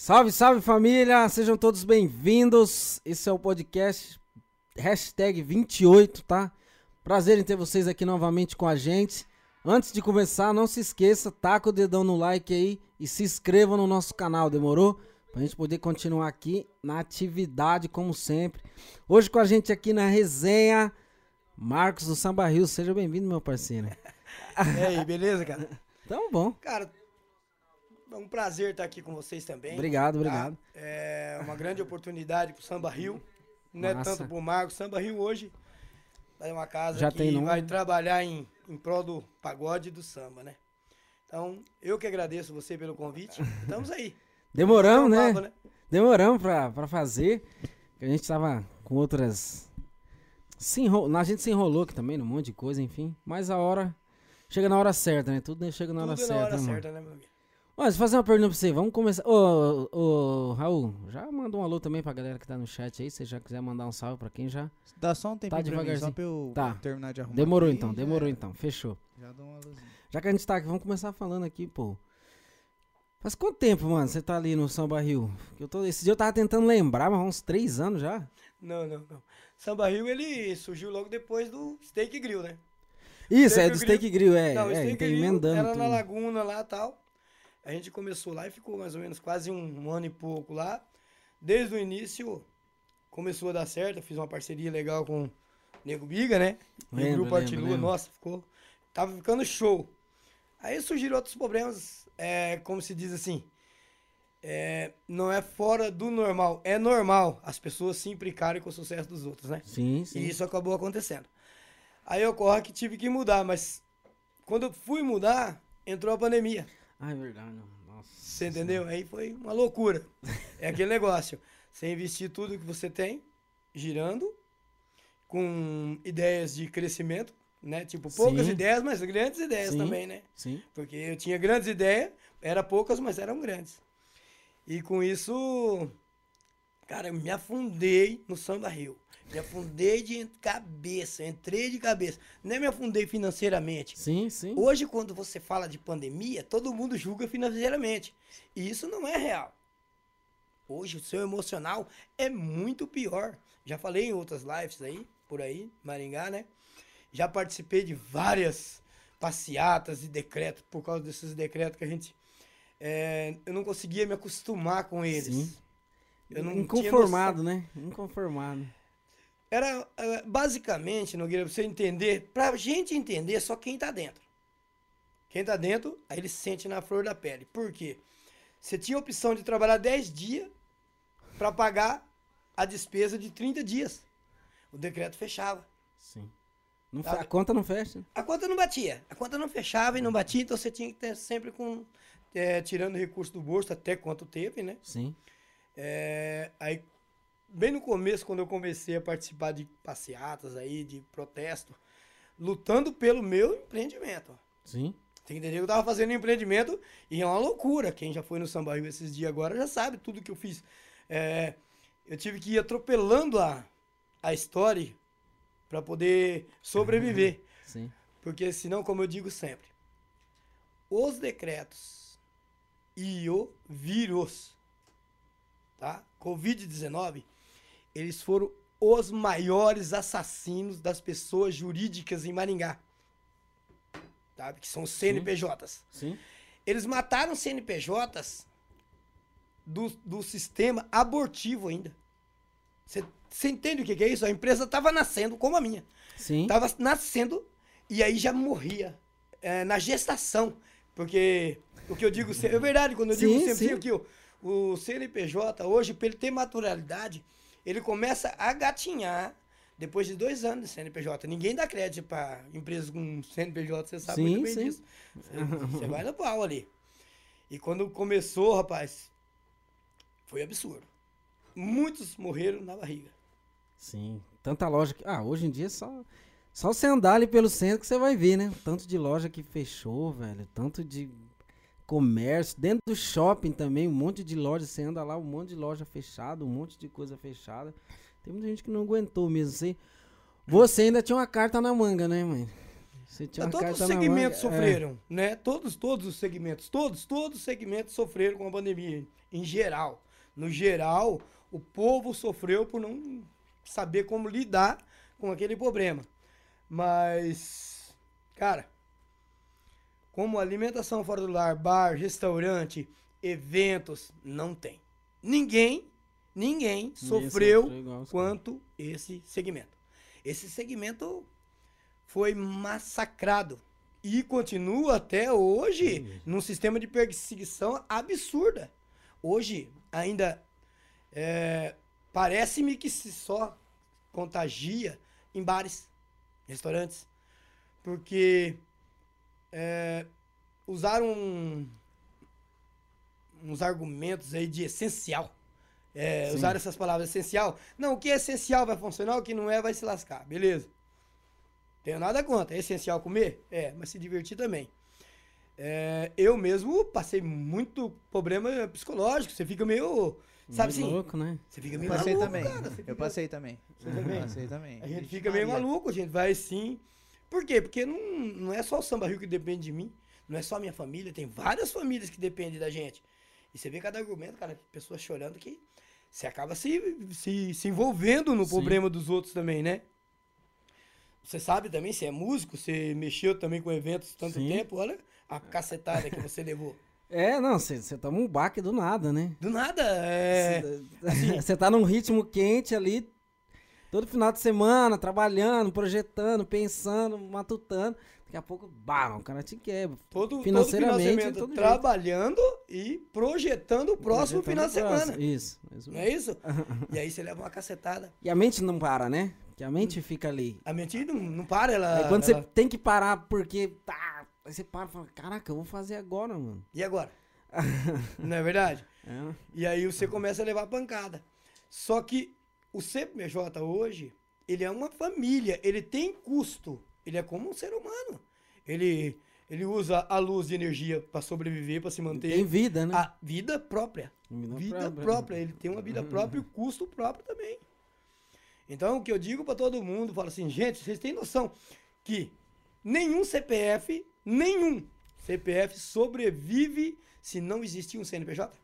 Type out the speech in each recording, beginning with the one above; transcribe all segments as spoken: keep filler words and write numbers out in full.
Salve, salve família, sejam todos bem-vindos. Esse é o podcast hashtag vinte e oito, tá? Prazer em ter vocês aqui novamente com a gente. Antes de começar, não se esqueça, taca o dedão no like aí e se inscreva no nosso canal, demorou? Pra gente poder continuar aqui na atividade como sempre. Hoje com a gente aqui na resenha, Marcos do Samba Rio. Seja bem-vindo, meu parceiro. E aí, beleza, cara? Tamo bom. Cara, é um prazer estar aqui com vocês também. Obrigado, tá? obrigado. É uma grande oportunidade pro Samba Rio. Não é Massa. tanto pro Marcos. Samba Rio hoje é uma casa Já que tem nome. vai trabalhar em, em prol do pagode e do samba, né? Então, eu que agradeço você pelo convite. Estamos aí. Demoramos, Não né? tava, né? Demoramos pra, pra fazer. A gente tava com outras... Se enro... A gente se enrolou aqui também, num monte de coisa, enfim. Mas a hora... Chega na hora certa, né? Tudo chega na hora Tudo certa. na hora né, certa, né, meu amigo? Ó, deixa eu fazer uma pergunta pra você. Vamos começar. Ô, ô, ô, Raul, já manda um alô também pra galera que tá no chat aí. Se você já quiser mandar um salve pra quem já. Dá só um tempinho Tá pra mim, devagarzinho. só pra eu Tá. terminar de arrumar. Demorou aqui, então, já demorou era. então. Fechou. Já dou uma luzinha. Já que a gente tá aqui, vamos começar falando aqui, pô. Faz quanto tempo, mano, você tá ali no Samba Rio? Eu tô... Esse dia eu tava tentando lembrar, mas há uns três anos já. Não, não, não. Samba Rio, ele surgiu logo depois do Steak Grill, né? Isso, é Steak do Grill. Steak Grill, é. Não, o é Steak tá Grill emendando era tudo. na Laguna lá e tal. A gente começou lá e ficou mais ou menos quase um, um ano e pouco lá. Desde o início começou a dar certo. Eu fiz uma parceria legal com o Nego Biga, né? E Lembro, o Grupo lembro, Artilua, lembro. nossa, ficou... Tava ficando show. Aí surgiram outros problemas, é, como se diz assim, é, não é fora do normal, é normal as pessoas se implicarem com o sucesso dos outros, né? Sim, sim. E isso acabou acontecendo. Aí ocorre que tive que mudar, mas quando eu fui mudar, entrou a pandemia. Ah, é verdade. Nossa. Você entendeu? Aí foi uma loucura. É aquele negócio. Você investir tudo que você tem, girando, com ideias de crescimento, né? Tipo, poucas Sim. ideias, mas grandes ideias Sim. também, né? Sim. Porque eu tinha grandes ideias, eram poucas, mas eram grandes. E com isso, cara, eu me afundei no Samba Rio. Me afundei de cabeça, entrei de cabeça. Nem me afundei financeiramente. Sim, sim. Hoje, quando você fala de pandemia, todo mundo julga financeiramente. E isso não é real. Hoje, o seu emocional é muito pior. Já falei em outras lives aí, por aí, Maringá, né? Já participei de várias passeatas e decretos, por causa desses decretos que a gente... é, eu não conseguia me acostumar com eles. Sim. Eu não Inconformado, né? Inconformado. Era, eh, basicamente, Nogueira, pra você entender, pra gente entender, só quem tá dentro. Quem tá dentro, aí ele se sente na flor da pele. Por quê? Você tinha a opção de trabalhar dez dias pra pagar a despesa de trinta dias. O decreto fechava. Sim. Não fe- Sabe? A conta não fecha. A conta não batia. A conta não fechava e não batia, então você tinha que ter sempre com, eh, tirando recurso do bolso, até quanto teve, né? Sim. É, aí, bem no começo, quando eu comecei a participar de passeatas aí, de protesto, lutando pelo meu empreendimento. Sim. Você entendeu? Eu tava fazendo um empreendimento e é uma loucura. Quem já foi no Samba Rio esses dias agora já sabe tudo que eu fiz. É, eu tive que ir atropelando a, a história para poder sobreviver. Sim. Porque senão, como eu digo sempre, os decretos e o vírus, tá? covid dezenove, eles foram os maiores assassinos das pessoas jurídicas em Maringá. Tá? Que são os C N P Js. Sim. Eles mataram C N P Js do, do sistema abortivo ainda. Você entende o que, que é isso? A empresa estava nascendo como a minha. Sim. Tava nascendo e aí já morria é, na gestação. Porque o que eu digo sempre, é verdade, quando eu digo Sim, sempre sim. que o, o C N P J hoje, para ele ter maturidade, ele começa a gatinhar depois de dois anos de C N P J. Ninguém dá crédito para empresas com C N P J, você sabe Sim, muito bem sim. disso. Você vai no pau ali. E quando começou, rapaz, foi absurdo. Muitos morreram na barriga. Sim. Tanta loja que... Ah, hoje em dia é só... Só você andar ali pelo centro que você vai ver, né? Tanto de loja que fechou, velho. Tanto de comércio. Dentro do shopping também, um monte de loja. Você anda lá, um monte de loja fechada, um monte de coisa fechada. Tem muita gente que não aguentou mesmo. Você, você ainda tinha uma carta na manga, né, mãe? Você tinha uma Todos os carta na segmentos manga, é. sofreram, né? Todos, todos os segmentos, todos, todos os segmentos sofreram com a pandemia, em geral. No geral, o povo sofreu por não saber como lidar com aquele problema. Mas, cara, como alimentação fora do lar, bar, restaurante, eventos, não tem. Ninguém, ninguém sofreu sofreu igual os quanto esse segmento. Esse segmento foi massacrado e continua até hoje num sistema de perseguição absurda. Hoje, ainda, é, parece-me que se só contagia em bares, restaurantes, porque é, usaram um, uns argumentos aí de essencial. É, Sim. usaram essas palavras, essencial. Não, o que é essencial vai funcionar, o que não é vai se lascar, beleza. Tenho nada contra, é essencial comer? É, mas se divertir também. É, eu mesmo passei muito problema psicológico, você fica meio, sabe Meio assim? louco, né? Você fica Eu meio passei maluco, também. cara. Você Eu fica- passei também. Você também? Passei também. A gente Vixe fica meio Maria. maluco, a gente vai sim. Por quê? Porque não, não é só o Samba Rio que depende de mim, não é só a minha família, tem várias famílias que dependem da gente. E você vê cada argumento, cara, pessoas chorando que você acaba se, se, se envolvendo no Sim. problema dos outros também, né? Você sabe também, você é músico, você mexeu também com eventos tanto Sim. tempo, olha a cacetada que você levou. É, não, você você toma um baque do nada, né? Do nada, é... Você tá num ritmo quente ali, todo final de semana, trabalhando, projetando, pensando, matutando. Daqui a pouco, bah, o cara te quebra. Todo, Financeiramente, todo final de semana, todo trabalhando e projetando o próximo final de Projetando o semana. próximo. Isso. isso Não é isso? E aí você leva uma cacetada. E a mente não para, né? Que a mente fica ali. A mente não, não para, ela... Aí quando ela- você tem que parar porque tá, aí você para e fala, caraca, eu vou fazer agora, mano. E agora? Não é verdade? É. E aí você começa a levar pancada. Só que o C P J hoje, ele é uma família, ele tem custo. Ele é como um ser humano. Ele, ele usa a luz de energia para sobreviver, para se manter. Tem vida, né? A vida própria. Vida Vida própria. própria. Ele tem uma vida própria e o custo próprio também. Então, o que eu digo para todo mundo, falo assim, gente, vocês têm noção que nenhum C P F, nenhum C P F sobrevive se não existir um C N P J?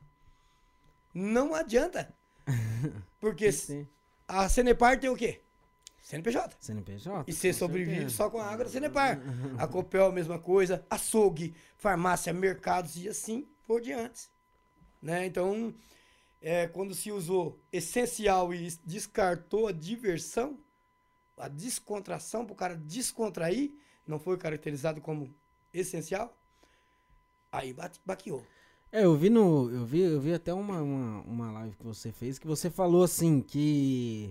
Não adianta. Porque Sim. a Cenepar tem o quê? C N P J. C N P J? E você com sobrevive certeza. só com a água da Cenepar. A Copel, a mesma coisa. Açougue, farmácia, mercados e assim por diante. Né? Então, é, quando se usou essencial e descartou a diversão, a descontração, para o cara descontrair, não foi caracterizado como essencial, aí bate, baqueou. É, eu vi no. Eu vi, eu vi até uma, uma, uma live que você fez que você falou assim que.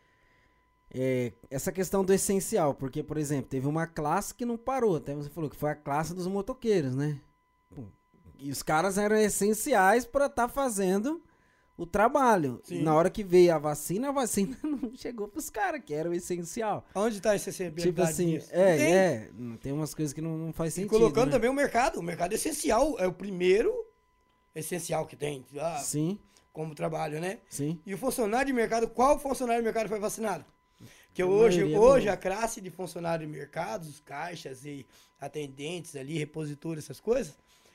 É, essa questão do essencial, porque, por exemplo, teve uma classe que não parou, até você falou que foi a classe dos motoqueiros, né? Pô, e os caras eram essenciais para estar fazendo o trabalho. Sim. Na hora que veio a vacina, a vacina não chegou pros caras, que era o essencial. Onde está essa sensibilidade Tipo assim, disso? é, Tem. é, não- tem umas coisas que não, não faz E sentido. colocando né? também o mercado. O mercado é essencial. É o primeiro essencial que tem ah, Sim, como trabalho, né? sim. E o funcionário de mercado, qual funcionário de mercado foi vacinado? Porque A hoje, maioria hoje não. a classe de funcionário de mercados, caixas e atendentes ali, repositórios, essas coisas,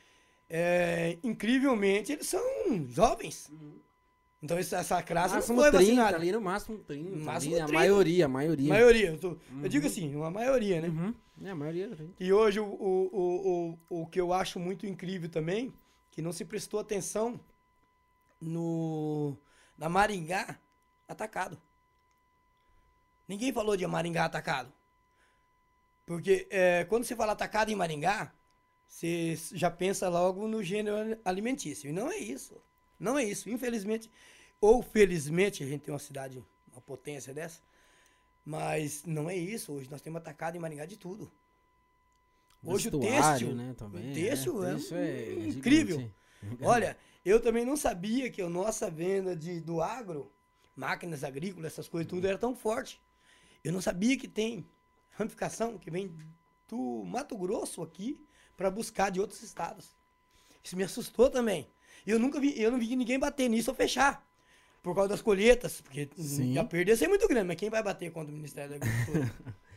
é, incrivelmente eles são jovens. Então essa, essa classe não Máximo foi trinta, vacinada. ali no máximo trinta. Máximo ali, a trinta. maioria, a maioria. Maioria, eu, tô- eu digo assim, uma maioria, né? Uhum. É, a maioria. trinta. E hoje o, o, o, o, o que eu acho muito incrível também, que não se prestou atenção no na Maringá atacado. Ninguém falou de Maringá atacado. Porque é, quando você fala atacado em Maringá, você já pensa logo no gênero alimentício. E não é isso. Não é isso. Infelizmente, ou felizmente, a gente tem uma cidade, uma potência dessa, mas não é isso. Hoje nós temos atacado em Maringá de tudo. Hoje o Vestuário, têxtil, né, também, o têxtil é, é, têxtil é incrível. gigante. Olha, eu também não sabia que a nossa venda de, do agro, máquinas agrícolas, essas coisas, tudo era tão forte. Eu não sabia que tem ramificação que vem do Mato Grosso aqui para buscar de outros estados. Isso me assustou também. Eu nunca vi, eu não vi ninguém bater nisso ou fechar. Por causa das colheitas, porque Sim. a perda ia ser muito grande, mas quem vai bater contra o Ministério da Agricultura?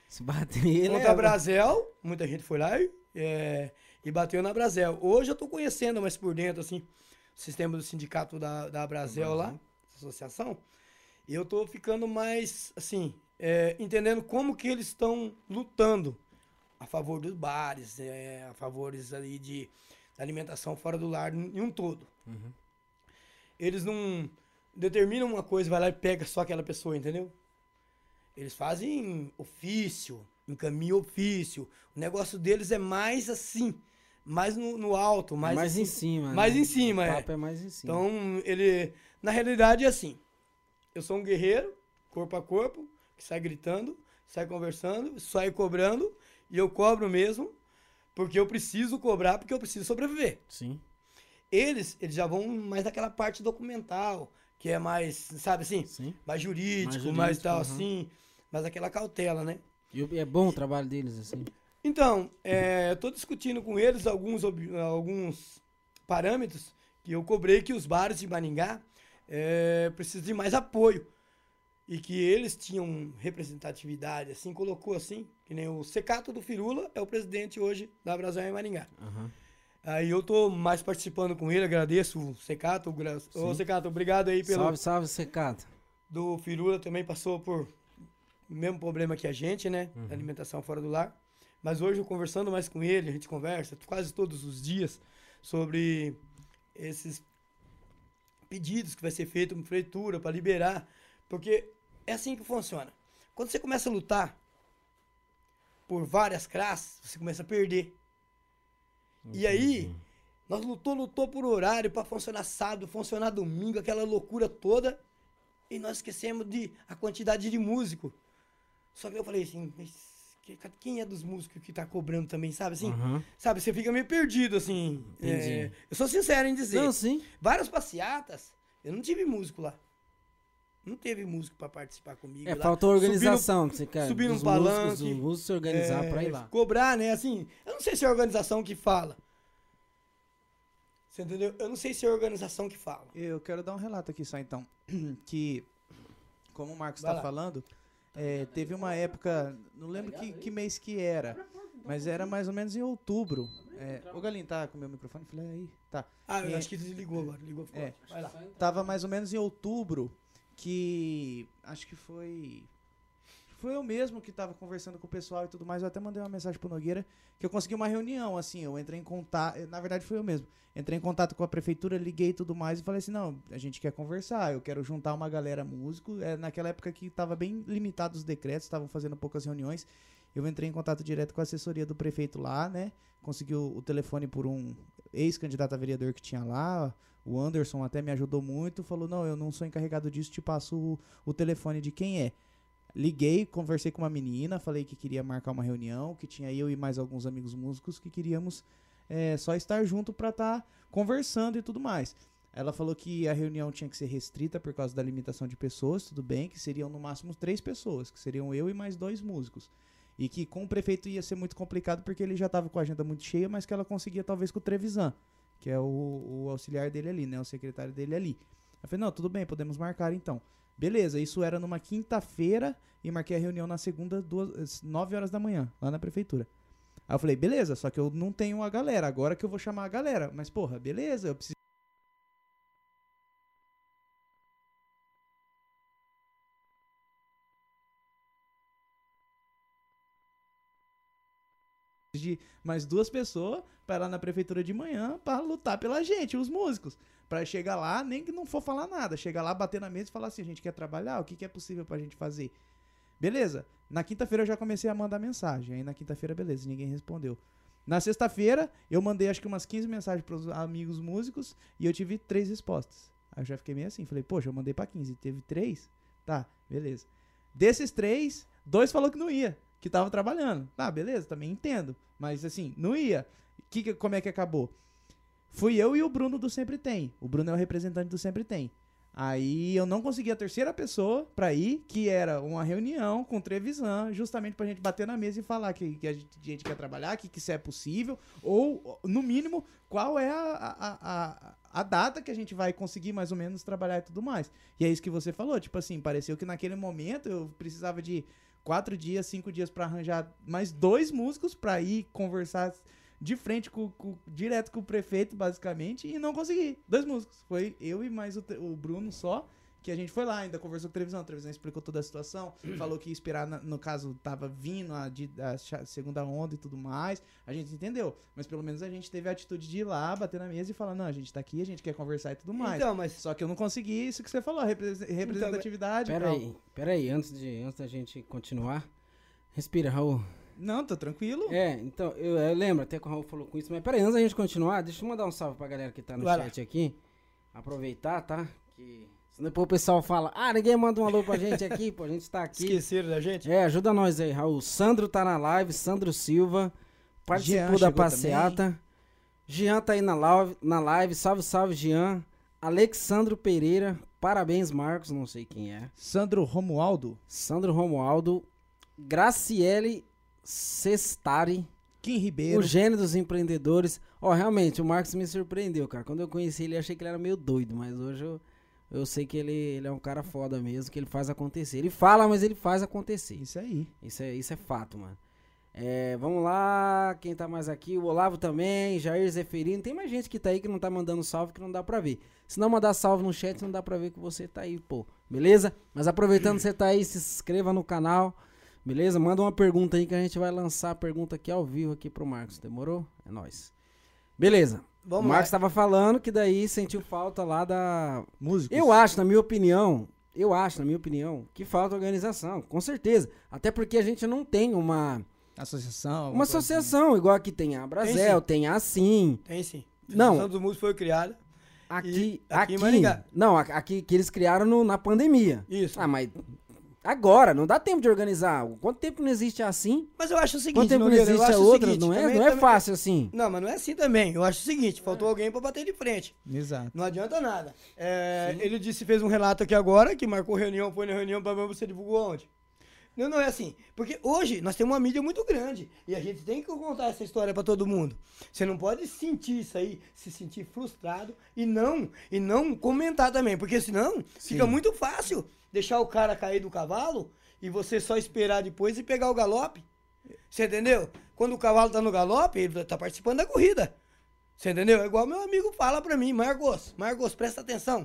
Se bater ele. Contra a Brasel, muita gente foi lá e, é, e bateu na Brasel. Hoje eu tô conhecendo mais por dentro, assim, o sistema do sindicato da, da Brasel lá, associação. E eu tô ficando mais, assim, é, entendendo como que eles estão lutando a favor dos bares, é, a favor ali de alimentação fora do lar em um todo. Uhum. Eles não determinam uma coisa, vai lá e pega só aquela pessoa, entendeu? Eles fazem ofício, encaminham ofício. O negócio deles é mais assim, mais no, no alto, mais, mais assim, em cima. mais né? em cima, o é. papo é mais em cima. Então, ele, na realidade é assim. Eu sou um guerreiro, corpo a corpo, que sai gritando, sai conversando, sai cobrando, e eu cobro mesmo, porque eu preciso cobrar, porque eu preciso sobreviver. Sim. Eles, eles já vão mais naquela parte documental, que é mais, sabe assim? Sim. Mais jurídico, Mais mais, jurídico, tal, uhum. assim, mais aquela cautela, né? E o- é bom o trabalho deles, assim. Então, é, eu tô discutindo com eles alguns, ob- alguns parâmetros que eu cobrei que os bares de Maringá é, precisam de mais apoio. E que eles tinham representatividade, assim, colocou assim, que nem o Secato do Firula é o presidente hoje da Brasel em Maringá. Aham. Aí eu tô mais participando com ele, agradeço o Secato. o gra- Ô, Sim. Secato, obrigado aí pelo... Salve, salve, Secata. Do Firula também passou por o mesmo problema que a gente, né? Uhum. Da alimentação fora do lar. Mas hoje, eu conversando mais com ele, a gente conversa quase todos os dias sobre esses pedidos que vai ser feito na prefeitura para liberar. Porque é assim que funciona. Quando você começa a lutar por várias classes, você começa a perder. E aí, nós lutou, lutou por horário para funcionar sábado, funcionar domingo, aquela loucura toda. E nós esquecemos de a quantidade de músico. Só que eu falei assim, mas que- quem é dos músicos que tá cobrando também, sabe assim? Aham. Sabe, você fica meio perdido, assim. Entendi. É, eu sou sincero em dizer. Não, sim. Várias passeatas, eu não tive músico lá. Não teve músico pra participar comigo É, lá. faltou organização, que você quer. subir num dos músicos, palanque, Os músicos se organizar É, pra ir lá. Cobrar, né? Assim, eu não sei se é a organização que fala. Você entendeu? Eu não sei se é a organização que fala. Eu quero dar um relato aqui só então, que como o Marcos Vai está lá. falando, é, teve uma época, não lembro que, que mês que era, mas era mais ou menos em outubro. É, o Galinho tá com o meu microfone? Falei, aí, tá. Ah, eu É. acho que desligou agora, ligou forte. É. Vai lá. Tava mais ou menos em outubro que, acho que foi... Foi eu mesmo que tava conversando com o pessoal e tudo mais. Eu até mandei uma mensagem pro Nogueira que eu consegui uma reunião, assim. Eu entrei em contato. Na verdade, foi eu mesmo. Entrei em contato com a prefeitura, liguei e tudo mais e falei assim: não, a gente quer conversar. Eu quero juntar uma galera músico. É, naquela época que tava bem limitado os decretos, estavam fazendo poucas reuniões. Eu entrei em contato direto com a assessoria do prefeito lá, né? Consegui o, o telefone por um ex-candidato a vereador que tinha lá. O Anderson até me ajudou muito. Falou: não, eu não sou encarregado disso, te passo o, o telefone de quem é. Liguei, conversei com uma menina, falei que queria marcar uma reunião, que tinha eu e mais alguns amigos músicos que queríamos é, só estar junto pra estar conversando e tudo mais. Ela falou que a reunião tinha que ser restrita por causa da limitação de pessoas, tudo bem, que seriam no máximo três pessoas, que seriam eu e mais dois músicos. E que com o prefeito ia ser muito complicado porque ele já estava com a agenda muito cheia, mas que ela conseguia talvez com o Trevisan, que é o, o auxiliar dele ali, né, o secretário dele ali. Eu falei, não, tudo bem, podemos marcar então. Beleza, isso era numa quinta-feira e marquei a reunião na segunda, duas, nove horas da manhã, lá na prefeitura. Aí eu falei, beleza, só que eu não tenho a galera, agora que eu vou chamar a galera. Mas, porra, beleza, eu preciso de mais duas pessoas para ir lá na prefeitura de manhã para lutar pela gente, os músicos. Pra chegar lá, nem que não for falar nada. Chegar lá, bater na mesa e falar assim, a gente quer trabalhar, o que, que é possível pra gente fazer? Beleza. Na quinta-feira eu já comecei a mandar mensagem. Aí na quinta-feira, beleza, ninguém respondeu. Na sexta-feira, eu mandei acho que umas quinze mensagens pros amigos músicos e eu tive três respostas. Aí eu já fiquei meio assim, falei, poxa, eu mandei pra quinze, teve três? Tá, beleza. Desses três, dois falou que não ia, que tava trabalhando. Tá, beleza, também entendo. Mas assim, não ia. Que, que, como é que acabou? Fui eu e o Bruno do Sempre Tem. O Bruno é o representante do Sempre Tem. Aí eu não consegui a terceira pessoa pra ir, que era uma reunião com o Trevisan, justamente pra gente bater na mesa e falar que, que a, gente, a gente quer trabalhar, que, que isso é possível, ou, no mínimo, qual é a, a, a, a data que a gente vai conseguir mais ou menos trabalhar e tudo mais. E é isso que você falou, tipo assim, pareceu que naquele momento eu precisava de quatro dias, cinco dias pra arranjar mais dois músicos pra ir conversar de frente, com, com, direto com o prefeito, basicamente, e não consegui. Dois músicos. Foi eu e mais o, o Bruno só, que a gente foi lá, ainda conversou com a televisão. A televisão explicou toda a situação, falou que ia esperar, na, no caso, tava vindo a, a segunda onda e tudo mais. A gente entendeu. Mas pelo menos a gente teve a atitude de ir lá, bater na mesa e falar, não, a gente tá aqui, a gente quer conversar e tudo mais. Então, mas... Só que eu não consegui isso que você falou, repre- representatividade. Pera aí, pera aí, antes, de, antes da gente continuar, respira, Raul. Não, tô tranquilo. É, então, eu, eu lembro até que o Raul falou com isso, mas peraí, antes da gente continuar, deixa eu mandar um salve pra galera que tá no Vai chat lá. Aqui. Aproveitar, tá? Que senão depois o pessoal fala, ah, ninguém manda um alô pra gente aqui, pô, a gente tá aqui. Esqueceram da gente? É, ajuda nós aí, Raul. Sandro tá na live, Sandro Silva, participou Jean da passeata. Também. Jean tá aí na live, na live, salve, salve, Jean. Alexandro Pereira, parabéns, Marcos, não sei quem é. Sandro Romualdo. Sandro Romualdo. Graciele Sestari. Kim Ribeiro. O gênio dos empreendedores. Ó, oh, realmente, o Marcos me surpreendeu, cara. Quando eu conheci ele, eu achei que ele era meio doido, mas hoje eu, eu sei que ele, ele é um cara foda mesmo, que ele faz acontecer. Ele fala, mas ele faz acontecer. Isso aí. Isso é, isso é fato, mano. É, vamos lá, quem tá mais aqui? O Olavo também, Jair Zeferino. Tem mais gente que tá aí que não tá mandando salve, que não dá pra ver. Se não mandar salve no chat, não dá pra ver que você tá aí, pô. Beleza? Mas aproveitando que você tá aí, se inscreva no canal. Beleza? Manda uma pergunta aí que a gente vai lançar a pergunta aqui ao vivo aqui pro Marcos. Demorou? É nóis. Beleza. Vamos o Marcos lá. tava falando que daí sentiu falta lá da... Músicos. Eu acho, na minha opinião, eu acho, na minha opinião, que falta organização. Com certeza. Até porque a gente não tem uma... Associação. Uma associação, igual aqui tem a Brasel, tem, tem a Assim. Tem sim. A Não. Associação dos Músicos foi criada. Aqui, E aqui aqui, em Maringá. não, a- aqui que eles criaram no- na pandemia. Isso. Ah, mas agora, não dá tempo de organizar. Quanto tempo não existe a Assim? Mas eu acho o seguinte, Quanto tempo não Nogueira, eu existe a acho o outra? seguinte, Não é, também- não é também- fácil assim. Não, mas não é assim também. Eu acho o seguinte, faltou alguém pra bater de frente. Exato. Não adianta nada. É, ele disse, fez um relato aqui agora, que marcou reunião, foi na reunião, blá, blá, você divulgou onde? Não, não é assim. Porque hoje nós temos uma mídia muito grande e a gente tem que contar essa história pra todo mundo. Você não pode sentir isso aí, se sentir frustrado e não, e não comentar também, porque senão fica muito fácil deixar o cara cair do cavalo e você só esperar depois e pegar o galope. Você entendeu? Quando o cavalo tá no galope, ele tá participando da corrida. Você entendeu? É igual meu amigo fala pra mim, Marcos, Marcos, presta atenção.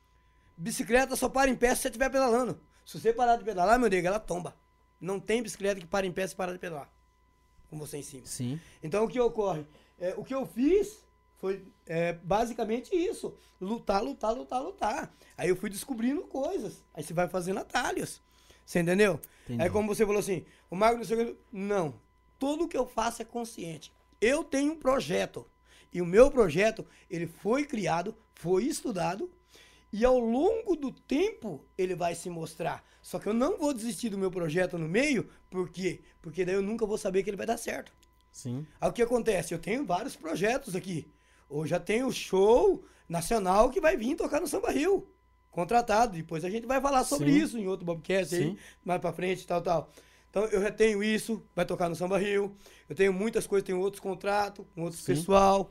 Bicicleta só para em pé se você estiver pedalando. Se você parar de pedalar, meu nego, ela tomba. Não tem bicicleta que para em pé se parar de pedalar. Com você em cima. Sim. Então o que ocorre? É, o que eu fiz foi é, basicamente isso. Lutar, lutar, lutar, lutar. Aí eu fui descobrindo coisas. Aí você vai fazendo atalhos. Você entendeu? Entendi. Aí como você falou assim, o Marco não sei o que. Não. Tudo que eu faço é consciente. Eu tenho um projeto. E o meu projeto, ele foi criado, foi estudado. E ao longo do tempo, ele vai se mostrar. Só que eu não vou desistir do meu projeto no meio. Por quê? Porque daí eu nunca vou saber que ele vai dar certo. Sim. Aí o que acontece? Eu tenho vários projetos aqui. Hoje já tenho show nacional que vai vir tocar no Samba Rio. Contratado. Depois a gente vai falar sobre Sim. isso em outro Bobcast aí, Sim. mais pra frente e tal, tal. Então eu já tenho isso, vai tocar no Samba Rio. Eu tenho muitas coisas, tenho outros contratos, com outros Sim. pessoal.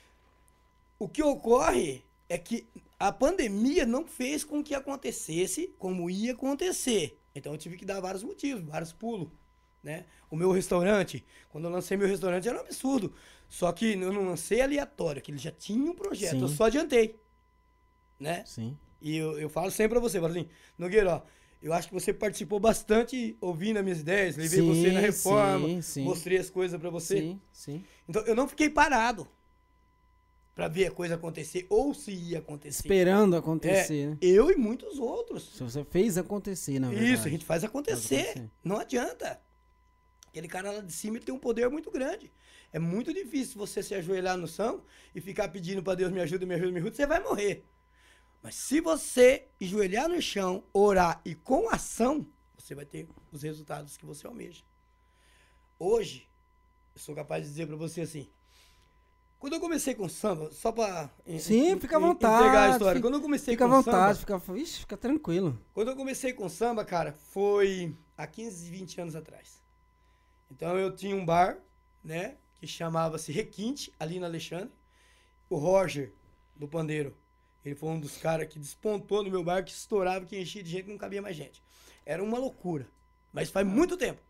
O que ocorre é que a pandemia não fez com que acontecesse como ia acontecer. Então eu tive que dar vários motivos, vários pulos, né? O meu restaurante, quando eu lancei meu restaurante era um absurdo. Só que eu não lancei aleatório, que ele já tinha um projeto, Sim. eu só adiantei, né? Sim. E eu, eu falo sempre pra você, falo assim, Nogueira, ó, eu acho que você participou bastante ouvindo as minhas ideias, levei Sim, você na reforma, sim, sim. mostrei as coisas pra você. Sim, sim. Então eu não fiquei parado pra ver a coisa acontecer ou se ia acontecer. Esperando É, acontecer, né? eu e muitos outros. Se você fez acontecer, na verdade. Isso, a gente faz acontecer. Faz acontecer. Não adianta. Aquele cara lá de cima ele tem um poder muito grande. É muito difícil você se ajoelhar no chão e ficar pedindo pra Deus me ajuda, me ajuda, me ajuda, você vai morrer. Mas se você ajoelhar no chão, orar e com ação, você vai ter os resultados que você almeja. Hoje, eu sou capaz de dizer pra você assim, quando eu comecei com samba, só pra en- Sim, en- fica à en- vontade. entregar a história. Fica- Quando eu comecei Fica à com vontade, samba, fica, ixi, fica tranquilo. quando eu comecei com samba, cara, foi há quinze, vinte anos atrás. Então eu tinha um bar, né, que chamava-se Requinte, ali na Alexandre. O Roger, do Pandeiro, ele foi um dos caras que despontou no meu bar, que estourava, que enchia de gente, não cabia mais gente. Era uma loucura. Mas faz muito tempo.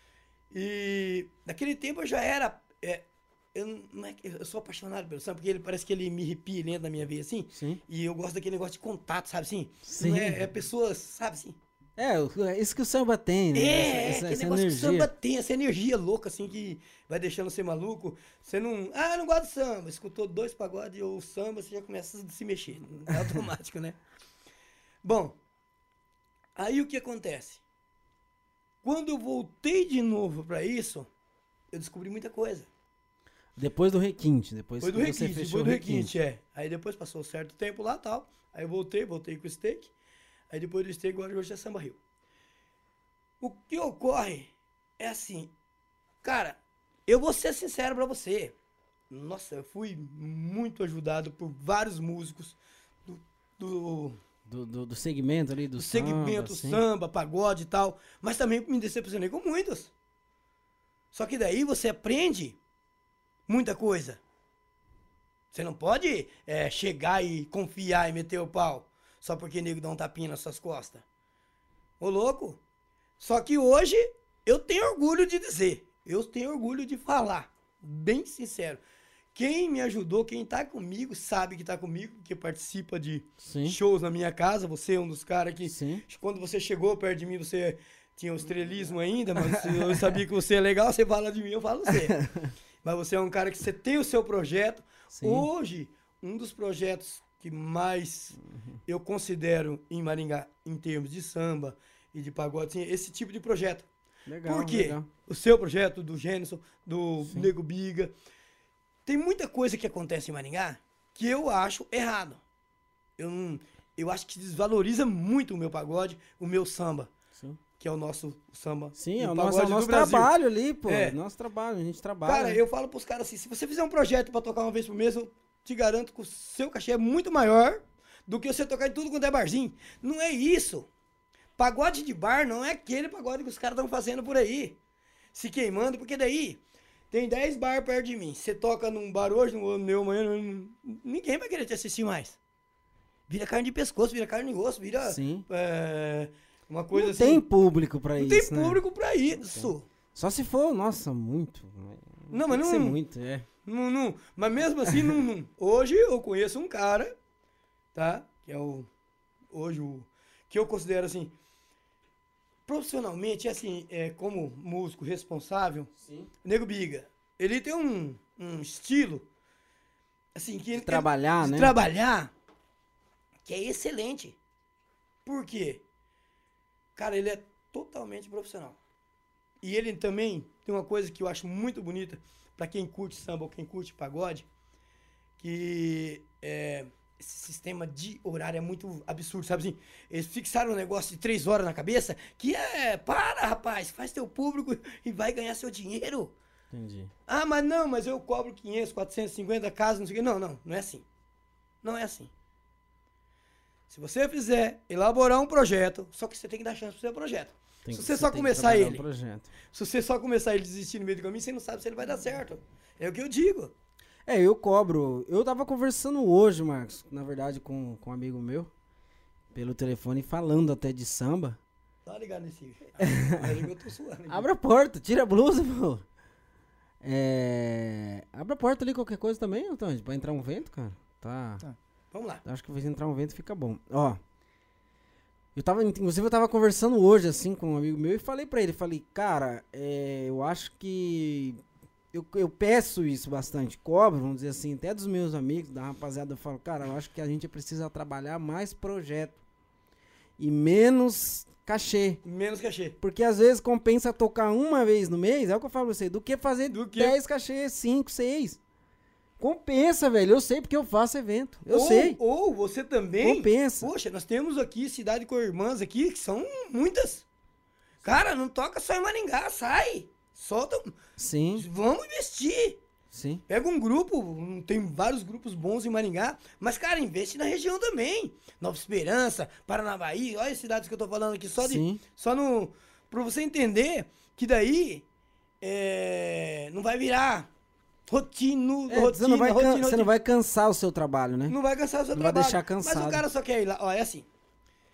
E naquele tempo eu já era... É, eu, não é, eu sou apaixonado pelo samba, porque ele parece que ele me arrepia, ele entra na minha veia, assim. Sim. E eu gosto daquele negócio de contato, sabe assim? Sim. Não é, é pessoas, sabe assim? É, isso que o samba tem, né? É, essa, é essa, aquele essa negócio energia. que o samba tem, essa energia louca, assim, que vai deixando você maluco. Você não... Ah, eu não gosto de samba. Escutou dois pagodes ou samba, você já começa a se mexer. É automático, né? Bom, aí o que acontece? Quando eu voltei de novo pra isso, eu descobri muita coisa. Depois do requinte, depois Foi do que você requinte, fechou foi do o requinte, é. Aí depois passou um certo tempo lá e tal. Aí eu voltei, voltei com o steak. Aí depois do steak, agora hoje é Samba Rio. O que ocorre é assim, cara, eu vou ser sincero pra você. Nossa, eu fui muito ajudado por vários músicos do, do, Do, do, do segmento ali, do, do samba, segmento assim. samba, pagode e tal. Mas também me decepcionei com muitos. Só que daí você aprende muita coisa. Você não pode é, chegar e confiar e meter o pau só porque nego dá um tapinha nas suas costas. Ô louco. Só que hoje eu tenho orgulho de dizer, eu tenho orgulho de falar, bem sincero. Quem me ajudou, quem tá comigo, sabe que tá comigo, que participa de Sim. shows na minha casa. Você é um dos caras que, Sim. quando você chegou perto de mim, você tinha o estrelismo ainda, mas eu sabia que você é legal, você fala de mim, eu falo você. Mas você é um cara que você tem o seu projeto. Sim. Hoje, um dos projetos que mais eu considero em Maringá, em termos de samba e de pagode, assim, esse tipo de projeto. Legal, Por quê? legal. O seu projeto, do Gênison, do Sim. Nego Biga. Tem muita coisa que acontece em Maringá que eu acho errado. Eu, não, eu acho que desvaloriza muito o meu pagode, o meu samba, Sim, que é o nosso samba. Sim e é o nosso, é o pagode do nosso Brasil. trabalho ali, pô. É. Nosso trabalho, a gente trabalha. Cara, eu falo pros caras assim, se você fizer um projeto pra tocar uma vez por mês, eu te garanto que o seu cachê é muito maior do que você tocar em tudo quanto é barzinho. Não é isso. Pagode de bar não é aquele pagode que os caras estão fazendo por aí. Se queimando, porque daí tem dez bar perto de mim. Você toca num bar hoje, no meu amanhã, não- ninguém vai querer te assistir mais. Vira carne de pescoço, vira carne de osso, vira Sim. é, uma coisa Não assim. tem público pra não isso, tem né? público pra isso. Só se for, nossa, muito. Não, Tem mas que não- ser muito, é. Não, não, mas mesmo assim, não, não. Hoje eu conheço um cara, tá? Que é o. Hoje o. Que eu considero assim. Profissionalmente, assim, é, como músico responsável, Sim. Nego Biga. Ele tem um, um estilo. Assim, que ele. Trabalhar, de né? Trabalhar. Que é excelente. Por quê? Cara, ele é totalmente profissional. E ele também tem uma coisa que eu acho muito bonita pra quem curte samba ou quem curte pagode, que é, esse sistema de horário é muito absurdo, sabe assim? Eles fixaram um negócio de três horas na cabeça, que é, para, rapaz, faz teu público e vai ganhar seu dinheiro. Entendi. Ah, mas não, mas eu cobro quinhentos, quatrocentos e cinquenta casas, não sei o quê. Não, não, não é assim. Não é assim. Se você fizer, elaborar um projeto, só que você tem que dar chance pro seu projeto. Tem Se que- você só tem que começar trabalhar ele, um projeto. se você só começar ele desistir no meio do caminho, você não sabe se ele vai dar certo. É o que eu digo. É, eu cobro. Eu tava conversando hoje, Marcos, na verdade, com, com um amigo meu, pelo telefone, falando até de samba. Tá ligado nesse. Mas eu tô suando. aqui. Abre a porta, tira a blusa, pô. É. Abre a porta ali, qualquer coisa também, Antônio, pra entrar um vento, cara. Tá. Tá. Vamos lá. Acho que vai entrar um vento fica bom. Ó. Eu tava, inclusive, eu tava conversando hoje, assim, com um amigo meu e falei pra ele, falei, cara, é, eu acho que eu, eu peço isso bastante, cobro, vamos dizer assim, até dos meus amigos, da rapaziada, eu falo, cara, eu acho que a gente precisa trabalhar mais projeto e menos cachê. Menos cachê. Porque às vezes compensa tocar uma vez no mês, é o que eu falo pra você, do que fazer Do que- dez cachês, cinco, seis. Compensa, velho, eu sei porque eu faço evento, eu ou, sei, Ou você também. compensa. Poxa, nós temos aqui cidade com irmãs aqui, que são muitas. Cara, não toca só em Maringá, sai. Solta. Sim, Vamos investir. sim. Pega um grupo, um- tem vários grupos bons em Maringá, mas, cara, investe na região também. Nova Esperança, Paranavaí, olha as cidades que eu tô falando aqui, só de. Sim. Só no. Pra você entender que daí é, não vai virar rotino, É, rotina, você, não vai rotina, can- você rotina. não vai cansar o seu trabalho, né? Não vai cansar o seu Não vai trabalho. deixar Mas cansado. o cara só quer ir lá. Ó, é assim.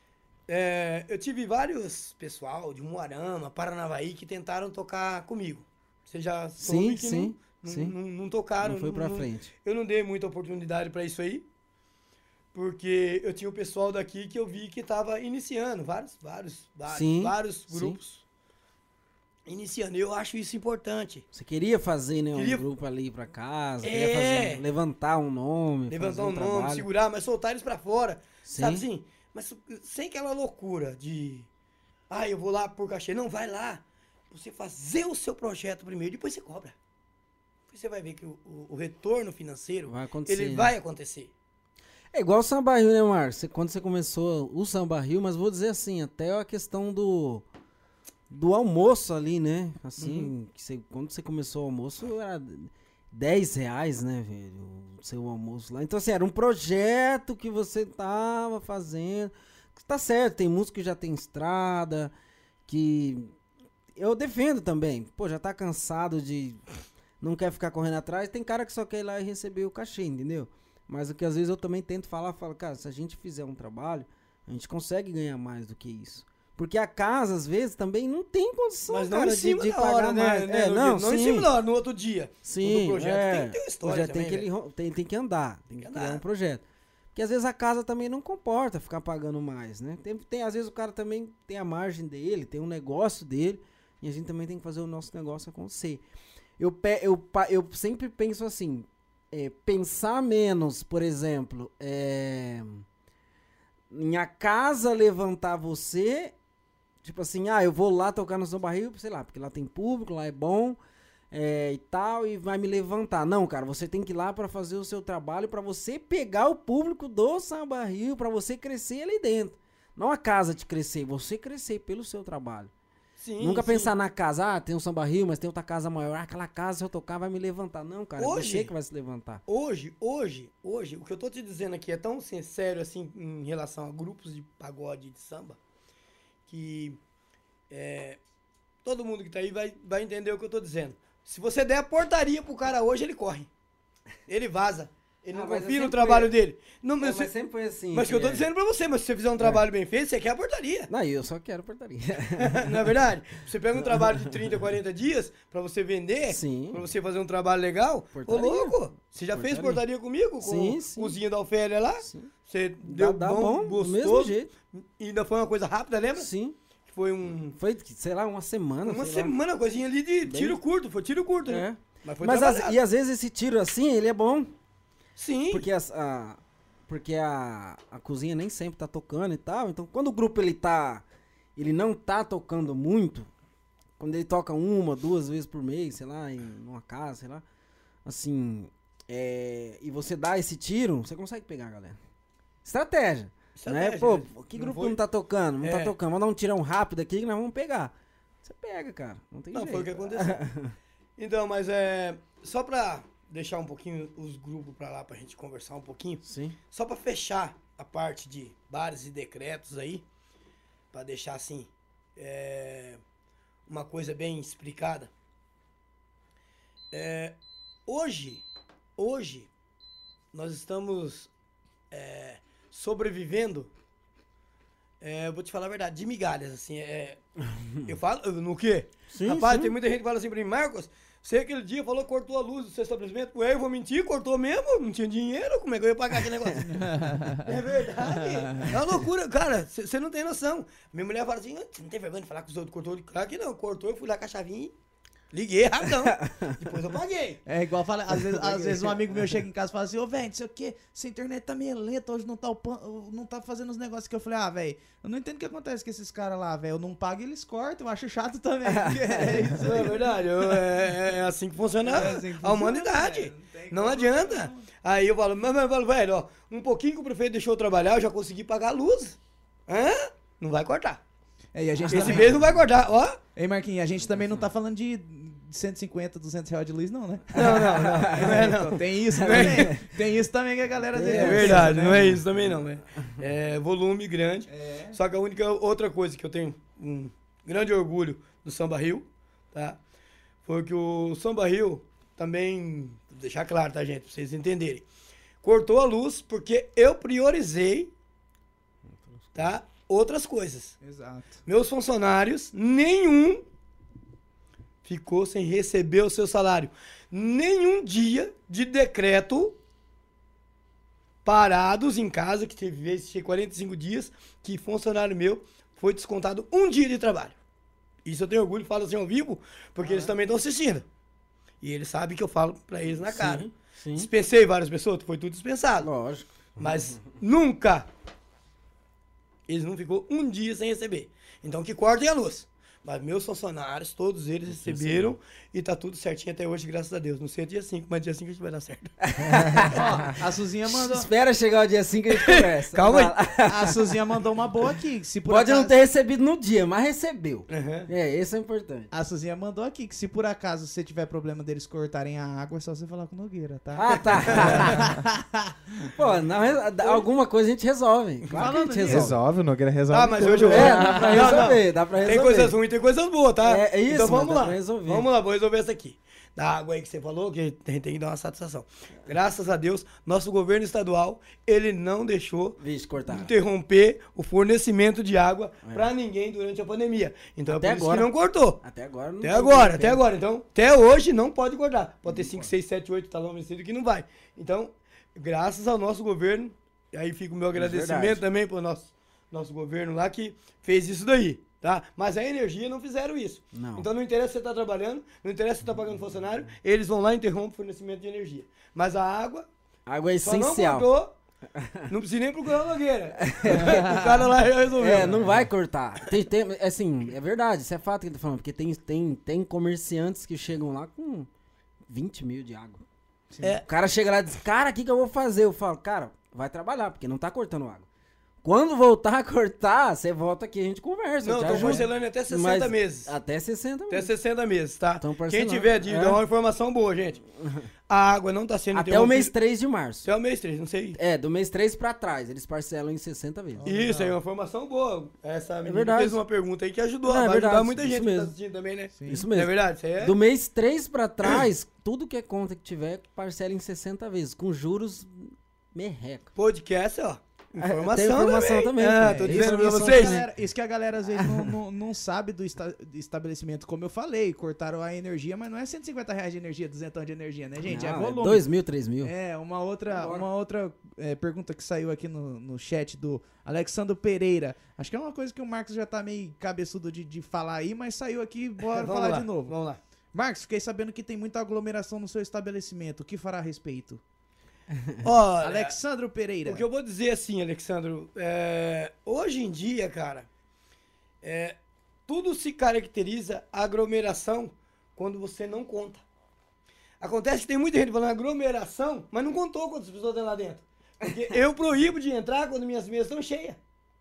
é, eu tive vários pessoal de Umuarama, Paranavaí, que tentaram tocar comigo. Você já Sim, soube que sim, não, sim. Não, não, não tocaram. Não foi pra não- frente. Eu não dei muita oportunidade pra isso aí, porque eu tinha o pessoal daqui que eu vi que tava iniciando, vários, vários, vários, Sim, vários sim. grupos iniciando. Eu acho isso importante. Você queria fazer, né, Queria- um grupo ali pra casa, É. queria fazer, um- levantar um nome, Levantar fazer um um nome, trabalho. segurar, mas soltar eles pra fora. Sim. Sabe assim? Mas sem aquela loucura de. Ah, eu vou lá por cachê. Não, vai lá. Você fazer o seu projeto primeiro, depois você cobra. Depois você vai ver que o, o- o retorno financeiro, Vai acontecer, ele né? vai acontecer. É igual o Samba Rio, né, Marcos? Você- Quando você começou o Samba Rio, mas vou dizer assim, até a questão do do almoço ali, né? Assim, Uhum. que você- quando você começou o almoço, era dez reais, né, velho? O seu almoço lá. Então, assim, era um projeto que você tava fazendo. Tá certo, tem músico que já tem estrada, que eu defendo também. Pô, já tá cansado de... Não quer ficar correndo atrás. Tem cara que só quer ir lá e receber o cachê, entendeu? Mas o que às vezes eu também tento falar, falo, cara, se a gente fizer um trabalho, a gente consegue ganhar mais do que isso. Porque a casa, às vezes, também não tem condição, Mas não cara, em cima de, de da pagar hora, mais. né? É, no não, dia- não em sim. cima da hora, no outro dia. Sim, O projeto é. tem que ter uma história projeto tem, também, que ele, ro- tem, tem que andar, tem, Tem que que criar andar. um projeto. Porque às vezes a casa também não comporta ficar pagando mais, né? Tem, tem, às vezes o cara também tem a margem dele, tem um negócio dele, e a gente também tem que fazer o nosso negócio acontecer. Eu, pe- eu, pa- eu sempre penso assim, é, pensar menos, por exemplo, é, em a casa levantar você, tipo assim, ah, eu vou lá tocar no Samba Rio, sei lá, porque lá tem público, lá é bom, é, e tal, e vai me levantar. Não, cara, você tem que ir lá pra fazer o seu trabalho, pra você pegar o público do Samba Rio, pra você crescer ali dentro. Não a casa te crescer, você crescer pelo seu trabalho. Sim, Nunca sim. pensar na casa, ah, tem um Samba Rio, mas tem outra casa maior. Ah, aquela casa, se eu tocar, vai me levantar. Não, cara, é Hoje- você que vai se levantar. Hoje, hoje, hoje, o que eu tô te dizendo aqui é tão sincero assim em relação a grupos de pagode e de samba, que é, todo mundo que tá aí vai, vai entender o que eu tô dizendo. Se você der a portaria pro cara hoje, ele corre. Ele vaza. Ele Ah, não mas confia no sempre trabalho foi- dele. Não, É, mas, mas você- sempre foi assim. mas o que eu tô é. dizendo pra você, mas se você fizer um trabalho bem feito, você quer a portaria. Não, eu só quero portaria. Não é verdade? Você pega um trabalho de trinta, quarenta dias pra você vender, Sim. pra você fazer um traballo legal. Portaria. Ô, louco, você já fez Portaria. portaria comigo? Com Sim, sim. o Zinho da Ofélia lá? Sim. Você Dá, deu dá bom, bom, do gostoso. mesmo jeito. E ainda foi uma coisa rápida, lembra? Sim. Foi um, Foi, sei lá, uma semana. uma sei lá. semana, coisinha ali de Bem- tiro curto. Foi tiro curto, né? É. Mas foi Mas as- trabalhado. e às vezes esse tiro assim, ele é bom. Sim. Porque, as- a, porque a, a cozinha nem sempre tá tocando e tal. Então, quando o grupo ele tá. Ele não tá tocando muito. Quando ele toca uma, duas vezes por mês, sei lá, em uma casa, sei lá. Assim. É, e você dá esse tiro, você consegue pegar a galera. Estratégia. Né? Estratégia, Pô, né? que Não grupo foi- não tá tocando? Não É. tá tocando. Vamos dar um tirão rápido aqui que nós vamos pegar. Você pega, cara. Não tem Não, jeito. foi o que aconteceu. Então, mas é. Só pra deixar um pouquinho os grupos pra lá pra gente conversar um pouquinho. Sim. Só pra fechar a parte de bares e decretos aí. Pra deixar assim. é, uma coisa bem explicada. É, hoje, hoje, nós estamos é, sobrevivendo. é, eu vou te falar a verdade, de migalhas, assim. É, eu falo, no quê? Sim, Rapaz, sim. tem muita gente que fala assim pra mim, Marcos, você aquele dia falou que cortou a luz do seu estabelecimento. Ué, eu vou mentir, cortou mesmo? Não tinha dinheiro? Como é que eu ia pagar aquele negócio? É verdade. É uma loucura, cara. Você não tem noção. Minha mulher fala assim, você não tem vergonha de falar que os outros cortou? Claro que não, cortou, eu fui lá com a chavinha e liguei rapidão. Depois eu paguei. É igual fala, às vezes, às vezes um amigo meu chega em casa e fala assim, ô velho, não sei o que, essa internet tá meio lenta, hoje não tá, upan- não tá fazendo os negócios que eu falei, ah, velho, eu não entendo o que acontece com esses caras lá, velho, eu não pago e eles cortam, eu acho chato também. É isso Não aí. é verdade. eu- é, é assim que funciona É assim que a funciona, humanidade. velho. Não tem Não como adianta. não. Aí eu falo, mas, mas eu falo, velho, ó, um pouquinho que o prefeito deixou eu trabalhar, eu já consegui pagar a luz. Hã? Não vai cortar. É, e a gente Esse também... mês não vai cortar, ó. Ei, Marquinhos, a gente também não tá falando de cento e cinquenta, duzentos reais de luz, não, né? Não, não, não. Não é, não. Então, tem isso também. Tem isso também que a galera... É tem, verdade, né? não é isso também não. É, é volume grande. É. Só que a única outra coisa que eu tenho um grande orgulho do Samba Rio, tá? Foi que o Samba Rio também, vou deixar claro, tá, gente? Pra vocês entenderem. Cortou a luz porque eu priorizei, tá? outras coisas. Exato. Meus funcionários, nenhum ficou sem receber o seu salário. Nenhum dia de decreto parados em casa, que teve vezes de quarenta e cinco dias, que funcionário meu foi descontado um dia de trabalho. Isso eu tenho orgulho e falo assim ao vivo, porque ah, eles é? também estão assistindo. E eles sabem que eu falo pra eles na cara. Sim, sim. Dispensei várias pessoas, foi tudo dispensado. Lógico. Mas nunca eles não ficou um dia sem receber. Então que cortem a luz. Mas meus funcionários, todos eles receberam sim, sim. E tá tudo certinho até hoje, graças a Deus. Não sei o dia cinco, mas dia cinco a gente vai dar certo. Ó, a Suzinha mandou... Espera chegar o dia cinco que a gente conversa. Calma aí. A Suzinha mandou uma boa aqui. Se por Pode acaso... não ter recebido no dia, mas recebeu. Uhum. É, isso é importante. A Suzinha mandou aqui que se por acaso você tiver problema deles cortarem a água, é só você falar com o Nogueira, tá? Ah, tá. Pô, não, alguma coisa a gente resolve. Claro que a gente resolve. Resolve, o Nogueira resolve. Ah, mas tudo. Hoje eu... É, dá pra resolver, dá pra resolver. Tem coisas ruins, tem coisas boas, tá? É, é isso, então vamos lá. Vamos lá, vou resolver essa aqui. Da água aí que você falou, que a gente tem que dar uma satisfação. Graças a Deus, nosso governo estadual, ele não deixou Vixe, cortar. interromper o fornecimento de água é. pra ninguém durante a pandemia. Então até é por agora, isso que não cortou. Até agora não Até agora, até agora. Então, até hoje não pode cortar. Pode ter cinco, seis, sete, oito talão vencido que não vai. Então, graças ao nosso governo, e aí fica o meu agradecimento é também pro nosso, nosso governo lá que fez isso daí. Tá? Mas a energia não fizeram isso. Não. Então não interessa se você está trabalhando, não interessa se você está pagando funcionário, eles vão lá e interrompem o fornecimento de energia. Mas a água, a água é só essencial. não cortou, não precisa nem procurar a Nogueira. O cara lá já resolveu. É, não vai cortar. Tem, tem, assim, é verdade, isso é fato que ele tá falando, porque tem, tem, tem comerciantes que chegam lá com vinte mil de água. É. O cara chega lá e diz, cara, o que, que eu vou fazer? Eu falo, cara, vai trabalhar, porque não tá cortando água. Quando voltar a cortar, você volta aqui e a gente conversa. Não, estão parcelando até sessenta Mas meses. Até sessenta meses. Até sessenta meses, tá? Quem tiver dívida, é. é uma informação boa, gente. A água não tá sendo até o mês três de março. Até o mês três, não sei. É, do mês três pra trás, eles parcelam em sessenta vezes. Isso, é uma informação boa. Essa menina é verdade. fez uma pergunta aí que ajudou. Não, é vai verdade, ajudar muita gente mesmo. que tá assistindo também, né? Sim. Isso mesmo. É verdade, isso aí é... Do mês três pra trás, tudo que é conta que tiver, parcela em sessenta vezes, com juros merreca. Podcast, ó. Informação, tem informação também. também ah, tô dizendo pra vocês. Galera, isso que a galera às vezes não, não, não sabe do, esta, do estabelecimento. Como eu falei, cortaram a energia, mas não é cento e cinquenta reais de energia, duzentos de energia, né, gente? Não, é volume. dois mil, três mil. É, uma outra, uma outra é, pergunta que saiu aqui no, no chat do Alexandre Pereira. Acho que é uma coisa que o Marcos já tá meio cabeçudo de, de falar aí, mas saiu aqui, bora falar lá, de novo. Vamos lá. Marcos, fiquei sabendo que tem muita aglomeração no seu estabelecimento. O que fará a respeito? Olha, Alexandre Pereira. O que eu vou dizer assim, Alexandre, é, hoje em dia, cara, é, tudo se caracteriza a aglomeração quando você não conta. Acontece que tem muita gente falando aglomeração, mas não contou quantas pessoas tem lá dentro. Porque eu proíbo de entrar quando minhas mesas estão cheias.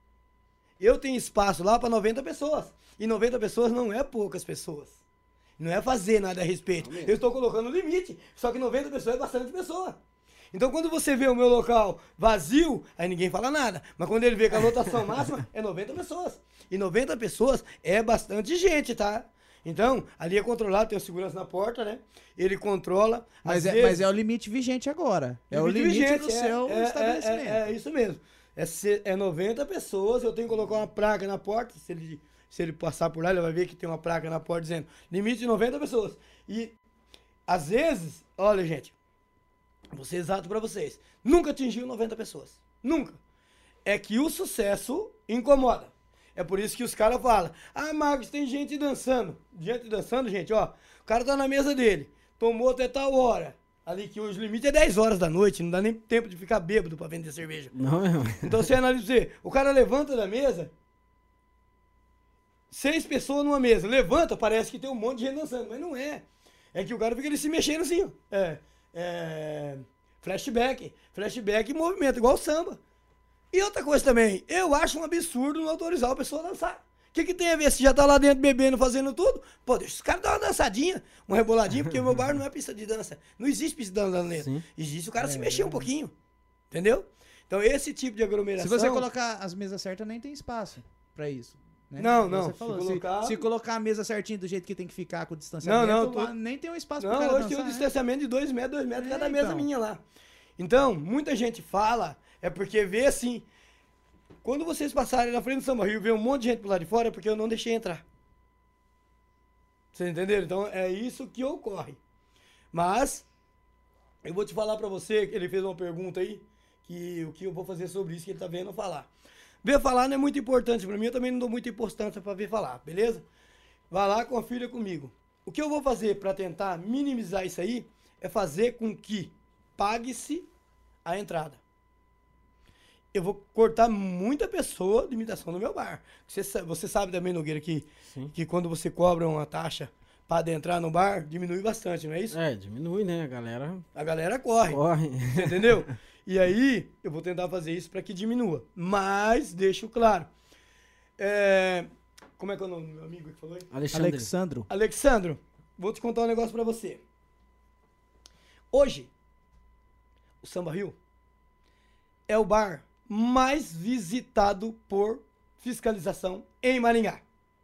Eu tenho espaço lá para noventa pessoas. E noventa pessoas não é poucas pessoas. Não é fazer nada a respeito. Eu estou colocando limite. Só que noventa pessoas é bastante pessoa. Então, quando você vê o meu local vazio, aí ninguém fala nada. Mas quando ele vê que a lotação máxima é noventa pessoas. E noventa pessoas é bastante gente, tá? Então, ali é controlado, tem o segurança na porta, né? Ele controla. Mas, é, vezes, mas é o limite vigente agora. É limite o limite vigente, do é, seu é, estabelecimento. É, é, é isso mesmo. É, é noventa pessoas, eu tenho que colocar uma placa na porta. Se ele, se ele passar por lá, ele vai ver que tem uma placa na porta dizendo limite de noventa pessoas. E, às vezes, olha, gente, vou ser exato pra vocês. Nunca atingiu noventa pessoas. Nunca. É que o sucesso incomoda. É por isso que os caras falam, ah, Marcos, tem gente dançando. Gente dançando, gente, ó. O cara tá na mesa dele. Tomou até tal hora. Ali que hoje o limite é dez horas da noite. Não dá nem tempo de ficar bêbado pra vender cerveja. Não, não. Então você analisa você. O cara levanta da mesa. Seis pessoas numa mesa. Levanta, parece que tem um monte de gente dançando. Mas não é. É que o cara fica ali se mexendo assim, ó. É. É, flashback, flashback e movimento, igual samba. E outra coisa também, eu acho um absurdo não autorizar a pessoa a dançar. O que, que tem a ver se já tá lá dentro bebendo, fazendo tudo? Pô, deixa os caras dar uma dançadinha, uma reboladinha, porque o meu bar não é pista de dança. Não existe pista de dança dentro. Existe o cara é, se mexer é. um pouquinho. Entendeu? Então esse tipo de aglomeração... Se você colocar as mesas certas, nem tem espaço pra isso. Né? Não, não. Você falou, se, colocar... Se, se colocar a mesa certinho do jeito que tem que ficar com o distanciamento, não, não, tô... lá, nem tem um espaço não, pro cara hoje dançar, tem um né? distanciamento de dois metros, dois metros, é, cada mesa então. minha lá. Então, muita gente fala, é porque vê assim, quando vocês passarem na frente do Samba Rio e ver um monte de gente pro lado de fora, é porque eu não deixei entrar. Vocês entenderam? Então é isso que ocorre. Mas, eu vou te falar pra você, que ele fez uma pergunta aí, que o que eu vou fazer sobre isso que ele tá vendo falar. Ver falar não é muito importante pra mim, eu também não dou muita importância pra ver falar, beleza? Vai lá, confira comigo. O que eu vou fazer pra tentar minimizar isso aí, é fazer com que pague-se a entrada. Eu vou cortar muita pessoa de imitação no meu bar. Você, você sabe também, Nogueira, que, que quando você cobra uma taxa para adentrar no bar, diminui bastante, não é isso? É, diminui, né? A galera... A galera corre. Corre. Entendeu? E aí, eu vou tentar fazer isso para que diminua. Mas, deixo claro. É... Como é que é o nome do meu amigo que falou aí? Alexandre. Alexandro. Alexandro, vou te contar um negócio para você. Hoje, o Samba Rio é o bar mais visitado por fiscalização em Maringá.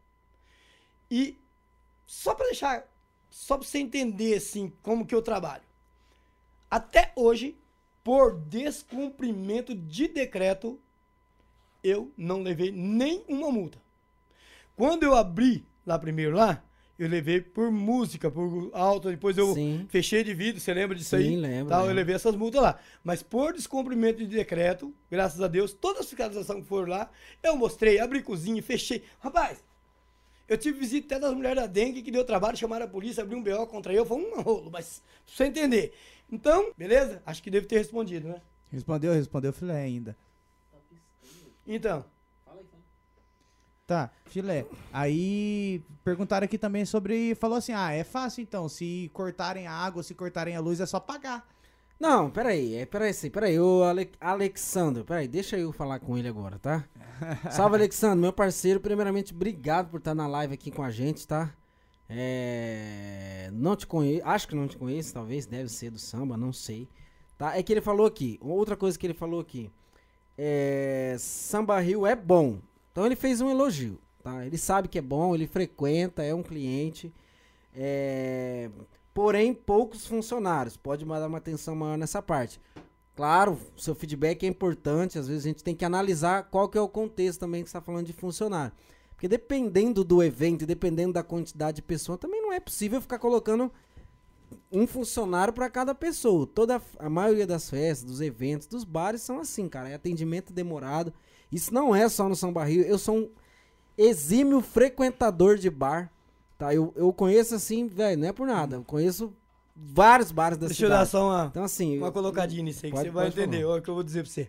E só para deixar, só para você entender assim como que eu trabalho. Até hoje, por descumprimento de decreto, eu não levei nenhuma multa. Quando eu abri lá primeiro lá, eu levei por música, por alto, depois eu Sim. fechei de vidro, você lembra disso Sim, aí? lembro, Tá, eu lembro. levei essas multas lá. Mas por descumprimento de decreto, graças a Deus, todas as fiscalizações que foram lá, eu mostrei, abri cozinha, fechei. Rapaz, eu tive visita até das mulheres da dengue que deu trabalho, chamaram a polícia, abriu um B O contra eu, foi um rolo, mas pra você entender. Então, beleza? Acho que devo ter respondido, né? Respondeu, respondeu filé ainda. Então, Tá, filé. Aí perguntaram aqui também sobre. Falou assim: ah, é fácil então. Se cortarem a água, se cortarem a luz, é só pagar. Não, peraí, é, peraí, sim, peraí, o Ale Alexandre, peraí, deixa eu falar com ele agora, tá? Salve, Alexandre, meu parceiro, primeiramente, obrigado por estar na live aqui com a gente, tá? É... Não te conheço, acho que não te conheço, talvez, deve ser do samba, não sei, tá? É que ele falou aqui, outra coisa que ele falou aqui, é... Samba Rio é bom, então ele fez um elogio, tá? Ele sabe que é bom, ele frequenta, é um cliente, é... porém poucos funcionários, pode dar uma atenção maior nessa parte. Claro, seu feedback é importante, às vezes a gente tem que analisar qual que é o contexto também que você está falando de funcionário. Porque dependendo do evento e dependendo da quantidade de pessoa, também não é possível ficar colocando um funcionário para cada pessoa. Toda a maioria das festas, dos eventos, dos bares são assim, cara, é atendimento demorado. Isso não é só no Samba Rio, eu sou um exímio frequentador de bar, tá? Eu, eu conheço assim, velho, não é por nada, eu conheço vários bares da deixa eu dar cidade. só uma, Então assim, uma eu- colocadinha nisso aí, que pode- você vai pode entender. falar. Olha o que eu vou dizer pra você.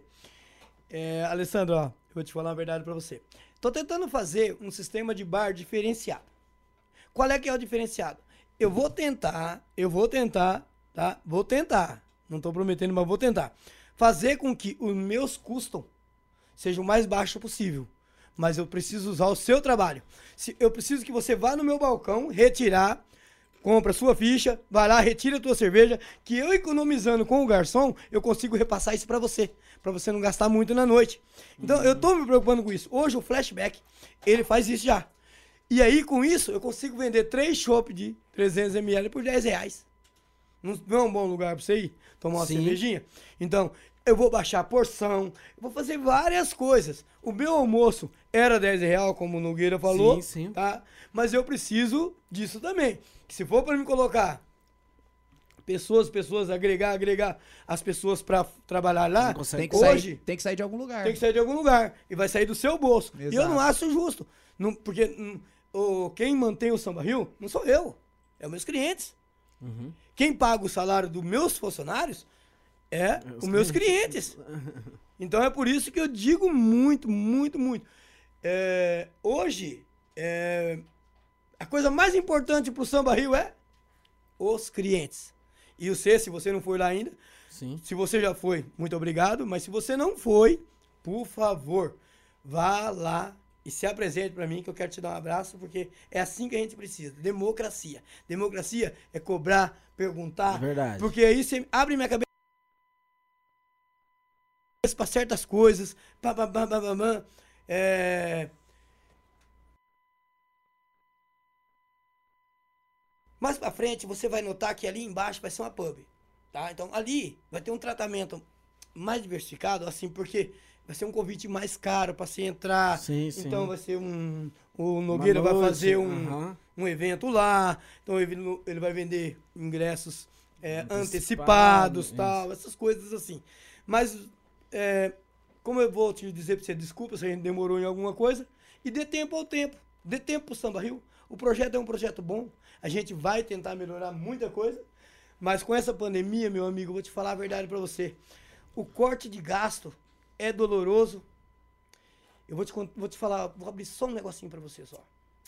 É, Alessandro, ó, eu vou te falar uma verdade pra você. Tô tentando fazer um sistema de bar diferenciado. Qual é que é o diferenciado? Eu vou tentar, eu vou tentar, tá? Vou tentar. Não tô prometendo, mas vou tentar. Fazer com que os meus custos sejam o mais baixo possível. Mas eu preciso usar o seu trabalho. Se, eu preciso que você vá no meu balcão, retirar, compra sua ficha, vai lá, retira a tua cerveja, que eu economizando com o garçom, eu consigo repassar isso pra você, pra você não gastar muito na noite. Então, eu tô me preocupando com isso. Hoje, o Flashback, ele faz isso já. E aí, com isso, eu consigo vender três chopp de trezentos mililitros por dez reais. Não não é um bom lugar pra você ir tomar uma Sim. cervejinha? Então, eu vou baixar a porção, eu vou fazer várias coisas. O meu almoço era dez reais, como o Nogueira falou, Sim, sim. tá? Mas eu preciso disso também. Que se for para me colocar pessoas, pessoas, agregar, agregar as pessoas para trabalhar lá, Não consegue. Tem que, hoje sair, tem que sair de algum lugar. tem que sair de algum lugar e vai sair do seu bolso. E eu Exato. não acho justo. Não, porque hum, o, quem mantém o Samba Rio não sou eu, é os meus clientes. Uhum. Quem paga o salário dos meus funcionários é os meus clientes. Então é por isso que eu digo muito, muito, muito. É, hoje, é, a coisa mais importante pro Samba Rio é os clientes. E você, se você não foi lá ainda, Sim. se você já foi, muito obrigado. Mas se você não foi, por favor, vá lá e se apresente pra mim, que eu quero te dar um abraço, porque é assim que a gente precisa. Democracia. Democracia é cobrar, perguntar. É verdade. Porque aí você abre minha cabeça para certas coisas. Pá, pá, pá, pá, pá, pá. É... Mais pra frente, você vai notar que ali embaixo vai ser uma pub, tá? Então ali vai ter um tratamento mais diversificado, assim, porque vai ser um convite mais caro para você entrar. Sim, sim. Então vai ser um... O Nogueira Uma vai noite, fazer um, aham. um evento lá. Então ele, ele vai vender ingressos é, Antecipado, antecipados, isso. tal, essas coisas assim. Mas, é, como eu vou te dizer para você, desculpa se a gente demorou em alguma coisa, e dê tempo ao tempo. Dê tempo pro Samba Rio. O projeto é um projeto bom. A gente vai tentar melhorar muita coisa. Mas com essa pandemia, meu amigo, eu vou te falar a verdade para você. O corte de gasto é doloroso. Eu vou te, cont- vou te falar, vou abrir só um negocinho para você só.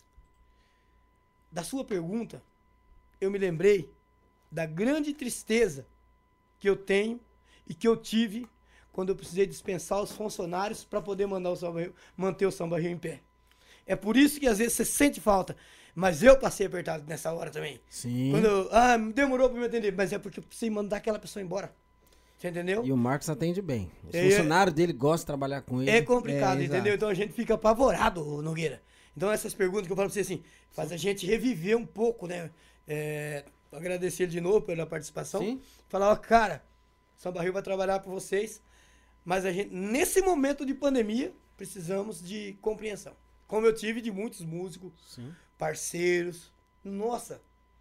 Da sua pergunta, eu me lembrei da grande tristeza que eu tenho e que eu tive quando eu precisei dispensar os funcionários para poder mandar o Samba Rio, manter o Samba Rio em pé. É por isso que às vezes você sente falta. Mas eu passei apertado nessa hora também. Sim. Quando eu, ah, demorou para me atender. Mas é porque eu precisei mandar aquela pessoa embora. Você entendeu? E o Marcos atende bem. O É- funcionário dele gosta de trabalhar com ele. É complicado, É, entendeu? exato. Então a gente fica apavorado, Nogueira. Então essas perguntas que eu falo pra você assim, faz a gente reviver um pouco, né? É, agradecer ele de novo pela participação. Sim. Falar, ó, cara, Samba Rio vai trabalhar por vocês, mas a gente, nesse momento de pandemia, precisamos de compreensão. Como eu tive de muitos músicos, Sim. parceiros. Nossa,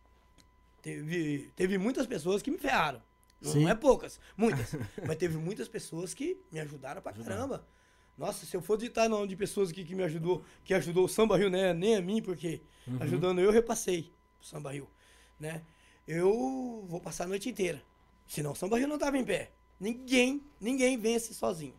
teve, teve muitas pessoas que me ferraram. Não Sim. é poucas, muitas. Mas teve muitas pessoas que me ajudaram pra caramba. Nossa, se eu for ditar nome de pessoas aqui que me ajudou, que ajudou o Samba Rio, né? Nem a mim, porque ajudando eu, repassei o Samba Rio, né? Eu vou passar a noite inteira. Senão o Samba Rio não tava em pé. Ninguém, ninguém vence sozinho.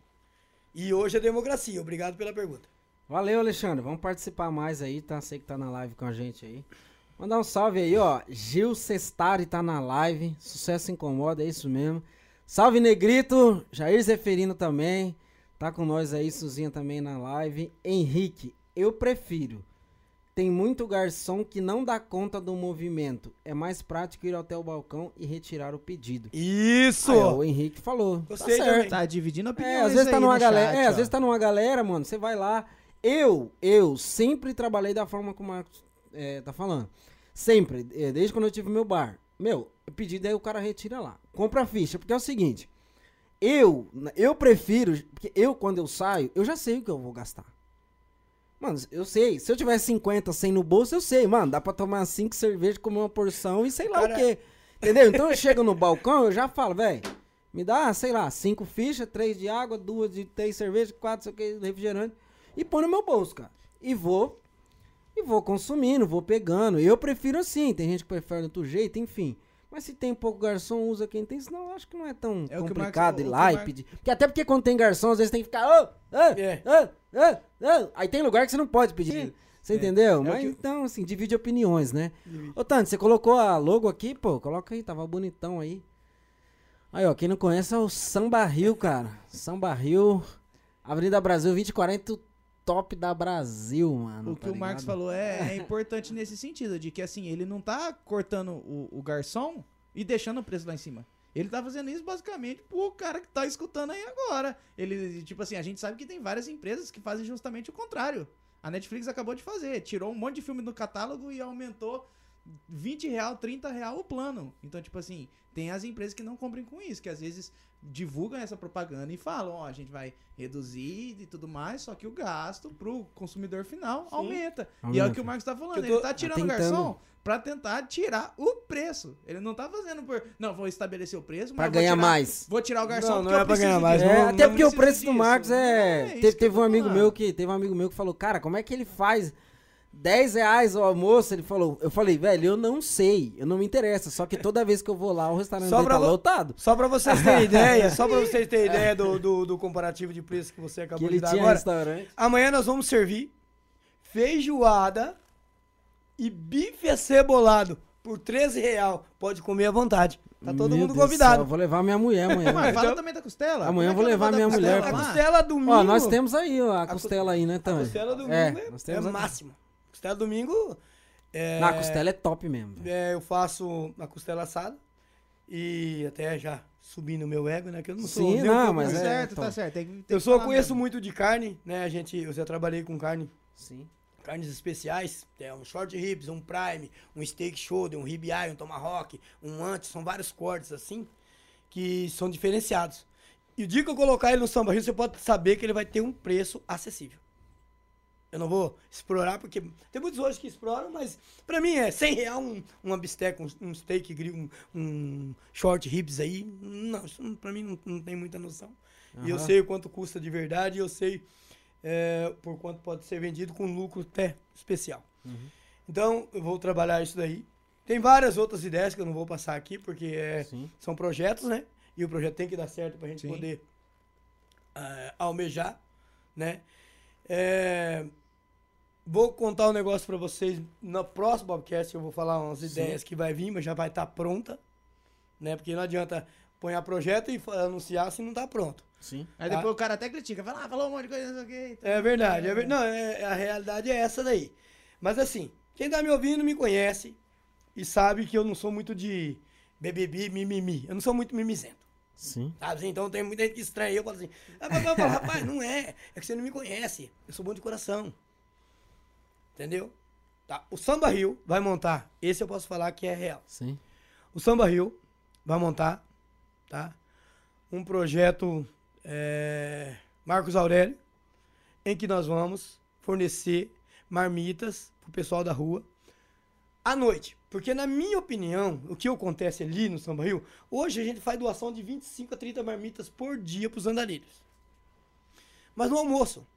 E hoje é democracia. Obrigado pela pergunta. Valeu, Alexandre. Vamos participar mais aí, tá? Sei que tá na live com a gente aí. Mandar um salve aí, ó. Gil Sestari tá na live. Sucesso incomoda, é isso mesmo. Salve, Negrito. Jair Zeferino também. Tá com nós aí, Suzinha também na live. Henrique, eu prefiro. Tem muito garçom que não dá conta do movimento. É mais prático ir até o balcão e retirar o pedido. Isso! Aí, ó, o Henrique falou. Gostei tá também. certo. Tá dividindo opiniões É, às vezes tá aí numa no galera. chat, É, às ó. vezes tá numa galera, mano. Você vai lá. Eu, eu sempre trabalhei da forma como o Marcos é, tá falando. Sempre, é, desde quando eu tive meu bar. Meu, o pedido aí o cara retira lá. Compra a ficha, porque é o seguinte. Eu, eu prefiro, porque eu quando eu saio, eu já sei o que eu vou gastar. Mano, eu sei. Se eu tiver cinquenta, cem no bolso, eu sei. Mano, dá pra tomar cinco cervejas, comer uma porção e sei lá Cara- o quê. Entendeu? Então eu chego no balcão, eu já falo, velho, me dá, sei lá, cinco fichas, três de água, duas de três cervejas, quatro, sei o que, refrigerante. E põe no meu bolso, cara. E vou, e vou consumindo, vou pegando. Eu prefiro assim, tem gente que prefere do outro jeito, enfim. Mas se tem pouco garçom, usa quem tem, senão eu acho que não é tão É o que o complicado Marcos- ir o lá que o e Mar- pedir. Porque até porque quando tem garçom, às vezes tem que ficar. Ô, ô, É. ô, ô, ô. Aí tem lugar que você não pode pedir. Você É. entendeu? É o Mas que- então, assim, divide opiniões, né? Divide. Ô, Tante, você colocou a logo aqui, pô? Coloca aí, tava bonitão aí. Aí, ó, quem não conhece é o Samba Rio, cara. Samba Rio, Avenida Brasil vinte e quarenta, o top da Brasil, mano. O tá que o Marcos ligado? falou é, é importante nesse sentido, de que assim, ele não tá cortando o, o garçom e deixando o preço lá em cima. Ele tá fazendo isso basicamente pro cara que tá escutando aí agora. Ele, tipo assim, a gente sabe que tem várias empresas que fazem justamente o contrário. A Netflix acabou de fazer, tirou um monte de filme do catálogo e aumentou vinte real, trinta real o plano. Então, tipo assim, tem as empresas que não cumprem com isso, que às vezes divulgam essa propaganda e falam, ó, a gente vai reduzir e tudo mais, só que o gasto pro consumidor final aumenta. E é o Aumenta. que o Marcos tá falando, Eu tô- ele tá tirando o tentando. garçom pra tentar tirar o preço. Ele não tá fazendo por, não, vou estabelecer o preço, Pra mas vou ganhar tirar- mais. Vou tirar o garçom Não, porque não é eu pra preciso ganhar mais, disso. É, não- até não porque o preciso preço do disso. Marcos é. É, isso teve que eu teve tô um amigo falando. meu que. Teve um amigo meu que falou, cara, como é que ele faz dez reais o almoço? Ele falou, eu falei, velho, eu não sei, eu não me interessa. Só que toda vez que eu vou lá, o restaurante Só dele pra tá vo- lotado. Só pra vocês terem ideia, só pra vocês terem ideia do, do, do comparativo de preço que você Que acabou ele de dar tinha agora. restaurante. Amanhã nós vamos servir feijoada e bife acebolado por treze real. Pode comer à vontade. Tá todo Meu mundo Deus do convidado. céu, eu vou levar minha mulher amanhã. Mas fala Então- também da costela. Amanhã Como eu vou é que é o levar negócio da minha mulher costela A pra- lá? costela domingo. Ó, nós temos aí ó, a, A costela aí, né, A Tânia? costela domingo é, é, nós é temos aqui. máximo. Costela domingo. É, Não, a costela é top mesmo. velho. é, eu faço a costela assada. E até já subi no meu ego, né? Que eu não sou. Sim, nem um não, pouco- mas Tá é, certo, então. tá certo. Tem que- tem Eu que só falar conheço mesmo. muito de carne, né? A gente, eu já trabalhei com carne. Sim. Carnes especiais, é um short ribs, um prime, um steak shoulder, um rib eye, um tomahawk, um ancho, são vários cortes assim que são diferenciados. E o dia que eu colocar ele no Samba Rio, você pode saber que ele vai ter um preço acessível. Eu não vou explorar, porque tem muitos hoje que exploram, mas pra mim é cem reais um, uma bisteca, um, um steak grill, um, um short ribs aí. Não, isso não- pra mim não, não tem muita noção. E eu Aham. sei o quanto custa de verdade, e eu sei é, por quanto pode ser vendido com lucro até especial. Uhum. Então, eu vou trabalhar isso daí. Tem várias outras ideias que eu não vou passar aqui, porque é, Sim. são projetos, né? E o projeto tem que dar certo pra gente Sim. poder ah, almejar, né? É, vou contar um negócio pra vocês. No próximo podcast eu vou falar umas Sim. ideias que vai vir, mas já vai estar pronta, né? Porque não adianta pôr projeto e fa- anunciar se não tá pronto. Sim. Aí Tá. depois o cara até critica, fala, ah, falou um monte de coisa, não sei o quê. então- É verdade, é ver- não, é- a realidade é essa daí. Mas assim, quem tá me ouvindo me conhece e sabe que eu não sou muito de bebebi, mimimi. Eu não sou muito mimizento. Sim. Sabe assim? Então tem muita gente que estranha. Eu falo assim, ah, mas, mas, mas, rapaz, não é. É que você não me conhece. Eu sou bom de coração. Entendeu? Tá. O Samba Rio vai montar. Esse eu posso falar que é real. Sim. O Samba Rio vai montar, tá? Um projeto é, Marcos Aurélio, em que nós vamos fornecer marmitas pro pessoal da rua à noite. Porque, na minha opinião, o que acontece ali no Samba Rio, hoje a gente faz doação de vinte e cinco a trinta marmitas por dia pros andarilhos. Mas no almoço.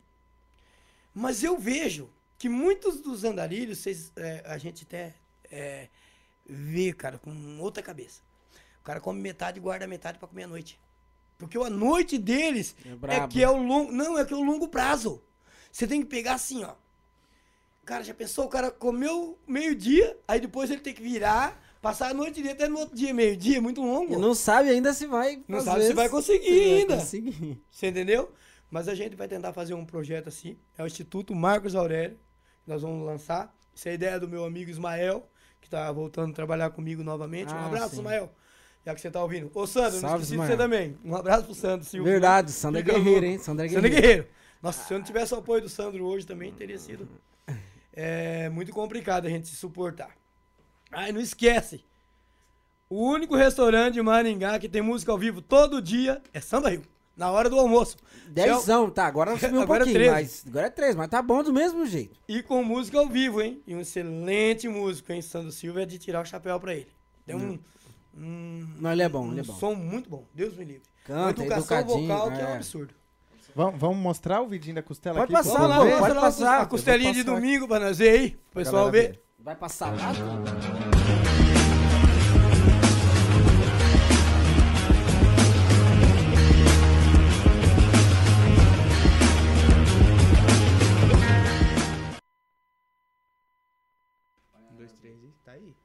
Mas eu vejo que muitos dos andarilhos, vocês, é, a gente até é, vê, cara, com outra cabeça. O cara come metade e guarda metade pra comer à noite. Porque a noite deles É é, brabo. que é o longo. Não, é que é o longo prazo. Você tem que pegar assim, ó. Cara, já pensou? O cara comeu meio-dia, aí depois ele tem que virar, passar a noite dele até no outro dia, meio-dia, muito longo. E não sabe ainda se vai. Não às sabe se vezes, vai conseguir se vai ainda. conseguir. Você entendeu? Mas a gente vai tentar fazer um projeto assim. É o Instituto Marcos Aurélio. Que nós vamos lançar. Essa é a ideia do meu amigo Ismael, que tá voltando a trabalhar comigo novamente. Um Ah, abraço, sim. Ismael. Já que você tá ouvindo. Ô, Sandro, não Salve, esqueci Ismael. de você também. Um abraço pro Sandro Silva. Verdade, Sandro é Fica guerreiro, louco. hein? Sandro é Sandro é guerreiro. guerreiro. Nossa, se eu não tivesse o apoio do Sandro hoje também, teria sido é, muito complicado a gente se suportar. Ai, não esquece. O único restaurante de Maringá que tem música ao vivo todo dia é Samba Rio. Na hora do almoço. Dezão, tá, agora subiu um Agora é pouquinho, treze. mas agora é três, mas tá bom do mesmo jeito. E com música ao vivo, hein? E um excelente músico, hein? Sandro Silva é de tirar o chapéu pra ele. Tem um, um, Não, ele é bom, um ele é bom. som muito bom. Deus me livre. Canta, Uma educação educadinho, vocal que é um é. absurdo. Vamos, vamos mostrar o vidinho da costela Pode aqui? passar pra lá, povo pode ver? mostra lá passar. A costelinha de Eu vou passar domingo pra nós ver aí. O Pra pessoal galera ver. Vai passar lá? Um, dois, três e tá aí.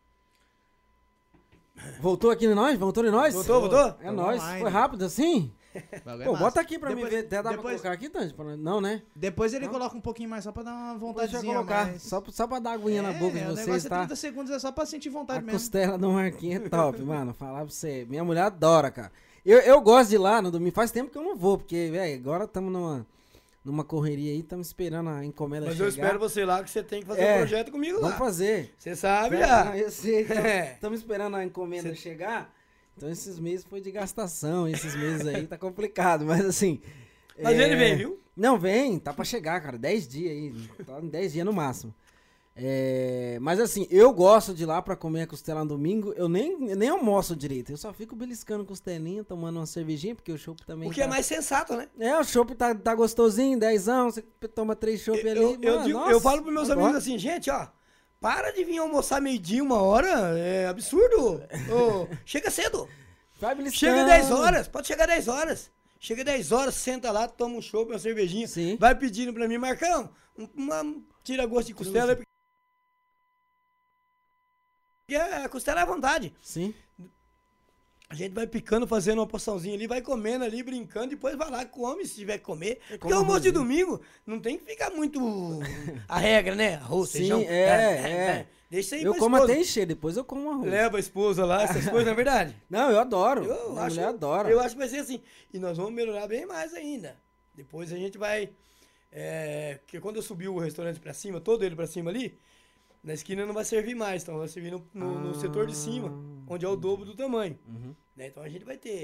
Voltou aqui em nós? Voltou em nós? Voltou, voltou? É nóis. online. Foi rápido assim? Bagulho é Pô, massa. bota aqui pra Depois- mim ver. Até dá pra depois- colocar aqui, Tanji? Pra nós- Não, né? Depois ele Não? coloca um pouquinho mais só pra dar uma Deixa eu vontadezinha colocar. mais. Só, só pra dar aguinha na boca de É, o vocês, negócio é tá? trinta segundos, é só pra sentir A vontade mesmo. costela do Marquinhos é top, mano. Falar pra você. Minha mulher adora, cara. Eu, eu gosto de ir lá no domingo. Faz tempo que eu não vou, porque, velho, agora estamos numa, numa correria aí. Estamos esperando a encomenda Mas chegar. eu espero você lá, que você tem que fazer É, um projeto comigo lá. Vamos fazer. Você sabe Não, já. eu sei. É. Estamos esperando a encomenda chegar. Então esses meses foi de gastação. Esses meses aí tá complicado. Mas assim... Mas é, ele vem, viu? Não, vem. Tá pra chegar, cara. dez dias aí. Tá em dez dias no máximo. É, mas assim, eu gosto de ir lá pra comer a costela no domingo. Eu nem, eu nem almoço direito. Eu só fico beliscando costelinha, tomando uma cervejinha, porque o chopp também O que tá... é mais sensato, né? É, o chopp tá, tá gostosinho, dezão, você toma três chopp ali. Eu, eu, mano, digo- nossa, eu falo pros meus agora- amigos assim, gente, ó. Para de vir almoçar meio-dia, uma hora. É absurdo. Ô, chega cedo. Vai beliscando. Chega dez horas. Pode chegar dez horas. Chega dez horas, senta lá, toma um chopp, uma cervejinha. Sim. Vai pedindo pra mim, Marcão, um- uma tira gosto de costela. Porque a costela é à vontade. Sim. A gente vai picando, fazendo uma porçãozinha ali, vai comendo ali, brincando, depois vai lá, come se tiver que comer. Porque come o almoço de arrozinho. domingo não tem que ficar muito a regra, né? Arroz, Sim, feijão. é, é. Deixa aí Eu pra como esposa. até encher, depois eu como arroz. Leva a esposa lá, essas coisas, na verdade. Não, eu adoro. Eu Minha acho, mulher adora. eu acho que vai ser assim. E nós vamos melhorar bem mais ainda. Depois a gente vai... É, porque quando eu subir o restaurante pra cima, todo ele pra cima ali, na esquina não vai servir mais. Então vai servir no, no- no Ah. setor de cima, onde é o dobro do tamanho. Uhum. Né? Então a gente vai ter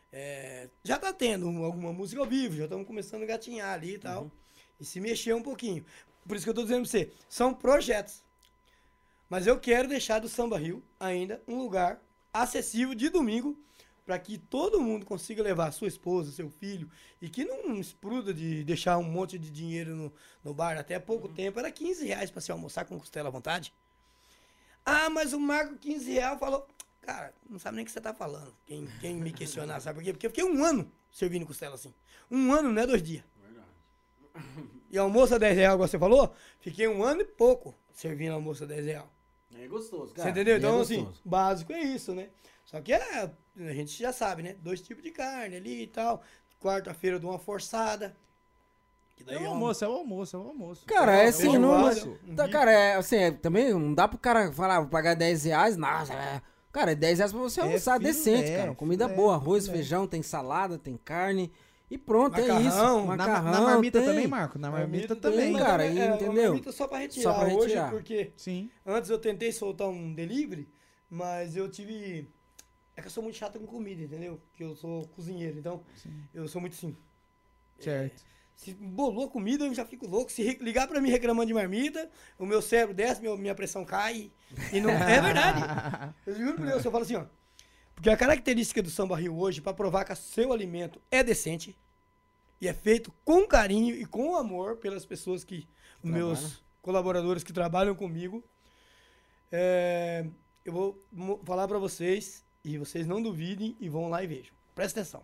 É, já tá tendo alguma música ao vivo, já estamos começando a gatinhar ali e tal. Uhum. E se mexer um pouquinho. Por isso que eu tô dizendo pra você, são projetos. Mas eu quero deixar do Samba Rio ainda um lugar acessível de domingo para que todo mundo consiga levar sua esposa, seu filho, e que não expruda de deixar um monte de dinheiro no, no bar. Até há pouco uhum. tempo era quinze reais para se almoçar com costela à vontade. Ah, mas o Marco quinze reais falou... Cara, não sabe nem o que você tá falando. Quem, quem me questionar, sabe por quê? Porque eu fiquei um ano servindo costela assim. Um ano, não é dois dias. Verdade. E almoço a dez reais, como você falou, fiquei um ano e pouco servindo almoço a dez reais. É gostoso, cara. Você entendeu? É Então, gostoso. assim, básico é isso, né? Só que é, a gente já sabe, né? Dois tipos de carne ali e tal. Quarta-feira de uma forçada. Que daí é o almoço, é o almoço, é o almoço. Cara, é assim, não... Almoço, Tá, cara, é assim, é, também não dá pro cara falar, vou pagar dez reais, nossa, é... Cara, é dez reais pra você almoçar é decente, filé, cara. Comida filé, boa, arroz, filé. feijão, tem salada, tem carne. E pronto, Macarrão. é isso. Na, Macarrão, na marmita tem. também, Marco? Na marmita, Marmita também. tem, cara, aí, é, entendeu? Marmita só pra retirar, Só pra hoje, retirar. porque Sim. antes eu tentei soltar um delivery, mas eu tive... É que eu sou muito chato com comida, entendeu? Porque eu sou cozinheiro, então Sim. eu sou muito sim. Certo. É, se bolou a comida, eu já fico louco. Se ligar pra mim reclamando de marmita, o meu cérebro desce, meu, minha pressão cai. E não... É verdade. Eu juro por Deus, eu falo assim, ó. Porque a característica do Samba Rio hoje, para provar que seu alimento é decente e é feito com carinho e com amor pelas pessoas que, os meus colaboradores que trabalham comigo, é, eu vou falar para vocês e vocês não duvidem e vão lá e vejam. Presta atenção.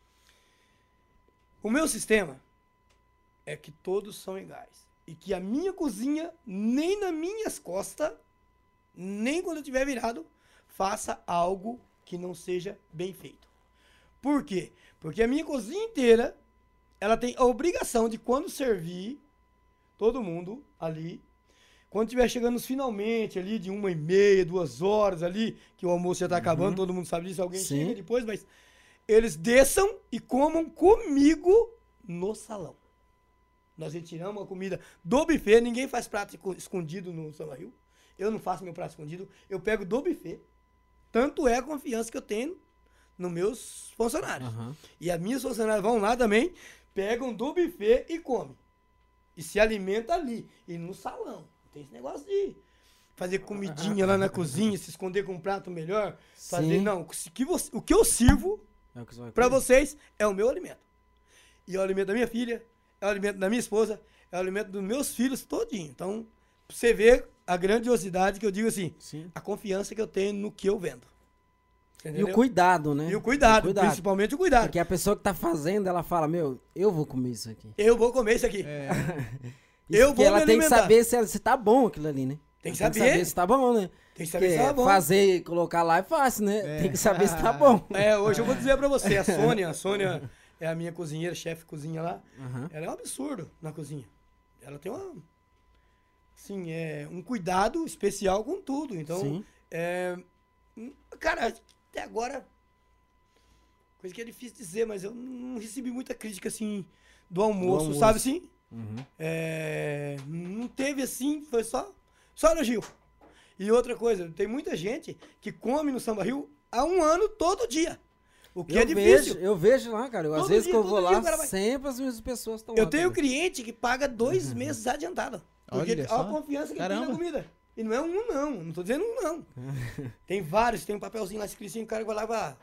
O meu sistema é que todos são iguais e que a minha cozinha, nem nas minhas costas, nem quando eu estiver virado, faça algo que não seja bem feito. Por quê? Porque a minha cozinha inteira, ela tem a obrigação de, quando servir todo mundo ali, quando estiver chegando nos finalmente ali, de uma e meia, duas horas ali, que o almoço já está acabando, Uhum. todo mundo sabe disso, alguém Sim. chega depois, mas eles desçam e comam comigo no salão. Nós retiramos a comida do buffet, ninguém faz prato escondido no Samba Rio. Eu não faço meu prato escondido, eu pego do buffet. Tanto é a confiança que eu tenho nos meus funcionários. Uhum. E as minhas funcionárias vão lá também, pegam do buffet e comem. E se alimenta ali. E no salão. Não tem esse negócio de fazer comidinha lá na cozinha, se esconder com um prato melhor. Fazer, Sim. não. O que, você, o que eu sirvo É o que você vai para comer. vocês é o meu alimento. E é o alimento da minha filha, é o alimento da minha esposa, é o alimento dos meus filhos todinho. Então, pra você ver a grandiosidade que eu digo assim, Sim. a confiança que eu tenho no que eu vendo. Você E o entendeu? cuidado, né? E o cuidado, O cuidado. principalmente o cuidado. Porque a pessoa que tá fazendo, ela fala, meu, eu vou comer isso aqui. Eu vou comer isso aqui. É, Isso Eu porque vou ela me tem que alimentar. saber se, se tá bom aquilo ali, né? Tem que Ela saber. se tá bom, né? Tem que saber Porque se tá bom. fazer e colocar lá é fácil, né? É. Tem que saber se tá bom. É, hoje eu vou dizer pra você, a Sônia, a Sônia é a minha cozinheira, chefe de cozinha lá. Aham. Ela é um absurdo na cozinha. Ela tem uma, assim, é, um cuidado especial com tudo. Então, Sim. é, hum, cara, até agora, coisa que é difícil dizer, mas eu não recebi muita crítica, assim, do almoço, almoço. sabe assim? Uhum. É, não teve assim, foi só, só elogio. E outra coisa, tem muita gente que come no Samba Rio há um ano todo dia. O que eu é difícil. Vejo, eu vejo lá, cara. Eu, às Todo vezes dia, que eu vou todo dia lá, o cara vai- sempre as mesmas pessoas estão Eu lá. tenho também. cliente que paga dois meses adiantado. Porque Olha olha só. a confiança que Caramba. tem na comida. E não é um, não. Não tô dizendo um, não. Tem vários, tem um papelzinho lá escrito assim, o cara vai lá e vai.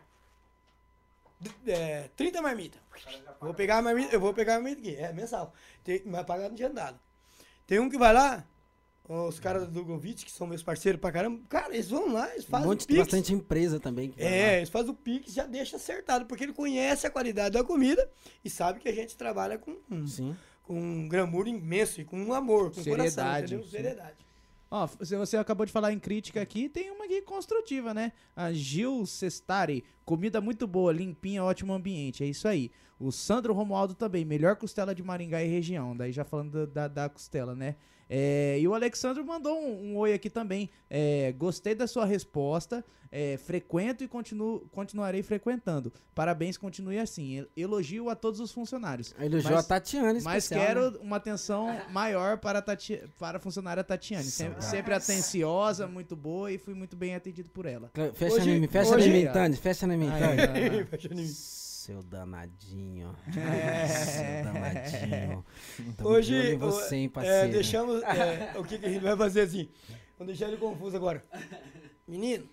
É, trinta marmitas. Eu vou pegar a marmita, eu vou pegar a marmita aqui. É mensal. Tem, mas pagar no adiantado. Tem um que vai lá, os caras do Dugovic, que são meus parceiros pra caramba. Cara, eles vão lá, eles Um fazem monte o de Pix. bastante empresa também. Que vai É, lá. eles fazem o Pix, já deixa acertado, porque ele conhece a qualidade da comida e sabe que a gente trabalha com, um, Sim. com um glamour imenso e com um amor, com coração, Seriedade, entendeu? sim. Seriedade. Ó, se você acabou de falar em crítica aqui, tem uma aqui construtiva, né? A Gil Sestari, comida muito boa, limpinha, ótimo ambiente, é isso aí. O Sandro Romualdo também, melhor costela de Maringá e região, daí já falando da, da, da costela, né? É, e o Alexandre mandou um, um oi aqui também, é, gostei da sua resposta, é, frequento e continuo, continuarei frequentando. Parabéns, continue assim. Elogio a todos os funcionários. Elogiou Mas- a Tatiana Mas especial, quero né? uma atenção maior para a, Tati... para a funcionária Tatiane. Sempre, sempre atenciosa, muito boa e fui muito bem atendido por ela. Fecha Hoje- em mim, fecha hoje- em mim, Tande, fecha em mim, Aí, Tande. ó. Fecha em mim. Seu danadinho. É. Seu danadinho. Tamo Hoje, de olho em você, hein, é, parceiro. deixamos. é, o que, que a gente vai fazer assim? Vamos deixar ele confuso agora. Menino,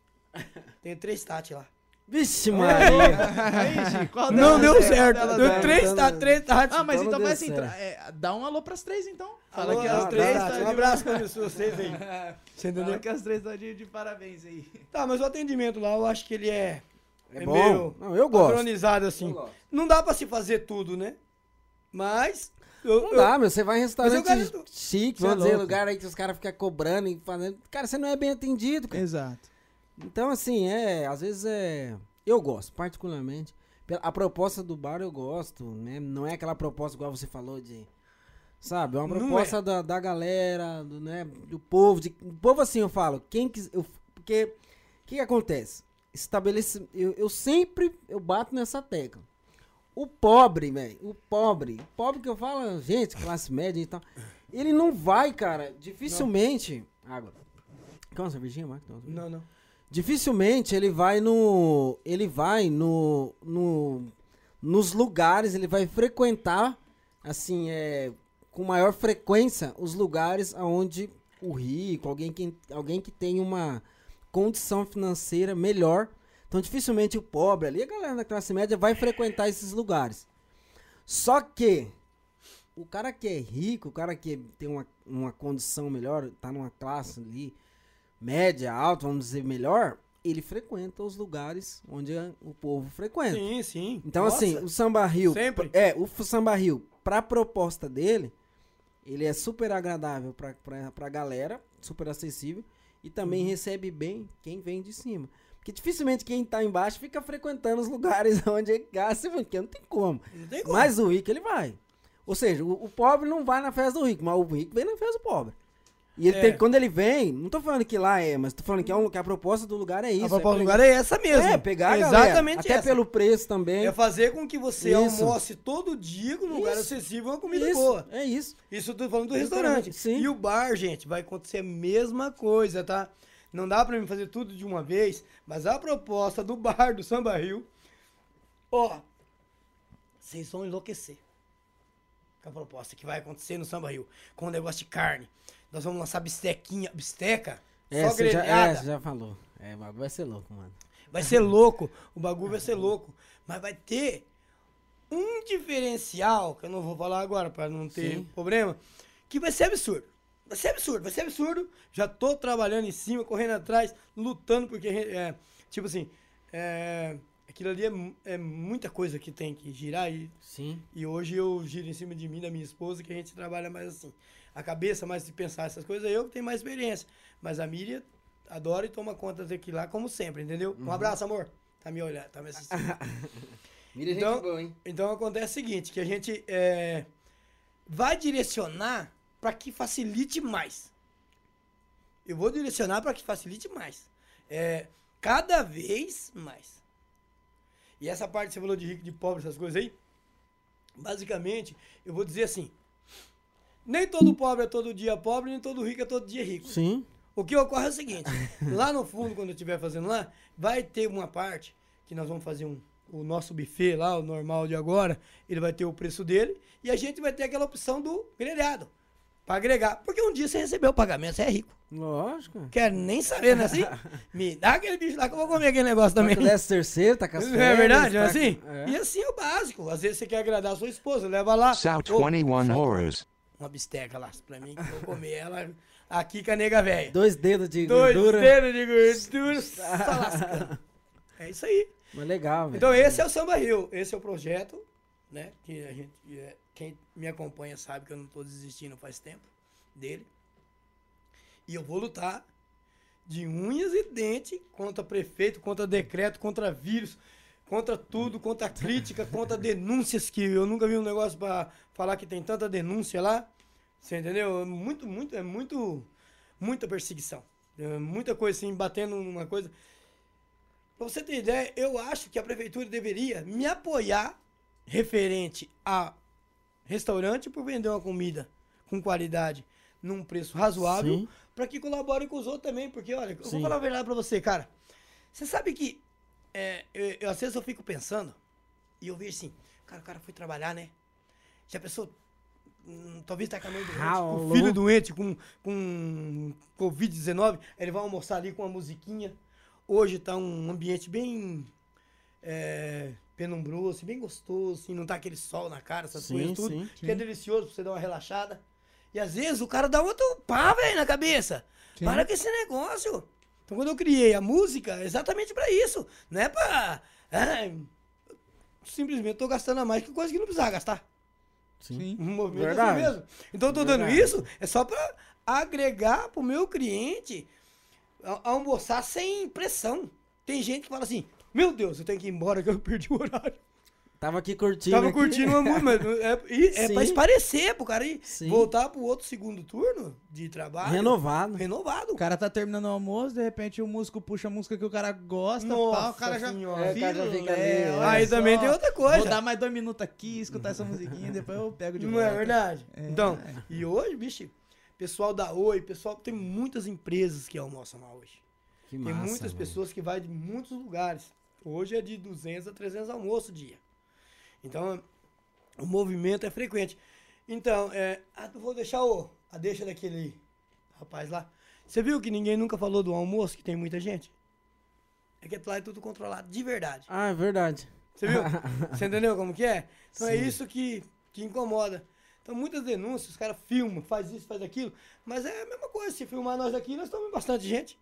tem três Tati lá. Vixe, Maria. Aí, Chico, qual Não delas deu é? certo. Qual delas Deu é? três então- Tati, três Tati. Ah, mas Então então não vai deu assim, certo. tra- é, dá um alô pras três então. Fala Fala que que as as dá, três três dá. Tati. tá Um de- abraço pra vocês aí. Você entendeu? Fala que as três tá de, de parabéns aí. Tá, mas o atendimento lá, eu acho que ele é, É, é bom. meio Não, eu gosto. padronizado assim. Eu gosto. Não dá pra se fazer tudo, né? Mas. Eu, Não eu- dá, meu. Você vai em restaurante Mas eu quero- chique, Cê é vamos dizer, louco. lugar aí que os caras ficam cobrando e fazendo. Cara, você não é bem atendido, cara. Exato. Então, assim, é. Às vezes é. Eu gosto, particularmente. Pela- A proposta do bar eu gosto, né? Não é aquela proposta igual você falou de. Sabe? É uma Não proposta da, da galera, do, né? Do povo. De, do povo, assim, eu falo. Quem quis. Eu, porque. O que, que acontece? Estabelece. Eu, eu sempre. Eu bato nessa tecla. O pobre, velho. O pobre. O pobre que eu falo, gente, classe média e tal. Ele não vai, cara. Dificilmente. Água. Quer uma cervejinha, Marco? Não, Não, não. Dificilmente ele vai no. Ele vai no. no nos lugares, ele vai frequentar, assim, é, com maior frequência, os lugares onde o rico, alguém que, alguém que tem uma condição financeira melhor. Então, dificilmente o pobre ali, a galera da classe média, vai frequentar esses lugares. Só que o cara que é rico, o cara que tem uma, uma condição melhor, tá numa classe ali, média, alta, vamos dizer, melhor, ele frequenta os lugares onde a- o povo frequenta. Sim, sim. Então, Nossa, assim, o Samba Rio, sempre. é, o f- Samba Rio, pra proposta dele, ele é super agradável pra, pra, pra galera, super acessível, e também Uhum. recebe bem quem vem de cima. Porque dificilmente quem tá embaixo fica frequentando os lugares onde ele gasta, porque não tem como. Não tem como. Mas o rico, ele vai. Ou seja, o, o pobre não vai na festa do rico, mas o rico vem na festa do pobre. E ele É. tem, quando ele vem, não tô falando que lá é, mas tô falando que, é um- que a proposta do lugar é isso. a proposta é do lugar é essa mesmo. É, pegar a galera, Exatamente até essa. pelo preço também. É fazer com que você Isso. almoce todo dia num lugar Isso. acessível uma comida isso, boa. É isso. Isso eu tô falando do Exatamente, restaurante. sim. E o bar, gente, vai acontecer a mesma coisa, tá? Não dá pra mim fazer tudo de uma vez, mas a proposta do bar do Samba Rio, ó, vocês vão enlouquecer com a proposta que vai acontecer no Samba Rio, com o negócio de carne. Nós vamos lançar bistequinha, bisteca, É, só você já, é, grelhada. você já falou. É, o bagulho vai ser louco, mano. Vai ser louco, o bagulho vai ser louco. Mas vai ter um diferencial, que eu não vou falar agora pra não ter Sim. problema, que vai ser absurdo. Vai ser absurdo, vai ser absurdo. Já tô trabalhando em cima, correndo atrás, lutando, porque, é, tipo assim, é, aquilo ali é, mu- é muita coisa que tem que girar e, Sim. e hoje eu giro em cima de mim, da minha esposa, que a gente trabalha mais assim. A cabeça mais de pensar essas coisas, eu que tenho mais experiência. Mas a Miriam adora e toma conta daquilo lá, como sempre, entendeu? Um abraço, amor. Tá me olhando, tá me assistindo. Mira Então- gente boa, hein? Então acontece o seguinte, que a gente é, vai direcionar para que facilite mais. Eu vou direcionar para que facilite mais. É, cada vez mais. E essa parte que você falou de rico, de pobre, essas coisas aí, basicamente, eu vou dizer assim, nem todo pobre é todo dia pobre, nem todo rico é todo dia rico. Sim. O que ocorre é o seguinte, lá no fundo, quando eu estiver fazendo lá, vai ter uma parte que nós vamos fazer um, o nosso buffet lá, o normal de agora, ele vai ter o preço dele, e a gente vai ter aquela opção do grelhado, para agregar. Porque um dia você recebeu o pagamento, você é rico. Lógico. Quero nem saber, não é assim? Me dá aquele bicho lá que eu vou comer aquele negócio também. Décimo terceiro, tá com as Não é verdade? Não é férias, assim? tá- é. E assim é o básico. Às vezes você quer agradar a sua esposa, leva lá. South Ô, twenty one Horrors. uma bisteca lá pra mim, que eu vou comer ela aqui com a nega velha. Dois dedos de Dois gordura. dedos de gordura, só lascando. É isso aí. Mas legal, velho. Então esse é o Samba Rio, esse é o projeto, né? Que a gente, é, quem me acompanha sabe que eu não tô desistindo faz tempo dele. E eu vou lutar de unhas e dentes contra prefeito, contra decreto, contra vírus, contra tudo, contra crítica, contra denúncias, que eu nunca vi um negócio pra falar que tem tanta denúncia lá. Você entendeu? É muito, muito, é muito, muita perseguição. É muita coisa assim, batendo numa coisa. Pra você ter ideia, eu acho que a prefeitura deveria me apoiar referente a restaurante por vender uma comida com qualidade num preço razoável, Sim. para que colaborem com os outros também, porque olha, eu Sim. vou falar a verdade pra você, cara. Você sabe que é, eu, eu, às vezes eu fico pensando, E eu vejo assim, cara, o cara foi trabalhar, né? Já pensou, hum, talvez tá com a mãe doente, Ralou. com o filho doente, com, com covid dezenove, aí ele vai almoçar ali com uma musiquinha. Hoje tá um ambiente bem é, penumbroso, bem gostoso, assim, não tá aquele sol na cara, essas Sim, coisas tudo, sim, que é delicioso pra você dar uma relaxada. E às vezes o cara dá outro pá, velho, na cabeça. Sim. Para com esse negócio. Então quando eu criei a música, é exatamente pra isso. Não é pra... é, simplesmente tô gastando a mais que coisa que não precisava gastar. Sim. O movimento Verdade. é assim mesmo. Então eu tô dando Verdade. isso, é só pra agregar pro meu cliente a- almoçar sem pressão. Tem gente que fala assim, meu Deus, eu tenho que ir embora que eu perdi o horário. Tava aqui curtindo. Tava aqui. curtindo uma música, mas é, e é Sim. pra esparecer, pro cara ir Sim. voltar pro outro segundo turno de trabalho. Renovado. Renovado. O cara tá terminando o almoço, de repente o músico puxa a música que o cara gosta, Nossa pá, o cara já... senhora. É, o cara já fica Filé, ali, olha Aí só, também tem outra coisa. Vou dar mais dois minutos aqui, escutar essa musiquinha, depois eu pego de Não volta. é verdade? É. Então, e hoje, bicho, pessoal da Oi, pessoal, tem muitas empresas que almoçam lá hoje. Que Tem massa, muitas velho. pessoas que vai de muitos lugares. Hoje é de duzentos a trezentos almoços dia. Então, o movimento é frequente. Então, é, ah, vou deixar o, a deixa daquele rapaz lá. Você viu que ninguém nunca falou do almoço, que tem muita gente? É que lá é tudo controlado, de verdade. Ah, é verdade. Você viu? Você entendeu como que é? Então é Sim. isso que, que incomoda. Então muitas denúncias, os caras filmam, faz isso, faz aquilo, mas é a mesma coisa, se filmar nós aqui, nós estamos bastante gente.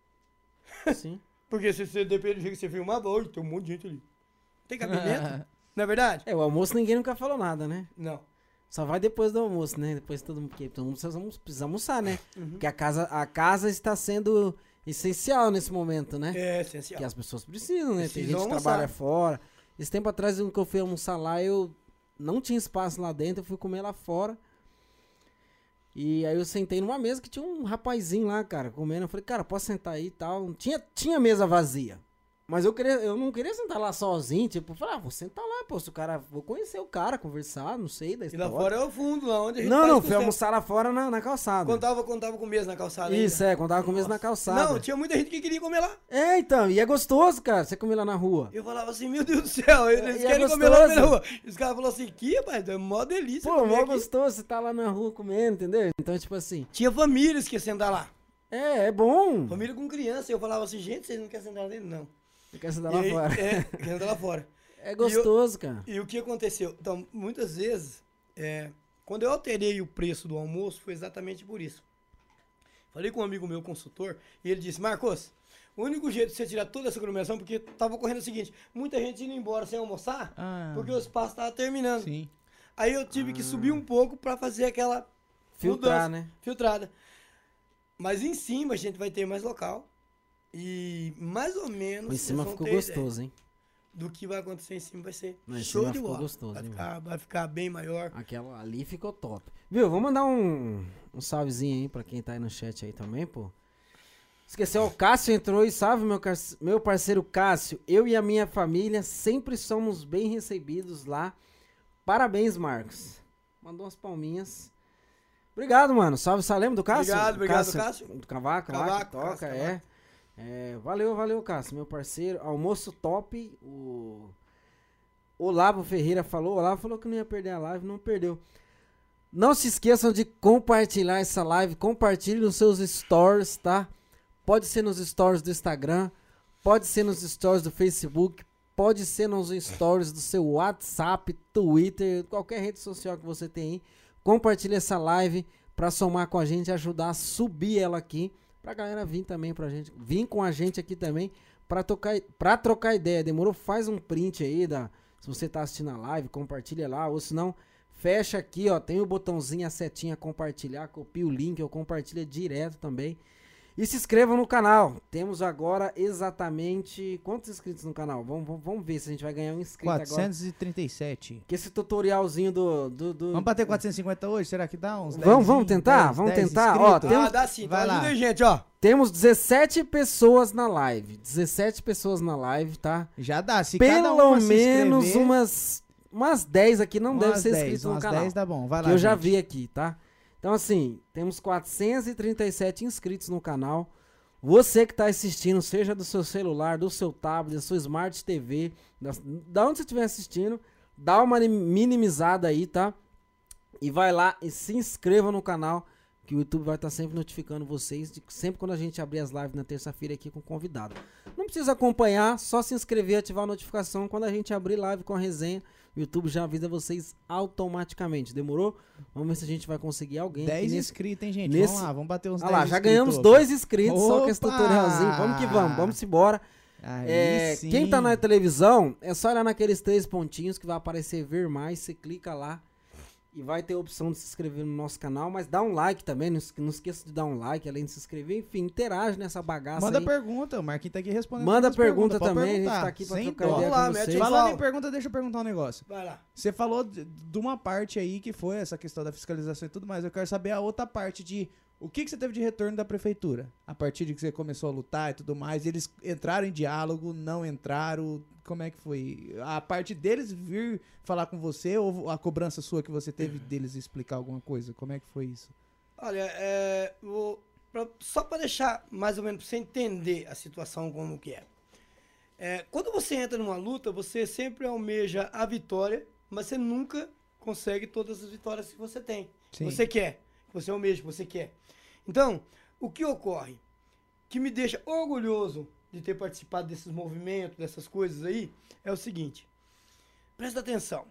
Sim. Porque se você depende do jeito que você filmar, hoje tem um monte de gente ali. Tem cabimento? Não é verdade? É, o almoço ninguém nunca falou nada, né? Não. Só vai depois do almoço, né? Depois todo mundo, porque todo mundo precisa, precisa almoçar, né? Uhum. Porque a casa, a casa está sendo essencial nesse momento, né? É essencial. Que as pessoas precisam, né? Tem Precisam gente que almoçar. trabalha fora. Esse tempo atrás, que eu fui almoçar lá, eu não tinha espaço lá dentro, eu fui comer lá fora. E aí eu sentei numa mesa que tinha um rapazinho lá, cara, comendo. Eu falei, cara, posso sentar aí e tal? Tinha, tinha mesa vazia. Mas eu, queria, eu não queria sentar lá sozinho, tipo, falar, ah, vou sentar lá, pô, se o cara, vou conhecer o cara, conversar, não sei, da E história. lá fora é o fundo, lá onde a gente Não, faz não, com fui os tempos. almoçar lá fora na, na calçada. Quando tava, quando tava com mesa na calçada Isso, ainda. é, quando tava com mesa na calçada. Não, tinha muita gente que queria comer lá. É, então, e é gostoso, cara, você comer lá na rua. Eu falava assim, meu Deus do céu, eles E é querem comer lá gostoso. na rua. E os caras falaram assim, que, rapaz, é mó delícia Pô, comer mó aqui. gostoso, você tá lá na rua comendo, entendeu? Então, tipo assim, Tinha famílias que iam sentar lá. é, é bom. Família com criança. Eu falava assim, gente, vocês não querem sentar lá dentro? Não. Você quer sentar E lá aí, fora. É, quer sentar lá fora. É gostoso, cara. E o que aconteceu? Então, muitas vezes, é, quando eu alterei o preço do almoço, foi exatamente por isso. Falei com um amigo meu, consultor, e ele disse, Marcos, o único jeito de você tirar toda essa aglomeração, porque tava ocorrendo o seguinte, muita gente indo embora sem almoçar, Ah, porque o espaço tava terminando. sim. Aí eu tive que subir um pouco para fazer aquela Filtrar, mudança, né? filtrada. Mas em cima a gente vai ter mais local. E mais ou menos. Em cima vocês vão ficou ter gostoso, hein? ideia Do que vai acontecer em cima vai ser Não, em show cima de ficou bola. gostoso, vai, hein, ficar, vai ficar bem maior. Aquela ali ficou top. Viu, vou mandar um, um salvezinho aí pra quem tá aí no chat aí também, pô. Esqueceu, o Cássio entrou e salve, meu, car- meu parceiro Cássio. Eu e a minha família sempre somos bem recebidos lá. Parabéns, Marcos. Mandou umas palminhas. Obrigado, mano. Salve, salve. Lembra do Cássio? Obrigado, Do obrigado, Cássio. Do Cavaco, lá que Cavaco, toca, Cássio, é. É, valeu, valeu, Cássio, meu parceiro. Almoço top. O Olavo Ferreira falou. O Olavo falou que não ia perder a live, não perdeu. Não se esqueçam de compartilhar essa live. Compartilhe nos seus stories, tá? Pode ser nos stories do Instagram, pode ser nos stories do Facebook, pode ser nos stories do seu WhatsApp, Twitter, qualquer rede social que você tem aí. Compartilhe essa live pra somar com a gente e ajudar a subir ela aqui. Pra galera vir também pra gente, vir com a gente aqui também pra, tocar, pra trocar ideia. Demorou? Faz um print aí, da, se você tá assistindo a live, compartilha lá, ou se não, fecha aqui, ó, tem o botãozinho, a setinha compartilhar, copia o link ou compartilha direto também. E se inscrevam no canal. Temos agora exatamente quantos inscritos no canal? Vamos, vamos, vamos ver se a gente vai ganhar um inscrito agora. quatrocentos e trinta e sete. Que esse tutorialzinho do... do, do... Vamos bater quatrocentos e cinquenta hoje? Será que dá uns dez? Vamos, vamos tentar? Vamos tentar? Ó, tem- Ah, dá sim. Então Vai lá. ajuda aí, gente, ó. Temos dezessete pessoas na live. dezessete pessoas na live, tá? Já dá. Se cada Pelo uma se menos inscrever, umas, umas dez aqui não deve umas ser dez, inscrito no umas canal. dez dá bom. Vai Que lá, eu já gente. vi aqui, tá? Então, assim, temos quatrocentos e trinta e sete inscritos no canal. Você que tá assistindo, seja do seu celular, do seu tablet, da sua Smart T V, da, da onde você estiver assistindo, dá uma minimizada aí, tá? E vai lá e se inscreva no canal, que o YouTube vai estar sempre notificando vocês, de, sempre quando a gente abrir as lives na terça-feira aqui com convidado. Não precisa acompanhar, só se inscrever e ativar a notificação. Quando a gente abrir live com a resenha, o YouTube já avisa vocês automaticamente. Demorou? Vamos ver se a gente vai conseguir alguém. dez nesse... inscritos, hein, gente? nesse... Vamos lá, vamos bater uns ah dez lá, já inscritos. ganhamos dois inscritos Opa! só com esse tutorialzinho. Vamos que vamos, vamos embora. Aí É, sim. quem tá na televisão, é só olhar naqueles três pontinhos que vai aparecer ver mais, você clica lá e vai ter a opção de se inscrever no nosso canal, mas dá um like também, não, es- não esqueça de dar um like, além de se inscrever, enfim, interage nessa bagaça Manda aí. pergunta, o Marquinhos tá aqui respondendo. Manda todas as pergunta perguntas, pode também, a gente perguntar, tá aqui pra sem trocar dó. ideia Vamos lá, com mete vocês. bala. Falando em pergunta, deixa eu perguntar um negócio. Vai lá. Você falou de, de uma parte aí que foi essa questão da fiscalização e tudo mais. Eu quero saber a outra parte de o que, que você teve de retorno da prefeitura? A partir de que você começou a lutar e tudo mais, eles entraram em diálogo, não entraram? Como é que foi? A parte deles vir falar com você ou a cobrança sua que você teve deles explicar alguma coisa? Como é que foi isso? Olha, é, vou- pra- só para deixar mais ou menos para você entender a situação como que é. É, quando você entra numa luta, você sempre almeja a vitória, mas você nunca consegue todas as vitórias que você tem, que Sim. você quer, que você almeja, que você quer. Então, o que ocorre? Que me deixa orgulhoso de ter participado desses movimentos, dessas coisas aí, é o seguinte. Presta atenção.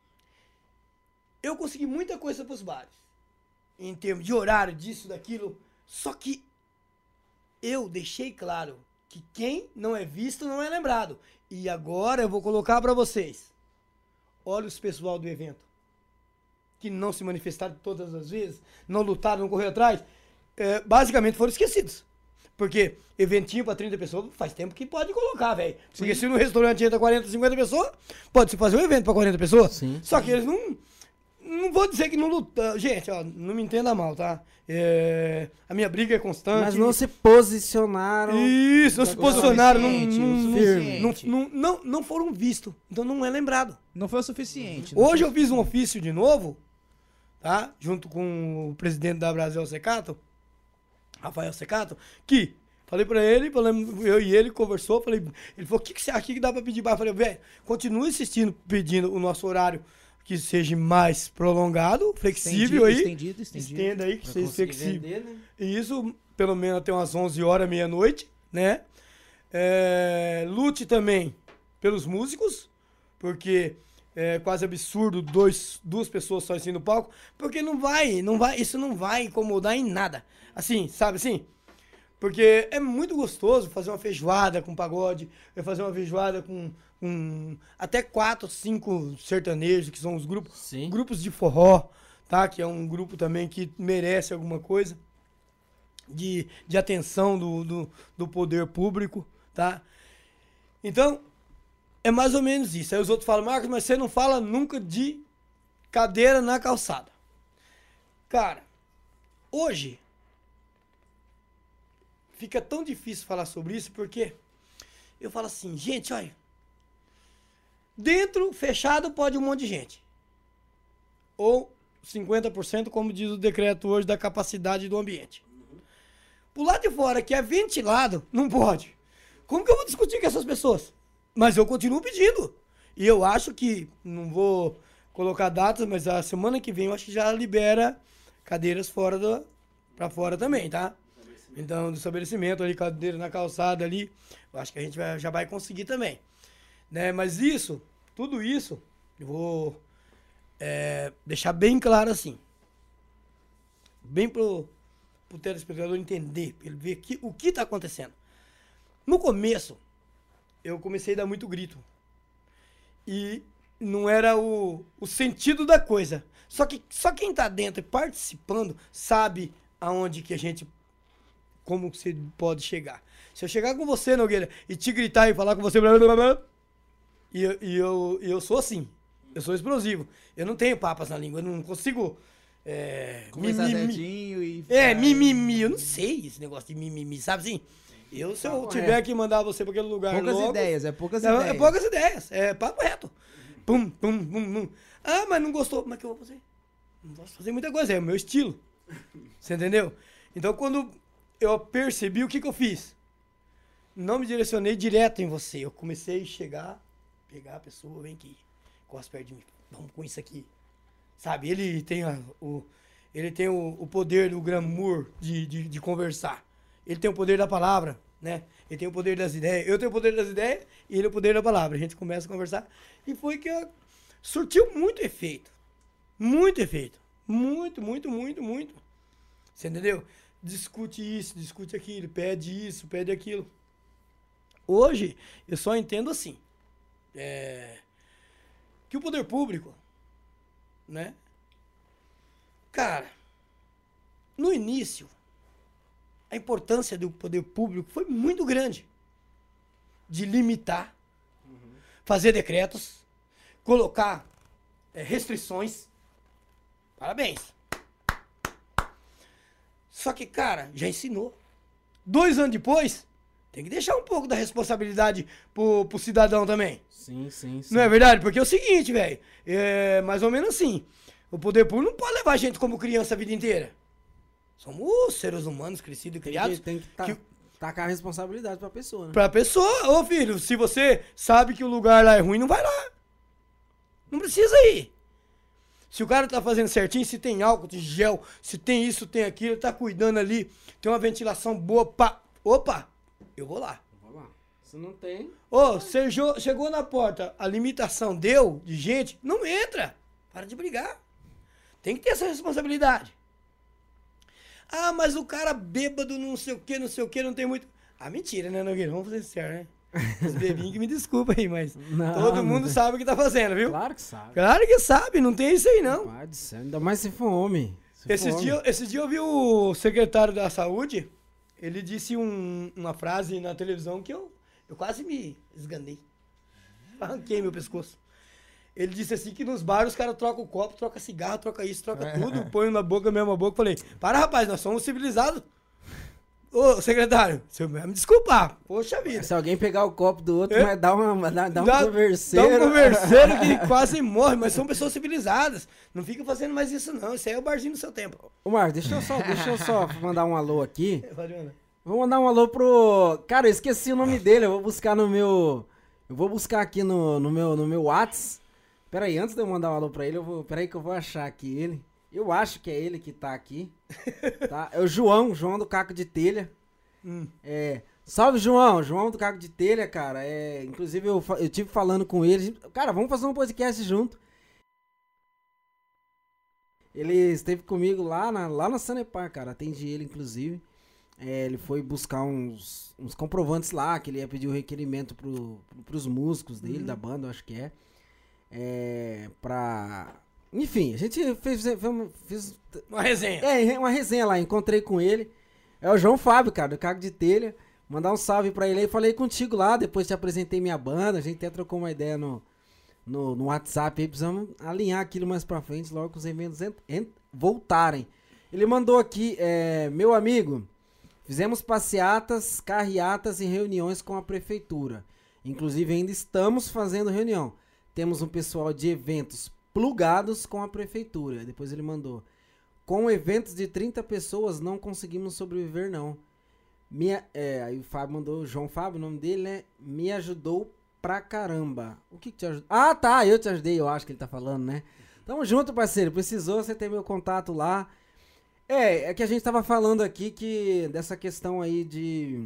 Eu consegui muita coisa para os bares, em termos de horário, disso, daquilo, só que eu deixei claro que quem não é visto não é lembrado. E agora eu vou colocar para vocês. Olha os pessoal do evento, que não se manifestaram todas as vezes, não lutaram, não correram atrás, é, basicamente foram esquecidos. Porque eventinho para trinta pessoas faz tempo que pode colocar, velho. Porque se no restaurante entra quarenta, cinquenta pessoas, pode-se fazer um evento para quarenta pessoas. Sim. Só que eles não... Não vou dizer que não lutam. Gente, ó, não me entenda mal, tá? É, a minha briga é constante. Mas não se posicionaram. Isso, não se O posicionaram, não, suficiente, o não, suficiente. não, não, não, não foram vistos. Então não é lembrado. Não foi o suficiente. não Hoje foi- eu fiz um ofício de novo, tá? Junto com o presidente da Brasil Secato, Rafael Secato, que falei pra ele, falamos, eu e ele conversou, falei, ele falou, o que, que você acha que dá pra pedir mais? Eu falei, velho, continue insistindo, pedindo o nosso horário que seja mais prolongado, flexível aí. Estendido, estendido. Estenda aí, que Pra seja conseguir flexível. vender, né? E isso, pelo menos até umas onze horas, meia-noite, né? É, lute também pelos músicos, porque é quase absurdo dois, duas pessoas só assim no palco, porque não vai, não vai, isso não vai incomodar em nada. Assim, sabe assim? Porque é muito gostoso fazer uma feijoada com pagode, eu fazer uma feijoada com, com até quatro, cinco sertanejos, que são os grupos, Sim. grupos de forró, tá? Que é um grupo também que merece alguma coisa de, de atenção do, do, do poder público, tá? Então, é mais ou menos isso. Aí os outros falam, Marcos, mas você não fala nunca de cadeira na calçada. Cara, hoje fica tão difícil falar sobre isso porque eu falo assim, gente, olha, dentro, fechado, pode um monte de gente. Ou cinquenta por cento, como diz o decreto hoje, da capacidade do ambiente. Pro lado de fora, que é ventilado, não pode. Como que eu vou discutir com essas pessoas? Mas eu continuo pedindo. E eu acho que, não vou colocar datas, mas a semana que vem eu acho que já libera cadeiras fora do, pra fora também, tá? Então, do estabelecimento ali, cadeira na calçada ali, eu acho que a gente vai- já vai conseguir também. Né? Mas isso, tudo isso, eu vou é, deixar bem claro assim. Bem pro, pro telespectador entender, pra ele ver que, o que tá acontecendo. No começo, eu comecei a dar muito grito. E não era o, o sentido da coisa. Só que só quem tá dentro e participando sabe aonde que a gente, como que você pode chegar. Se eu chegar com você, Nogueira, e te gritar e falar com você, blá, blá, blá, blá, e, eu- e eu, e eu sou assim, eu sou explosivo. Eu não tenho papas na língua, eu não consigo é, Começar mimimi. certinho e... É, ficar- mimimi, eu não sei esse negócio de mimimi, sabe assim? Eu, se eu Papo tiver reto. que mandar você pra aquele lugar Poucas logo, ideias, é poucas não, ideias. é poucas ideias, é papo reto. Pum, pum, pum, pum. Ah, mas não gostou, mas o que eu vou fazer? Não posso fazer muita coisa, é o meu estilo. Você entendeu? Então, quando eu percebi o que, que eu fiz. Não me direcionei direto em você. Eu comecei a chegar, pegar a pessoa, vem aqui, encosta perto de mim, vamos com isso aqui. Sabe, ele tem, a, o, ele tem o, o poder do glamour de, de, de conversar. Ele tem o poder da palavra, né? Ele tem o poder das ideias. Eu tenho o poder das ideias e ele o poder da palavra. A gente começa a conversar e foi que eu, surtiu muito efeito. Muito efeito. Muito, muito, muito, muito. Você entendeu? Discute isso, discute aquilo, pede isso, pede aquilo. Hoje, eu só entendo assim. É, que o poder público, né? Cara, no início, a importância do poder público foi muito grande. De limitar, uhum. fazer decretos, colocar é, restrições. Parabéns. Só que, cara, já ensinou. Dois anos depois, tem que deixar um pouco da responsabilidade pro, pro cidadão também. Sim, sim, sim. Não é verdade? Porque é o seguinte, velho. É mais ou menos assim. O poder público não pode levar a gente como criança a vida inteira. Somos seres humanos crescidos e criados. Tem que, tem que, que tacar a responsabilidade pra pessoa, né? Pra pessoa. Ô, filho, se você sabe que o lugar lá é ruim, não vai lá. Não precisa ir. Se o cara tá fazendo certinho, se tem álcool, de gel, se tem isso, tem aquilo, tá cuidando ali, tem uma ventilação boa, pá. Opa, eu vou lá. Eu vou lá. Se não tem... Ô, você chegou na porta, a limitação deu de gente, não entra. Para de brigar. Tem que ter essa responsabilidade. Ah, mas o cara bêbado, não sei o que, não sei o que, não tem muito... Ah, mentira, né, Nogueira? Vamos fazer sério, né? Os bebinhos que me desculpa aí, mas não, todo mundo não. sabe o que tá fazendo, viu? Claro que sabe. Claro que sabe, não tem isso aí, não. Pode ser, ainda mais se for homem. Se Esses for dias homem. esse dia eu vi o secretário da saúde, ele disse um, uma frase na televisão que eu, eu quase me esganei. Arranquei meu pescoço. Ele disse assim que nos bares os caras trocam o copo, troca cigarro, troca isso, troca tudo, põe na boca, mesma boca. Falei, para rapaz, nós somos civilizados. Ô, secretário, você vai me desculpar. Poxa vida. Se alguém pegar o copo do outro, É? vai dar, uma, dá, dá um Dá- converseiro. Dá um converseiro que quase morre, mas são pessoas civilizadas. Não fica fazendo mais isso, não. Isso aí é o barzinho do seu tempo. Ô, Marcos, deixa eu só, deixa eu só mandar um alô aqui. Pode mandar. Vou mandar um alô pro... Cara, eu esqueci o nome dele, eu vou buscar no meu... Eu vou buscar aqui no, no meu, no meu Whats. Pera aí, antes de eu mandar um alô pra ele, eu vou... Pera aí que eu vou achar aqui ele. Eu acho que é ele que tá aqui. Tá? É o João, João do Caco de Telha. Hum. É, salve, João, João do Caco de Telha, cara. É, inclusive eu, fa- eu tive falando com ele. Cara, vamos fazer um podcast junto. Ele esteve comigo lá na, lá na Sanepar, cara. Atendi ele, inclusive. É, ele foi buscar uns, uns comprovantes lá, que ele ia pedir o requerimento pro, pro, pros músicos dele, Uhum. da banda, eu acho que é. É, pra... Enfim, a gente fez... fez, fez Uma resenha. é, uma resenha lá, encontrei com ele. É o João Fábio, cara, do Caco de Telha. Mandar um salve pra ele aí. Falei contigo lá, depois te apresentei minha banda. A gente até trocou uma ideia no, no, no WhatsApp aí. Precisamos alinhar aquilo mais pra frente, logo que os eventos ent- ent- voltarem. Ele mandou aqui, é, meu amigo, fizemos passeatas, carreatas e reuniões com a prefeitura. Inclusive ainda estamos fazendo reunião. Temos um pessoal de eventos plugados com a prefeitura. Depois ele mandou. Com eventos de trinta pessoas não conseguimos sobreviver, não. Minha, é, aí o Fábio mandou, o João Fábio, o nome dele, né? Me ajudou pra caramba. O que que te ajudou? Ah, tá, eu te ajudei, eu acho que ele tá falando, né? Tamo junto, parceiro. Precisou, você tem meu contato lá. É, é que a gente tava falando aqui que dessa questão aí de...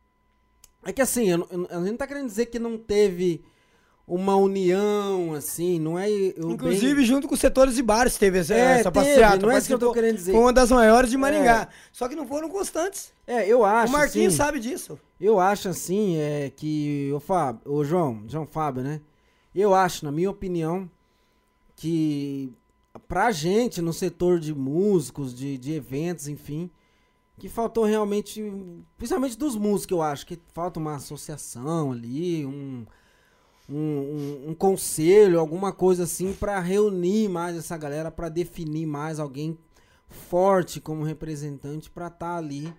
É que assim, eu, não- eu, a gente não tá querendo dizer que não teve uma união, assim, não é... Eu Inclusive, bem... junto com os setores de bares teve essa, É, essa teve, passeata. não é isso que eu tô participou. querendo dizer. Foi uma das maiores de Maringá. Só que não foram constantes. É, eu acho, o Marquinhos assim, sabe disso. eu acho assim, é que, o Fábio, o João, João Fábio, né? Eu acho, na minha opinião, que pra gente, no setor de músicos, de, de eventos, enfim, que faltou realmente, principalmente dos músicos, eu acho, que falta uma associação ali, um, um, um, um conselho, alguma coisa assim, pra reunir mais essa galera, pra definir mais alguém forte como representante pra estar ali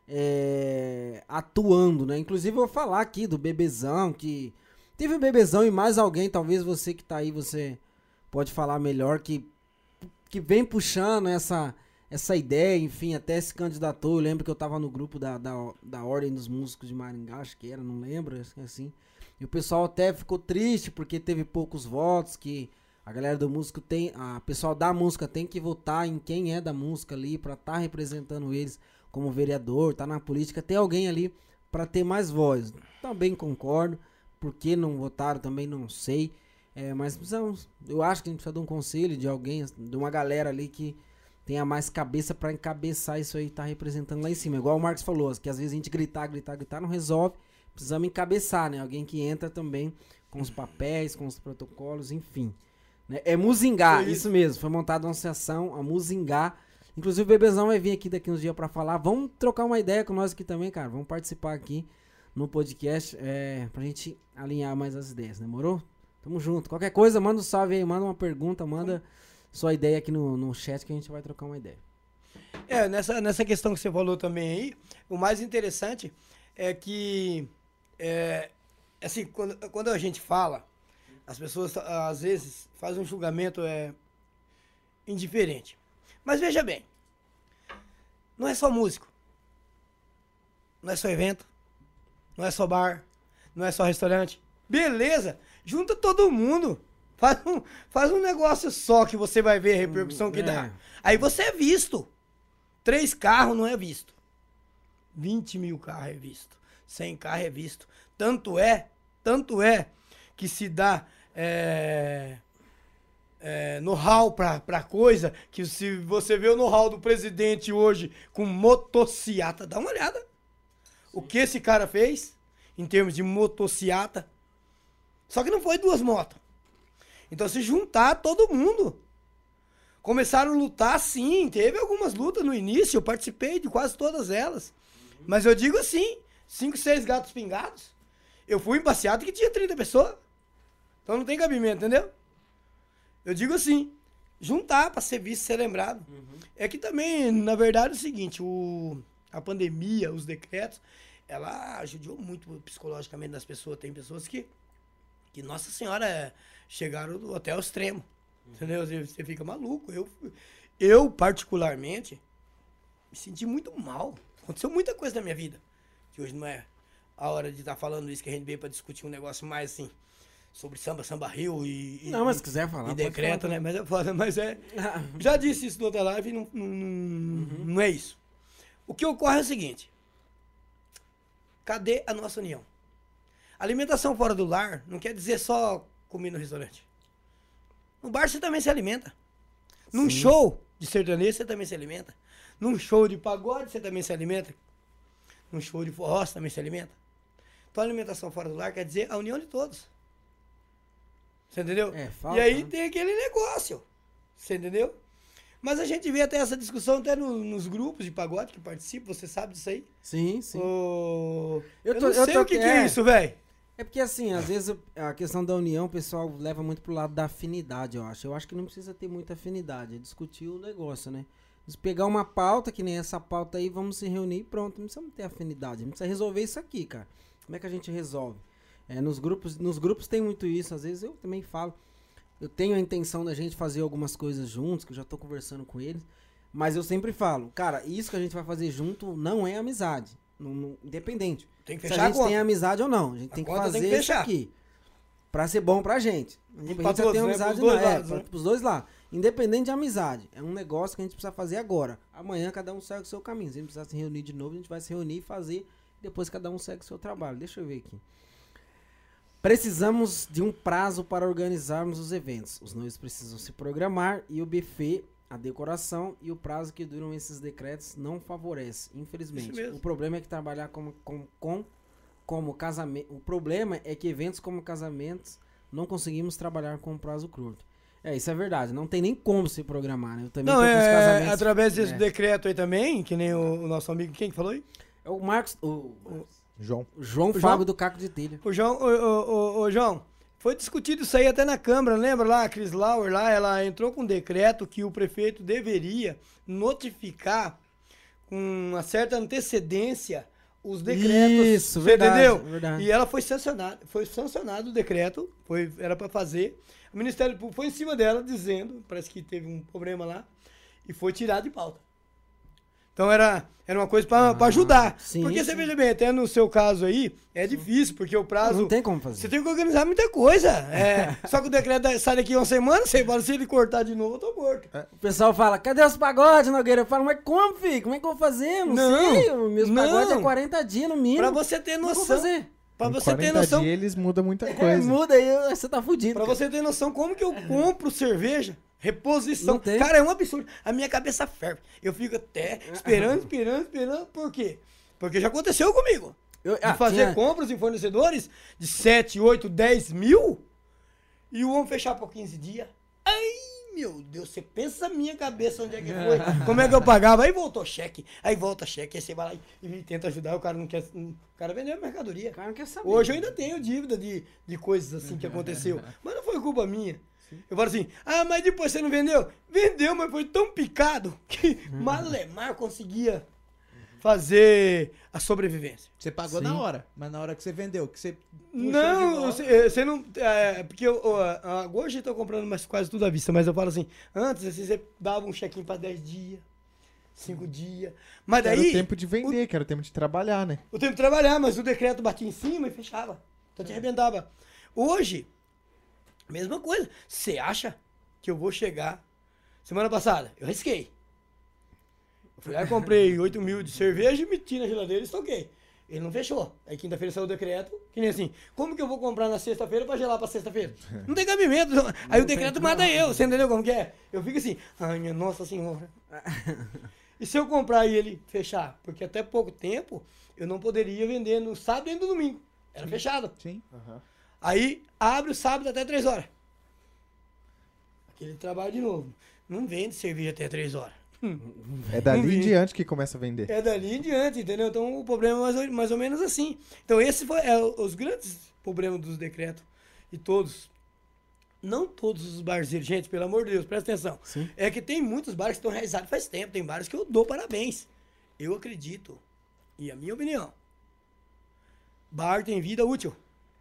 é, atuando, né? Inclusive eu vou falar aqui do Bebezão, que teve o Bebezão e mais alguém, talvez você que tá aí, você pode falar melhor, que, que vem puxando essa, essa ideia, enfim, até se candidatou. Eu lembro que eu tava no grupo da, da, da Ordem dos Músicos de Maringá, acho que era, não lembro, assim. E o pessoal até ficou triste porque teve poucos votos, que a galera do músico tem, a pessoal da música tem que votar em quem é da música ali, pra estar tá representando eles como vereador, tá na política, tem alguém ali pra ter mais voz. Também concordo, por que não votaram também não sei, é, mas precisamos, eu acho que a gente precisa de um conselho, de alguém, de uma galera ali que tenha mais cabeça pra encabeçar isso aí, tá representando lá em cima, igual o Marcos falou, que às vezes a gente gritar, gritar, gritar não resolve, precisamos encabeçar, né, alguém que entra também com os papéis, com os protocolos, enfim. É Muzingá, isso. isso mesmo. Foi montada uma associação, a Muzingá. Inclusive o Bebezão vai vir aqui daqui uns dias pra falar. Vamos trocar uma ideia com nós aqui também, cara. Vamos participar aqui no podcast é, pra gente alinhar mais as ideias, demorou? Tamo junto. Qualquer coisa, manda um salve aí, manda uma pergunta, manda sua ideia aqui no, no chat que a gente vai trocar uma ideia. É, nessa, nessa questão que você falou também aí, o mais interessante é que, é, assim, quando, quando a gente fala, as pessoas, às vezes, fazem um julgamento é, indiferente. Mas veja bem, não é só músico, não é só evento, não é só bar, não é só restaurante. Beleza, junta todo mundo, faz um, faz um negócio só que você vai ver a repercussão que é. dá. Aí você é visto. Três carros não é visto. vinte mil carros é visto. cem carros é visto. Tanto é, tanto é, que se dá é, é, know-how pra, pra coisa, que se você vê o know-how do presidente hoje com motociata, dá uma olhada. Sim. O que esse cara fez em termos de motociata. Só que não foi duas motos. Então se juntar todo mundo. Começaram a lutar sim, teve algumas lutas no início, eu participei de quase todas elas. Mas eu digo assim, cinco, seis gatos pingados. Eu fui em passeata que tinha trinta pessoas. Então não tem cabimento, entendeu? Eu digo assim, juntar para ser visto, ser lembrado. Uhum. É que também, na verdade, é o seguinte, o, a pandemia, os decretos, ela ajudou muito psicologicamente das pessoas. Tem pessoas que, que Nossa Senhora, chegaram até ao extremo. Uhum. Entendeu? Você, você fica maluco. Eu, eu, particularmente, me senti muito mal. Aconteceu muita coisa na minha vida. Que hoje não é a hora de estar tá falando isso, que a gente veio para discutir um negócio mais assim, sobre samba, samba rio e... Não, mas se quiser falar, e decreto, falar, né? Mas é foda, mas é... Já disse isso na outra live e não, não, uhum. não é isso. O que ocorre é o seguinte. Cadê a nossa união? Alimentação fora do lar não quer dizer só comer no restaurante. No bar você também se alimenta. Num Sim. show de sertanejo você também se alimenta. Num show de pagode você também se alimenta. Num show de forró você também se alimenta. Então a alimentação fora do lar quer dizer a união de todos. Você entendeu? É, falta, e aí né? tem aquele negócio. Você entendeu? Mas a gente vê até essa discussão até no, nos grupos de pagode que participam, você sabe disso aí? Sim, sim. O... Eu, tô, eu não eu sei tô, o que, é, que é isso, velho. É porque assim, às vezes a questão da união, o pessoal leva muito pro lado da afinidade, eu acho. Eu acho que não precisa ter muita afinidade, é discutir o negócio, né? Se pegar uma pauta, que nem essa pauta aí, vamos se reunir e pronto. Não precisa ter afinidade, a gente precisa resolver isso aqui, cara. Como é que a gente resolve? É, nos grupos, nos grupos tem muito isso, às vezes eu também falo. Eu tenho a intenção da gente fazer algumas coisas juntos, que eu já tô conversando com eles. Mas eu sempre falo, cara, isso que a gente vai fazer junto não é amizade. Não, não, independente. Tem que se fechar a gente a tem amizade ou não. A gente a tem que conta fazer tem que isso aqui. Pra ser bom pra gente. A gente já tem amizade, né? Pros não dois é. lados, Pra, né? pros dois lados. Independente de amizade. É um negócio que a gente precisa fazer agora. Amanhã cada um segue o seu caminho. Se a gente precisar se reunir de novo, a gente vai se reunir e fazer. Depois cada um segue o seu trabalho. Deixa eu ver aqui. Precisamos de um prazo para organizarmos os eventos. Os noivos precisam se programar e o buffet, a decoração e o prazo que duram esses decretos não favorece, infelizmente. O problema é que trabalhar com, com, com como casamento. O problema é que eventos como casamentos não conseguimos trabalhar com prazo curto. É, isso é verdade. Não tem nem como se programar, né? Eu também Não, tô com os é, casamentos, através desse é. decreto aí também, que nem o, o nosso amigo, quem que falou aí? É o Marcos, o, o João. João O Fábio João? do Caco de Telha. O João, o, o, o, o João, foi discutido isso aí até na Câmara, lembra lá? A Cris Lauer lá, ela entrou com um decreto que o prefeito deveria notificar com uma certa antecedência os decretos. Isso, você verdade, entendeu? verdade. E ela foi sancionada, foi sancionado o decreto, foi, era para fazer. O Ministério Público foi em cima dela dizendo, parece que teve um problema lá, e foi tirado de pauta. Então era, era uma coisa pra, pra ajudar. sim, porque sim. você veja bem, até no seu caso aí, é difícil, porque o prazo... Não tem como fazer. Você tem que organizar muita coisa. É, só que o decreto da- sai daqui uma semana, você fala, se ele cortar de novo, eu tô morto. O pessoal fala, cadê os pagodes, Nogueira? Eu falo, mas como, filho? Como é que eu vou fazer? Não, Não, sei. Os meus não. pagodes é quarenta dias no mínimo. Pra você ter Como é que eu vou noção. fazer? Pra Em você ter quarenta noção. dias eles mudam muita É, coisa. muda aí, você tá fudido. Pra cara. você ter noção como que eu compro cerveja, reposição. Não tem. Cara, é um absurdo. A minha cabeça ferve. Eu fico até esperando, esperando, esperando. Por quê? Porque já aconteceu comigo. Eu, De ah, fazer tinha- compras em fornecedores de sete, oito, dez mil e o homem fechar por quinze dias. Ai, meu Deus, você pensa a minha cabeça onde é que foi? Como é que eu pagava? Aí voltou cheque, aí volta cheque, aí você vai lá e, e tenta ajudar, o cara não quer. O cara vendeu a mercadoria. O cara não quer saber. Hoje eu ainda tenho dívida de, de coisas assim que aconteceu. Mas não foi culpa minha. Eu falo assim, ah, mas depois você não vendeu? Vendeu, mas foi tão picado que Malemar conseguia fazer a sobrevivência. Você pagou Sim. na hora, mas na hora que você vendeu, que você puxou de Não, volta- você, você não. É, porque eu, eu, a- hoje eu tô comprando mais, quase tudo à vista, mas eu falo assim, antes assim, você dava um check-in pra dez dias, cinco dias. Mas Era daí. o tempo de vender, que era o tempo de trabalhar, né? O tempo de trabalhar, mas o decreto batia em cima e fechava. Então te arrebentava. Hoje, mesma coisa. Você acha que eu vou chegar? Semana passada, eu risquei. Eu fui lá e comprei oito mil de cerveja e meti na geladeira e estoquei. Ele não fechou. Aí quinta-feira saiu o decreto, que nem assim, como que eu vou comprar na sexta-feira pra gelar pra sexta-feira? Não tem cabimento. Aí o decreto mata eu, você entendeu como que é? Eu fico assim, ai minha nossa senhora. E se eu comprar e ele fechar? Porque até pouco tempo eu não poderia vender no sábado e no domingo. Era fechado. Sim. Aí abre o sábado até três horas. Aquele trabalho de novo. Não vende cerveja até três horas. É dali Não em vi. diante que começa a vender. É dali em diante, entendeu? Então o problema é mais ou, mais ou menos assim. Então esse foi é, os grandes problemas dos decretos. E todos. Não todos os barzeiros, gente, pelo amor de Deus, presta atenção. Sim. É que tem muitos bares que estão realizados faz tempo. Tem bares que eu dou parabéns. Eu acredito. E a minha opinião. Bar tem vida útil.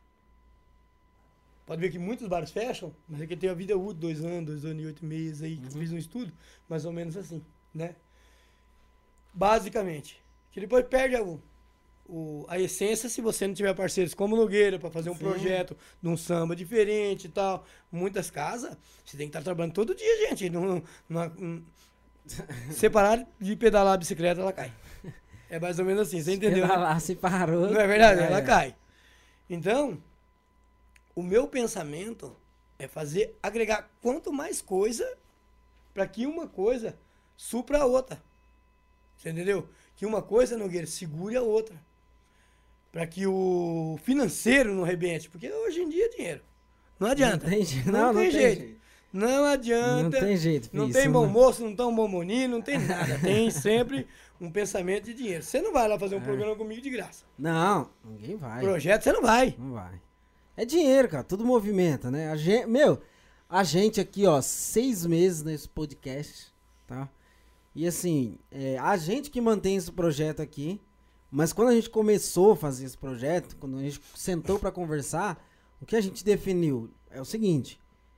Pode ver que muitos bares fecham, mas é que tem a vida útil, dois anos, dois anos e oito meses aí, que eu fiz um estudo, mais ou menos assim, né? Basicamente. Que depois perde a, o, a essência se você não tiver parceiros como Nogueira para fazer um Sim. projeto de um samba diferente e tal. Muitas casas, você tem que estar trabalhando todo dia, gente. Não, não, não, se parar de pedalar a bicicleta, ela cai. É mais ou menos assim, você entendeu? né? Lá se parou. Não é verdade? É. Ela cai. Então, o meu pensamento é fazer, agregar quanto mais coisa para que uma coisa supra a outra. Você entendeu? Que uma coisa, Nogueira, segure a outra. Para que o financeiro não rebente. Porque hoje em dia é dinheiro. Não adianta. Não tem, je- Não, não, não tem tem jeito. jeito. Não adianta. Não tem jeito, Não filho, tem isso bom não- moço, não tem um bom moninho, não tem nada. Tem sempre um pensamento de dinheiro. Você não vai lá fazer um É. programa comigo de graça. Não, ninguém vai. Projeto você não vai. Não vai. É dinheiro, cara. Tudo movimenta, né? A gente, meu, a gente aqui, ó, seis meses nesse podcast, tá? E assim, é, a gente que mantém esse projeto aqui, mas quando a gente começou a fazer esse projeto, quando a gente sentou pra conversar, o que a gente definiu é o seguinte: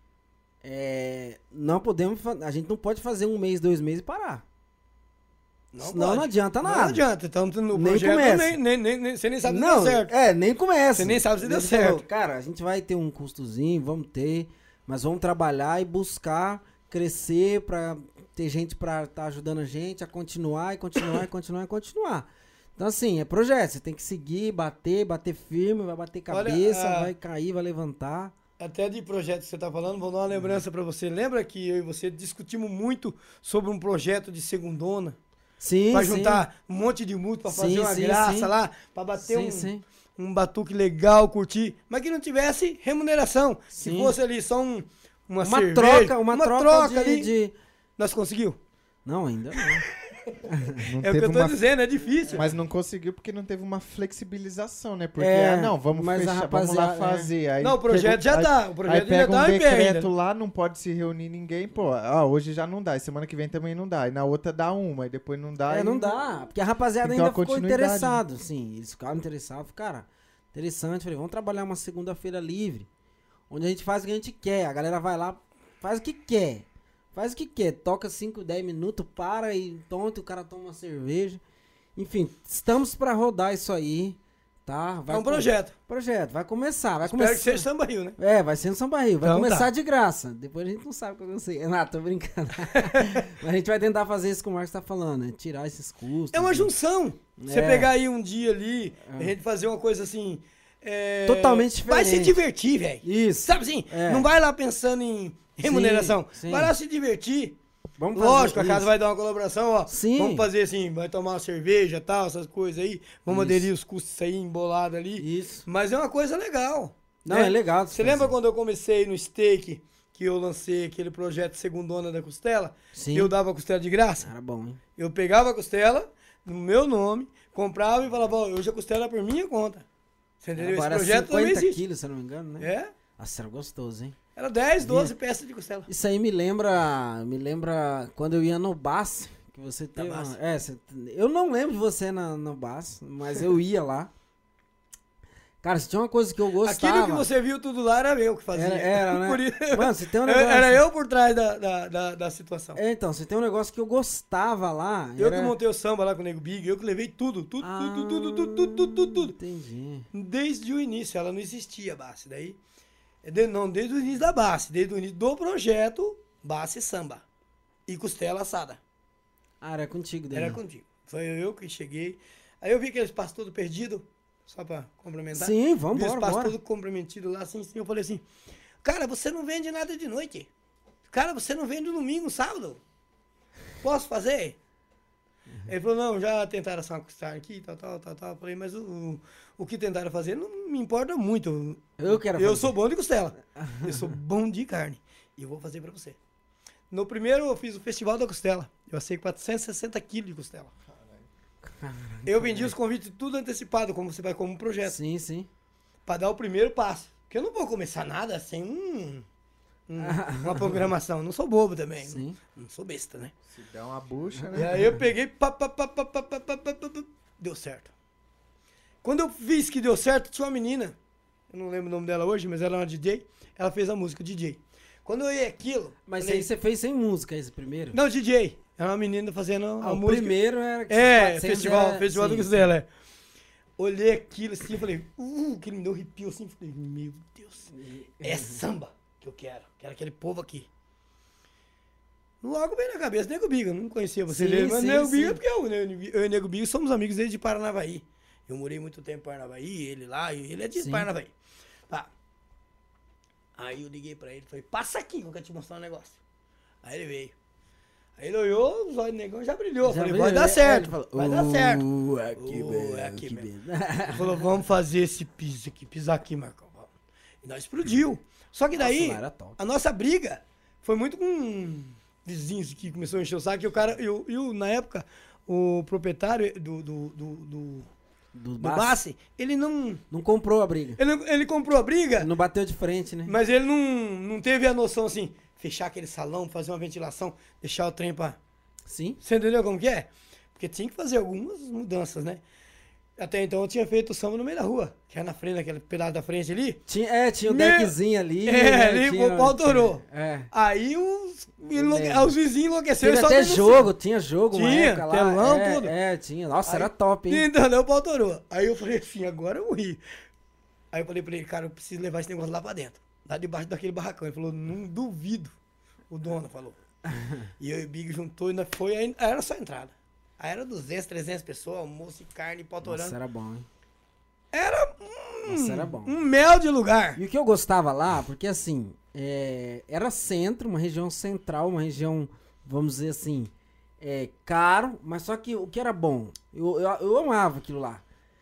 é, não podemos, fa- a gente não pode fazer um mês, dois meses e parar. Senão pode. não adianta nada. Não adianta. Então, no Nem projeto, começa. nem, nem, nem, nem- você nem sabe se Não, deu certo. é, nem começa. Você nem sabe se deu Ele certo. falou, cara, a gente vai ter um custozinho, vamos ter, mas vamos trabalhar e buscar crescer pra ter gente pra estar ajudando a gente a continuar e continuar e continuar e continuar. Então, assim, é projeto. Você tem que seguir, bater, bater firme, vai bater Olha, cabeça, ah, vai cair, vai levantar. Até de projeto que você está falando, vou dar uma lembrança para você. Lembra que eu e você discutimos muito sobre um projeto de segundona? Sim, Para sim. juntar um monte de música, para fazer Sim, uma sim, graça sim. lá, para bater Sim, um, sim. um batuque legal, curtir, mas que não tivesse remuneração. Se Sim. fosse ali só um, uma, Uma cerveja, troca, uma, troca, de, ali, de- nós conseguiu. Não, ainda não. Não É o que teve eu tô uma... dizendo, é difícil. Mas não conseguiu porque não teve uma flexibilização, né? Porque, É, ah, não, vamos mas a fechar, vamos lá rapaziada, é. fazer. Aí Não, o projeto já aí- tá, o projeto Aí pega já tá um em pé ainda. decreto lá, não pode se reunir ninguém, pô. Ah, hoje já não dá, e semana que vem também não dá. E na outra dá uma, e depois não dá. É, e não dá. Porque a rapaziada Tem que ter ainda uma ficou continuidade, interessado, sim. Eles ficaram interessados. Cara, interessante. Falei, vamos trabalhar uma segunda-feira livre. Onde a gente faz o que a gente quer. A galera vai lá, faz o que quer. Faz o que quer, toca cinco, dez minutos, para e tonto, o cara toma uma cerveja. Enfim, estamos pra rodar isso aí, tá? Vai É um com- projeto. Projeto, vai começar, vai Espero começar. que seja Samba Rio, né? É, vai ser no Samba Rio, vai Então começar tá. de graça. Depois a gente não sabe o que vai acontecer. Não, tô brincando. Mas a gente vai tentar fazer isso que o Marcos tá falando, né? Tirar esses custos. É uma né? junção. Você É. pegar aí um dia ali, É. a gente fazer uma coisa assim. é, Totalmente Vai se diferente. divertir, velho. Isso. Sabe assim? É. Não vai lá pensando em remuneração. Sim, sim. Vai lá se divertir. Vamos fazer Lógico, a casa isso. vai dar uma colaboração, ó. Sim. Vamos fazer assim, vai tomar uma cerveja e tal, essas coisas aí. Vamos Isso. aderir os custos aí embolado ali. Isso. Mas é uma coisa legal. Não, né? é legal. de Você fazer. lembra quando eu comecei no steak, que eu lancei aquele projeto Segundona da Costela? Sim. Eu dava costela de graça? Era bom, hein? Eu pegava a costela, no meu nome, comprava e falava, ó, hoje a costela é por minha conta. Você entendeu? Agora Esse projeto também cinquenta existe. quilos, se eu não me engano, né? É? Nossa, era gostoso, hein? Era dez, doze peças de costela. Isso aí me lembra, me lembra quando eu ia no Bass, que você teve Bass. uma, é, você- eu não lembro de você na, no Bass, mas eu ia lá. Cara, se tinha uma coisa que eu gostava. Aquilo que você viu tudo lá era eu que fazia. Era, era, né? Por isso- Mano, se tem um Eu- negócio. Era eu por trás da, da, da, da situação. É, então, se tem um negócio que eu gostava lá. Eu era... que montei o samba lá com o Nego Big, eu que levei tudo, tudo, Ah, tudo, tudo, tudo, tudo, tudo, tudo, tudo. Entendi. Desde o início, ela não existia, Bassi. Daí, é de- não, desde o início da Bassi, desde o início do projeto Bassi Samba. E costela assada. Ah, era contigo, daí. Era contigo. Foi eu que cheguei. Aí eu vi aquele espaço todo perdido, só pra complementar. Sim, Vi vamos o embora, espaço bora. todo comprometido lá, assim, assim. Eu falei assim, cara, você não vende nada de noite. Cara, você não vende domingo, sábado. Posso fazer? Uhum. Ele falou, não, já tentaram assar uma costela aqui, tal, tal, tal, tal. Eu falei, mas o, o que tentaram fazer não me importa muito. Eu quero Eu fazer. sou bom de costela. Eu sou bom de carne. E eu vou fazer pra você. No primeiro eu fiz o Festival da Costela. Eu assei quatrocentos e sessenta quilos de costela. Eu vendi os convites tudo antecipado, como você vai como um projeto. Sim, sim. Pra dar o primeiro passo. Porque eu não vou começar nada sem um, um- uma programação. Eu não sou bobo também. Sim. Não sou besta, né? Se der uma bucha, E né? aí eu peguei, pá, pá, pá, pá, pá, pá, pá, pá, pá, pá, deu certo. Quando eu fiz que deu certo, tinha uma menina, eu não lembro o nome dela hoje, mas ela é uma D J, ela fez a música D J. Quando eu ia aquilo... Mas falei, aí você fez sem música, esse primeiro? Não, D J. Era uma menina fazendo Ah, a o música. primeiro era... que É, quatrocentos festival, era- festival do sim, Costela, é. Olhei aquilo assim, falei, uh, que ele me deu arrepio assim, falei, meu Deus, é samba que eu quero, quero aquele povo aqui. Logo veio na cabeça, Nego Biga, eu não conhecia você, Sim, dele, mas sim, Nego sim. Biga, porque eu, eu e Nego Biga somos amigos desde Paranavaí. Eu morei muito tempo em Paranavaí, ele lá, e ele é de Sim. Paranavaí. Tá. Aí eu liguei pra ele, falei, passa aqui que eu quero te mostrar um negócio. Aí ele veio. Aí ele olhou, os olhos do negão já brilhou. Eu Já falei, viu, vai né? dar certo, Ele falou, vai dar certo. "Uh, é aqui Uh, mesmo, é aqui aqui mesmo." mesmo. Ele falou, vamos fazer esse piso aqui, pisar aqui, Marcão. vamos. E nós explodiu. Só que daí, Nossa, lá era top. a nossa briga foi muito com vizinhos que começou a encher o saco. E o cara, e o, e o- na época, o proprietário do, do, do, do, Do do Bassi. Bassi, ele não, Não comprou a briga. ele, não- ele comprou a briga, Não bateu de frente, né? mas ele não, não teve a noção assim, fechar aquele salão, fazer uma ventilação, deixar o trem pra... Sim. Você entendeu como que é? Porque tinha que fazer algumas mudanças, né? Até então eu tinha feito o samba no meio da rua, que era na frente, naquele pedaço da frente ali. Tinha, é, tinha o Meu- deckzinho ali. É, né? ali Tinha- o pau torou. tinha- É. Aí os, enlouque... lembro. os vizinhos enlouqueceram Teve só até denunciando. jogo, tinha jogo uma Tinha, época lá. telão, é, tudo. É, tinha. Nossa, Aí- era top, hein? Então, daí o pau torou. Aí eu falei assim, agora eu ri. Aí eu falei pra ele, cara, eu preciso levar esse negócio lá pra dentro. Lá debaixo daquele barracão. Ele falou, não duvido. O dono falou. E eu e o Big juntou e nós foi, aí era só entrada. Aí era duzentas, trezentas pessoas, almoço e carne, pau torando. Nossa, era bom, hein? Era Nossa, era bom. um mel de lugar. E o que eu gostava lá, porque assim, é, era centro, uma região central, uma região, vamos dizer assim, é, caro, mas só que o que era bom, eu, eu, eu amava aquilo lá.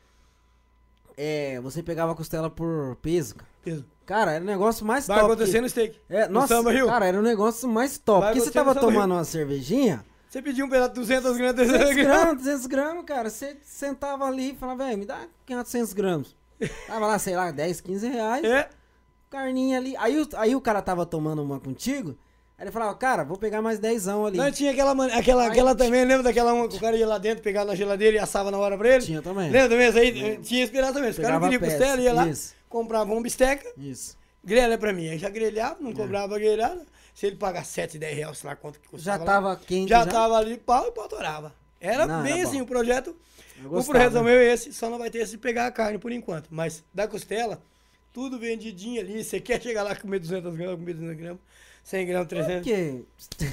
É, você pegava a costela por peso, cara. Peso. Cara, era o negócio mais Vai top. acontecer no steak. É, no nossa, Samba Rio. cara, era o negócio mais top. Vai Porque você acontecer no tava Samba Rio. tomando uma cervejinha, Você pediu um pedaço de duzentas gramas, trezentas duzentos gramas. gramas, duzentos gramas, cara, você sentava ali e falava, velho, me dá quinhentos gramas. Tava lá, sei lá, dez, quinze reais. É. Carninha ali. Aí, o- aí o cara tava tomando uma contigo. Aí ele falava, cara, vou pegar mais dezão ali. Nós tinha aquela, man- aquela, Aí- aquela também, lembra daquela uma que o cara ia lá dentro, pegava na geladeira e assava na hora pra ele? Tinha também. Lembra também? Essa aí tinha esperado também. Os caras Pegava não queriam peça, costela, ia lá, isso. comprava uma bisteca, Isso. grelha pra mim. Aí já grelhava, É. não cobrava grelhada. Se ele pagar sete, dez reais, sei lá quanto que Já custava. tava quente. Já, Já, já tava ali, pau e pau torava. Era Não, bem era assim bom. o projeto. Eu O gostava. projeto meu é esse, só não vai ter esse de pegar a carne por enquanto. Mas da costela, tudo vendidinho ali. Você quer chegar lá comer duzentas gramas, comer duzentas gramas, cem gramas, trezentos. Porque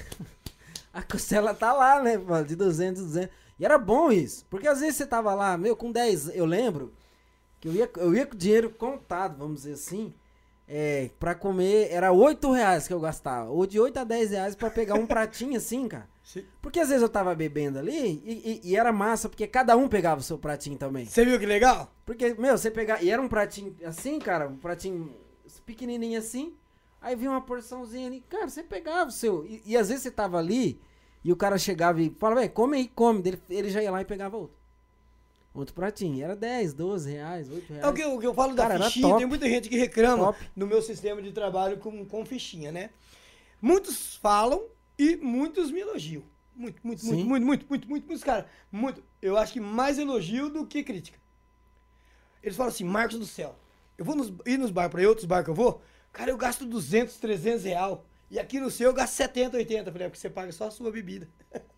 a costela tá lá, né, mano, de duzentos, duzentos. E era bom isso, porque às vezes você tava lá, meu, com dez, eu lembro que eu ia, eu ia com dinheiro contado, vamos dizer assim, é, pra comer, era oito reais que eu gastava, ou de oito a dez reais pra pegar um pratinho assim, cara. Sim. Porque às vezes eu tava bebendo ali e, e- e era massa, porque cada um pegava o seu pratinho também. Você viu que legal? Porque, meu, você pegar. E era um pratinho assim, cara, um pratinho pequenininho assim. Aí vinha uma porçãozinha ali. Cara, você pegava o seu. E, e às vezes você tava ali e o cara chegava e falava, velho, come aí, come. Ele, ele já ia lá e pegava outro. Outro pratinho. Era dez, doze reais, oito reais. É o que, eu- o que eu falo da Cara, era fichinha. top. Tem muita gente que reclama Top. no meu sistema de trabalho com, com fichinha, né? Muitos falam e muitos me elogiam. Muito, muito, muito, Sim. muito, muito, muito, muito, muitos caras. Muito. Eu acho que mais elogio do que crítica. Eles falam assim, Marcos do céu, eu vou nos, ir nos bar, pra outros bar que eu vou, cara, eu gasto duzentos, trezentos real. E aqui no seu eu gasto setenta, oitenta. Eu falei, é porque você paga só a sua bebida.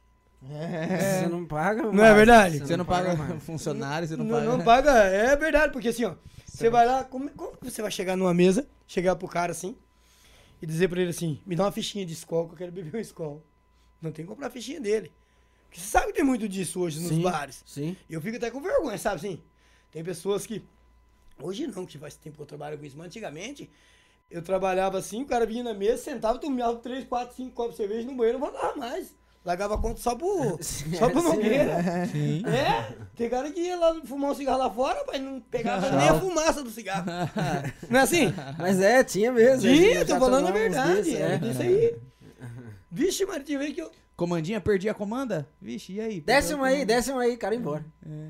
Você não paga. Não é verdade? Você não paga mais. funcionário, você não, Não, paga. não paga, é verdade, porque assim, ó, você vai lá, como, como que você vai chegar numa mesa, chegar pro cara assim, e dizer pra ele assim, me dá uma fichinha de Skol, que eu quero beber um Skol. Não tem que comprar a fichinha dele. Porque você sabe que tem muito disso hoje nos Sim, bares. Sim. Eu fico até com vergonha, sabe assim? Tem pessoas que, hoje não, que faz tempo que eu trabalho com isso, mas antigamente, eu trabalhava assim, o cara vinha na mesa, sentava, tomava três, quatro, cinco copos de cerveja no banheiro, não voltava mais. Largava a conta só pro, só pro Sim. Nogueira. Sim. É, tem cara que ia lá fumar um cigarro lá fora, mas não pegava nem a fumaça do cigarro. Não é assim? Mas é, tinha mesmo. Tinha, Já tô falando a tomamos verdade. desse, É é. disso aí. Vixe, Maria, tinha vez que eu. Comandinha, perdi a comanda? Vixe, e aí? Desce Perdeu um a aí, comanda. desce um aí, cara, embora.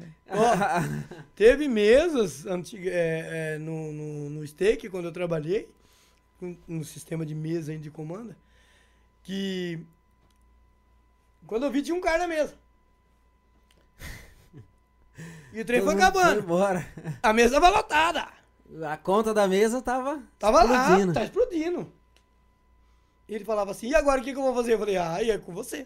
Ó, teve mesas antiga, é, é, no, no, no steak, quando eu trabalhei, com- no sistema de mesa aí de comanda, que quando eu vi tinha um cara na mesa. E o trem Todo foi mundo acabando. embora. A mesa tava lotada. A conta da mesa tava. Tava explodindo. lá, tá explodindo. E ele falava assim, e agora o que, que eu vou fazer? Eu falei, ah, e é com você.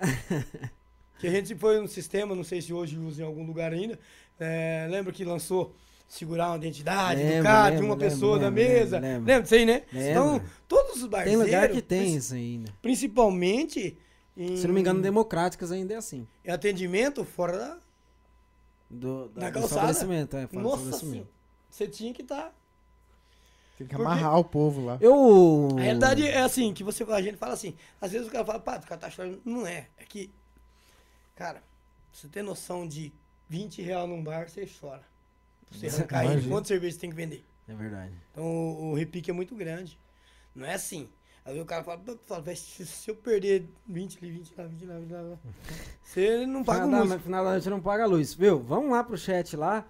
Que a gente foi no sistema, não sei se hoje usa em algum lugar ainda. É, lembra que lançou segurar uma identidade do Lembro, cara, de lembro, uma lembro, pessoa da lembro, mesa. lembro, lembro. Lembra disso aí, né? Lembro. Então, todos os Tem barceiros... lugar que tem princi- isso ainda. Principalmente em, Se não me engano, democráticas ainda é assim. em atendimento fora da... Do, da, Na do calçada? estabelecimento, é, fora do Nossa estabelecimento. senhora. Você tinha que estar... Tem que Porque- amarrar o povo lá. Eu. A realidade é assim, que você, a gente fala assim, às vezes o cara fala, pá, o cara tá chorando. Não é. É que, cara, você tem noção de vinte reais num bar, você chora. Você arrancar ele, Imagina. quanto cerveja você tem que vender? É verdade. Então o, o repique é muito grande. Não é assim. Aí o cara fala, pô, fala, "Véi, se, se eu perder vinte ali, vinte lá, vinte lá, vinte lá, você não paga Final o da, músico. no final da noite não paga a luz. Viu? Vamos lá pro chat lá.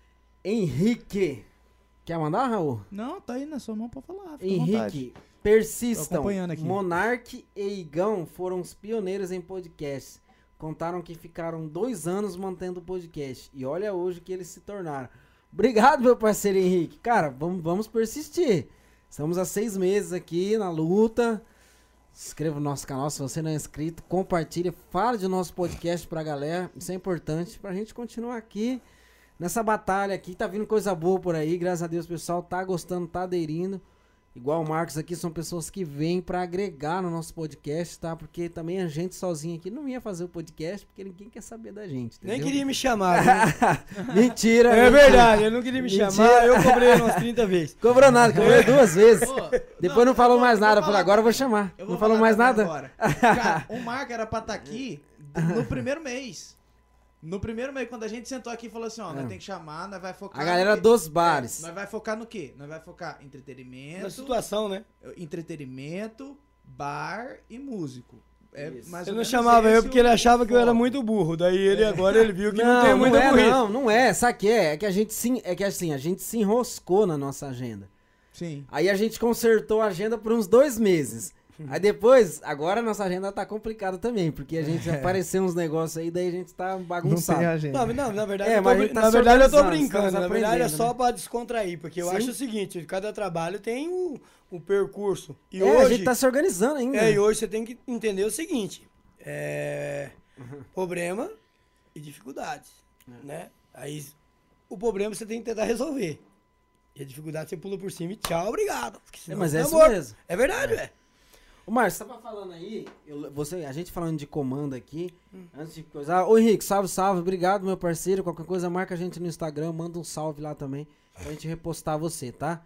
Henrique. Quer mandar, Raul? Não, tá aí na sua mão pra falar. Fica à vontade. Henrique, Tô persistam. acompanhando aqui. Monark e Igão foram os pioneiros em podcast. Contaram que ficaram dois anos mantendo o podcast. E olha hoje o que eles se tornaram. Obrigado, meu parceiro Henrique. Cara, vamos, vamos persistir. Estamos há seis meses aqui na luta. Se inscreva no nosso canal se você não é inscrito. Compartilha, fala de nosso podcast pra galera. Isso é importante pra gente continuar aqui nessa batalha aqui. Tá vindo coisa boa por aí. Graças a Deus o pessoal tá gostando, tá aderindo. Igual o Marcos aqui, são pessoas que vêm pra agregar no nosso podcast, tá? Porque também a gente sozinho aqui não ia fazer o podcast, porque ninguém quer saber da gente, entendeu? Nem queria me chamar. Viu? Mentira. É mentira. verdade, ele não queria me Mentira. chamar, eu cobrei umas trinta vezes. Cobrou nada, cobrou duas vezes. Pô, Depois não, falou eu vou- mais eu vou nada. Eu falei, falar agora eu vou também. chamar. Eu vou Não falou falar mais também nada? agora. Cara, o Marco era pra estar aqui no primeiro mês. No primeiro mês, quando a gente sentou aqui e falou assim, ó, nós É. tem que chamar, nós vai focar... A galera no quê? dos bares. É, nós vai focar no quê? Nós vai focar em entretenimento, Na situação, né? entretenimento, bar e músico. É Isso. mais Ele ou não menos chamava eu esse porque ele o achava que eu era foco. muito burro. Daí ele agora ele viu que não, Não, tem não muita é, burrice. não, não é. Sabe o que é? É que a gente sim, é que assim, a gente se enroscou na nossa agenda. Sim. Aí a gente consertou a agenda por uns dois meses. Aí depois, agora a nossa agenda tá complicada também, porque a gente apareceu uns negócios aí, daí a gente tá Não bagunçado. tem agenda. Não, não, na verdade, É, eu tô, mas a brin- gente tá na se verdade eu tô organizando, brincando. estamos Na verdade é aprendendo, só né? pra descontrair, porque eu Sim. acho o seguinte, cada trabalho tem o, o percurso. E é, a hoje, gente tá se organizando ainda. é, e hoje você tem que entender o seguinte, é, problema e dificuldades, né? Aí o problema você tem que tentar resolver. E a dificuldade você pula por cima e tchau, obrigado. Porque É, senão mas você é tá isso morto. mesmo. É verdade, velho. Ô, Márcio, você tava falando aí, eu- você, a gente falando de comando aqui, antes de coisar. Ô, Henrique, salve, salve, obrigado, meu parceiro. Qualquer coisa, marca a gente no Instagram, manda um salve lá também, pra gente repostar você, tá?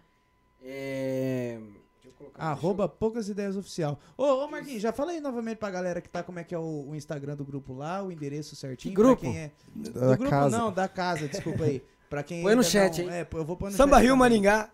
É... Deixa eu colocar, Arroba Poucas Ideias Oficial. Ô, ô Marquinhos, já fala aí novamente pra galera que tá como é que é o, o Instagram do grupo lá, o endereço certinho. Que grupo? Pra quem é... Do Da grupo casa. não, da casa, desculpa aí. Pra quem Põe no ainda chat não- aí. É, eu vou pôr no Samba chat Rio também. Maringá,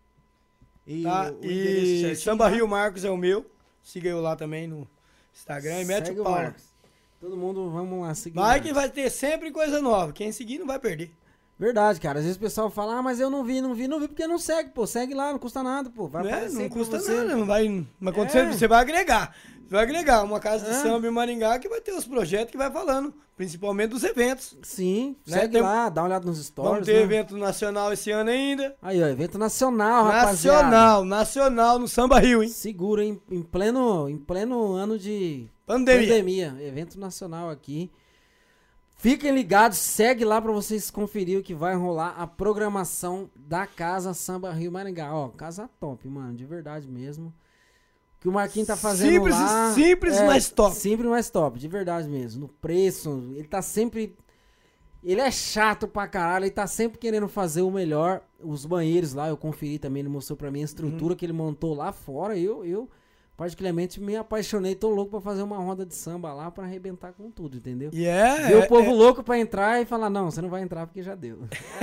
E, tá? o, o endereço E certinho, Samba tá? Rio Marcos é o meu. Siga eu lá também no Instagram e mete Segue o pau. Marcos. Todo mundo, vamos lá, seguir. Vai que Marcos. vai ter sempre coisa nova. Quem seguir não vai perder. Verdade, cara. Às vezes o pessoal fala, ah, mas eu não vi, não vi, não vi, porque não segue, pô. Segue lá, não custa nada, pô. Vai Né? aparecer Não pra custa você. nada, não vai. Mas quando É. você, você vai agregar. Você vai agregar uma casa de É. samba em Maringá que vai ter os projetos que vai falando, principalmente dos eventos. Sim, Né? segue Tem- lá, dá uma olhada nos stories. Vamos ter né? evento nacional esse ano ainda. Aí, ó, evento nacional, rapaziada. Nacional, nacional no Samba Rio, hein? Segura, hein? Em pleno, em pleno ano de Pandemia. pandemia. Evento nacional aqui. Fiquem ligados, segue lá pra vocês conferir o que vai rolar a programação da Casa Samba Rio Maringá. Ó, casa top, mano, de verdade mesmo. O que o Marquinhos tá fazendo Simples, lá... simples, é, mas top. Simples, mas top, de verdade mesmo. No preço, ele tá sempre... Ele é chato pra caralho, ele tá sempre querendo fazer o melhor. Os banheiros lá, eu conferi também, ele mostrou pra mim a estrutura Uhum. que ele montou lá fora. Eu, eu, particularmente, me apaixonei, tô louco pra fazer uma roda de samba lá pra arrebentar com tudo, entendeu? E é. Ver é- o povo é- louco pra entrar e falar, não, você não vai entrar porque já deu.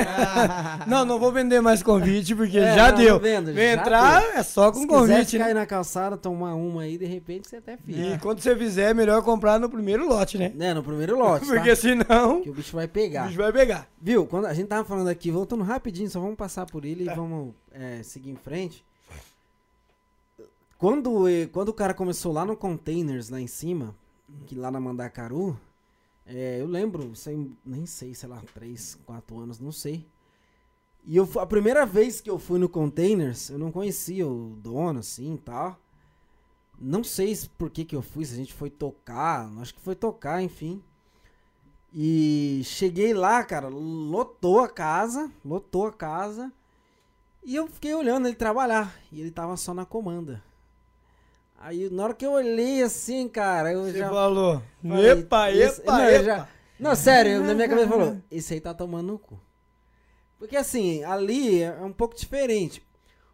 Não, não vou vender mais convite porque É, já não, deu. não vendo, Vem já entrar deu. é só com Se quiser convite, ficar né? aí na calçada, tomar uma aí, de repente você até fica. E quando você fizer, é melhor comprar no primeiro lote, né? Né, no primeiro lote, Porque tá? senão Que o bicho vai o pegar. bicho vai pegar. Viu? Quando a gente tava falando aqui, voltando rapidinho, só vamos passar por ele Tá. e vamos é, seguir em frente. Quando, eh, quando o cara começou lá no Containers, lá em cima, que lá na Mandacaru, é, eu lembro, isso aí, nem sei, sei lá, três, quatro anos, não sei. E eu, fu- a primeira vez que eu fui no Containers, eu não conhecia o dono, assim, e tal. Não sei se- por que que eu fui, se a gente foi tocar, acho que foi tocar, enfim. E cheguei lá, cara, lotou a casa, lotou a casa. E eu fiquei olhando ele trabalhar. E ele tava só na comanda. Aí na hora que eu olhei assim, cara, eu Você já. falou. falei, Epa, esse- epa, não, eu epa. já- não, sério, na minha cabeça falou, esse aí tá tomando no cu. Porque assim, ali é um pouco diferente.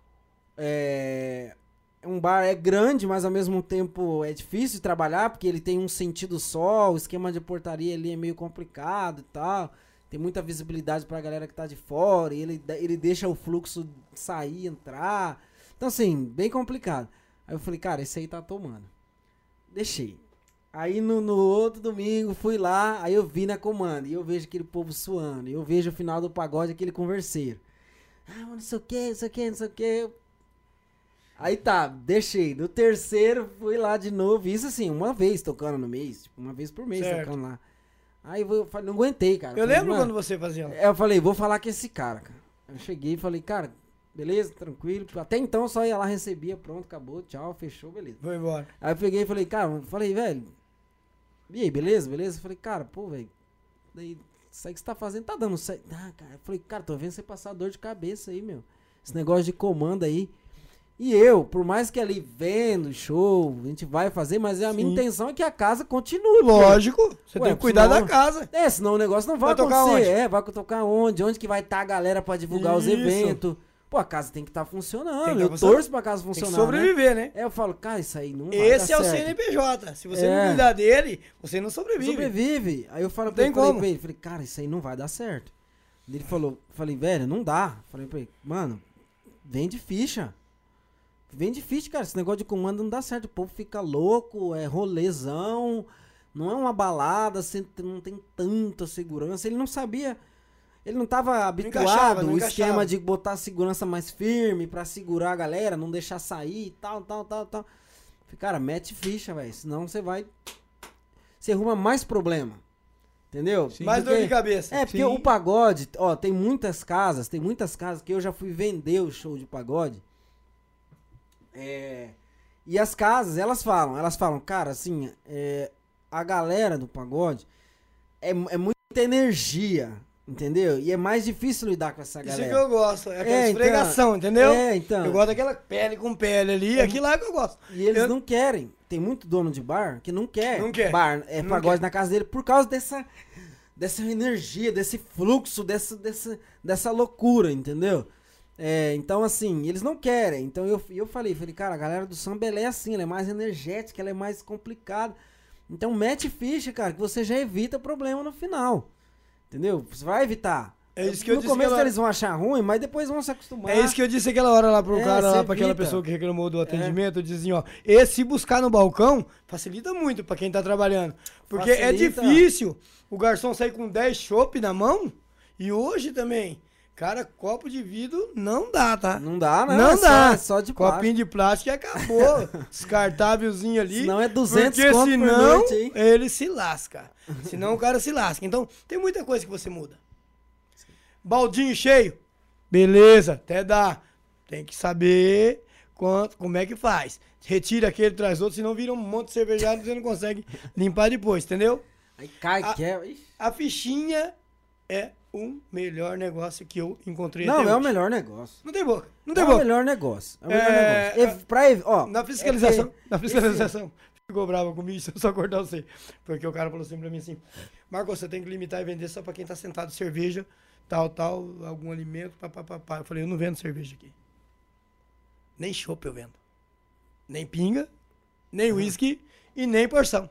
É. Um bar é grande, mas ao mesmo tempo é difícil de trabalhar, porque ele tem um sentido só, o esquema de portaria ali é meio complicado e tal. Tem muita visibilidade pra galera que tá de fora, e ele, ele deixa o fluxo sair, entrar. Então, assim, bem complicado. Aí eu falei, cara, esse aí tá tomando. Deixei. Aí no, no outro domingo fui lá, aí eu vi na comanda, e eu vejo aquele povo suando, e eu vejo o final do pagode, aquele converseiro. Ah, mas não sei o que, não sei o que, não sei o que. Aí tá, deixei. No terceiro, fui lá de novo. Isso assim, uma vez tocando no mês. Tipo, uma vez por mês Certo. tocando lá. Aí eu falei, não aguentei, cara. Eu Falei, lembro mano, quando você fazia lá. eu falei, vou falar com esse cara, cara. Eu cheguei e falei, cara, beleza, tranquilo. Até então eu só ia lá, recebia, pronto, acabou, tchau, fechou, beleza. Vou embora. Aí eu peguei e falei, cara, eu falei, velho, e aí, beleza, beleza? Eu falei, cara, pô, velho, daí, isso aí que você tá fazendo tá dando certo. Ah, cara, eu falei, cara, tô vendo você passar dor de cabeça aí, meu. Esse negócio de comando aí. E eu, por mais que ali vendo show, a gente vai fazer, mas a minha Sim. intenção é que a casa continue. pô. Lógico, você Ué, tem que cuidar senão- da casa. É, senão o negócio não vai, Vai tocar acontecer. onde? É, vai tocar onde? Onde que vai estar a galera pra divulgar os Isso. eventos? Pô, a casa tem que estar funcionando. Tem que eu tá funcionando. torço pra casa Tem que funcionar, né? sobreviver, né? É, eu falo, cara, isso aí não vai Esse dar é o certo. C N P J. Se você É. não cuidar dele, você não sobrevive. Sobrevive. Aí eu falo Não pra tem ele, falei como. pra ele, falei, cara, isso aí não vai dar certo. Ele falou, falei, velho, não dá. Falei pra ele, mano, vende ficha. Vende ficha, cara. Esse negócio de comando não dá certo. O povo fica louco, é rolezão. Não é uma balada, você não tem tanta segurança. Ele não sabia. Ele não tava habituado encaixava, não o esquema encaixava. de botar a segurança mais firme pra segurar a galera, não deixar sair e tal, tal, tal, tal. Falei, cara, mete ficha, velho. Senão você vai. Você arruma mais problema. Entendeu? Sim. Mais Porque- dor de cabeça. É, porque Sim. o pagode, ó, tem muitas casas, tem muitas casas que eu já fui vender o show de pagode. É, e as casas, elas falam, elas falam, cara, assim, é, a galera do pagode é, é muita energia, entendeu? E é mais difícil lidar com essa Isso galera. que eu gosto. É aquela É, então- esfregação, entendeu? É, então. Eu gosto daquela pele com pele ali. Aquilo lá que eu gosto. E eles Eu- não querem. Tem muito dono de bar que não quer, Não quer. bar, é Não pagode quer. na casa dele por causa dessa, dessa energia, desse fluxo, dessa, dessa, dessa loucura, entendeu? É, então, assim, eles não querem. Então eu, eu falei, falei, cara, a galera do samba ela é assim, ela é mais energética, ela é mais complicada. Então mete ficha, cara, que você já evita problema no final. Entendeu? Você vai evitar. É isso que eu no disse começo aquela- eles vão achar ruim, mas depois vão se acostumar. É isso que eu disse aquela hora lá pro É, cara, lá você pra aquela evita. pessoa que reclamou do atendimento. Eu disse assim, ó, esse buscar no balcão facilita muito pra quem tá trabalhando. Porque é Facilita. difícil o garçom sair com dez chopp na mão. E hoje também, cara, copo de vidro não dá, tá? Não dá, não. Não é só- dá. é só de plástico. Copinho de plástico e acabou. Descartávelzinho ali. Senão é duzentos Porque conto por senão noite, hein? ele se lasca. Senão o cara se lasca. Então, tem muita coisa que você muda. Baldinho cheio. Beleza, até dá. Tem que saber quanto, como é que faz. Retira aquele, traz outro, senão vira um monte de cervejado e você não consegue limpar depois, entendeu? Aí cai, A- quebra. Ixi. A fichinha é o melhor negócio que eu encontrei Não, até é o hoje. melhor negócio. Não tem boca. Não É tem o boca. melhor negócio. É o melhor É, negócio. Ev- pra ev- ó, Na fiscalização, é porque na fiscalização, ficou brava comigo se eu só cortar você. Porque o cara falou assim pra mim assim, Marcos, você tem que limitar e vender só pra quem tá sentado cerveja, tal, tal, algum alimento, papapá. Eu falei, eu não vendo cerveja aqui. Nem chopp eu vendo. Nem pinga, nem uísque e nem porção.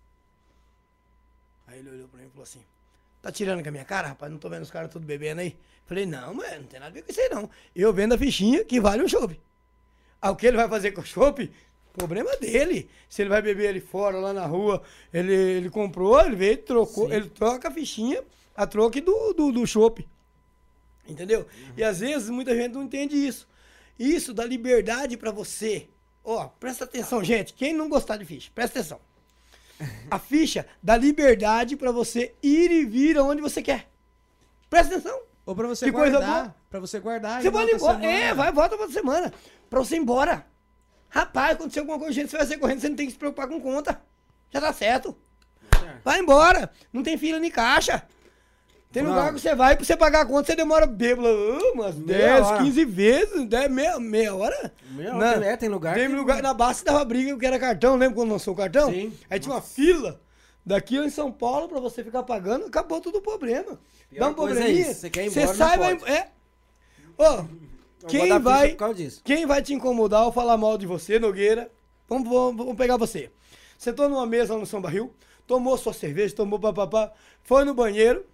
Aí ele olhou pra mim e falou assim, tá tirando com a minha cara, rapaz? Não tô vendo os caras tudo bebendo aí. Falei, não, mano, não tem nada a ver com isso aí não. Eu vendo a fichinha que vale um chopp. Ah, o que ele vai fazer com o chopp? Problema dele. Se ele vai beber ali fora, lá na rua, ele, ele comprou, ele veio, trocou, Sim. ele troca a fichinha a troque do, do, do chopp. Entendeu? E às vezes muita gente não entende isso. Isso dá liberdade pra você. Ó, presta atenção, gente. Quem não gostar de ficha, presta atenção. A ficha dá liberdade pra você ir e vir aonde você quer. Presta atenção. Ou pra você Que coisa guardar. boa. Pra você guardar. Você e na pode ir outra embora. É, semana- vai, volta pra outra semana. Pra você ir embora. Rapaz, aconteceu alguma coisa, gente, você vai ser correndo, você não tem que se preocupar com conta. Já tá certo. Vai embora. Não tem fila nem caixa. Tem Não. lugar que você vai, pra você pagar a conta, você demora bêbado ah, umas Meia dez, hora. quinze vezes, dez, meia, meia hora. Meu, Não. tem, é, tem lugar. Tem que- lugar, na base dava briga porque era cartão, lembra quando lançou o cartão? Sim. Aí tinha uma fila daqui em São Paulo pra você ficar pagando, acabou todo o problema. Pior Dá um coisa é probleminha, isso, você quer ir você embora, não sai, vai... pode. É. Ô, Eu vou quem dar ficha vai... por causa disso. Quem vai te incomodar ou falar mal de você, Nogueira? Vamos, vamos, vamos pegar você. Sentou numa mesa lá no São Barril, tomou sua cerveja, tomou papapá, foi no banheiro,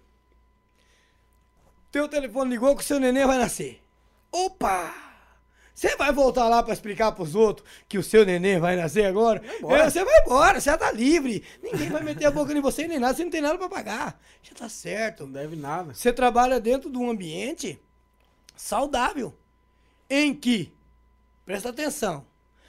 teu telefone ligou que o seu neném vai nascer. Opa! Você vai voltar lá pra explicar pros outros que o seu neném vai nascer agora? embora. É, você vai embora, você já tá livre. Ninguém vai meter a boca em você nem nada, você não tem nada pra pagar. Já tá certo. Não deve nada. Você trabalha dentro de um ambiente saudável, em que, presta atenção,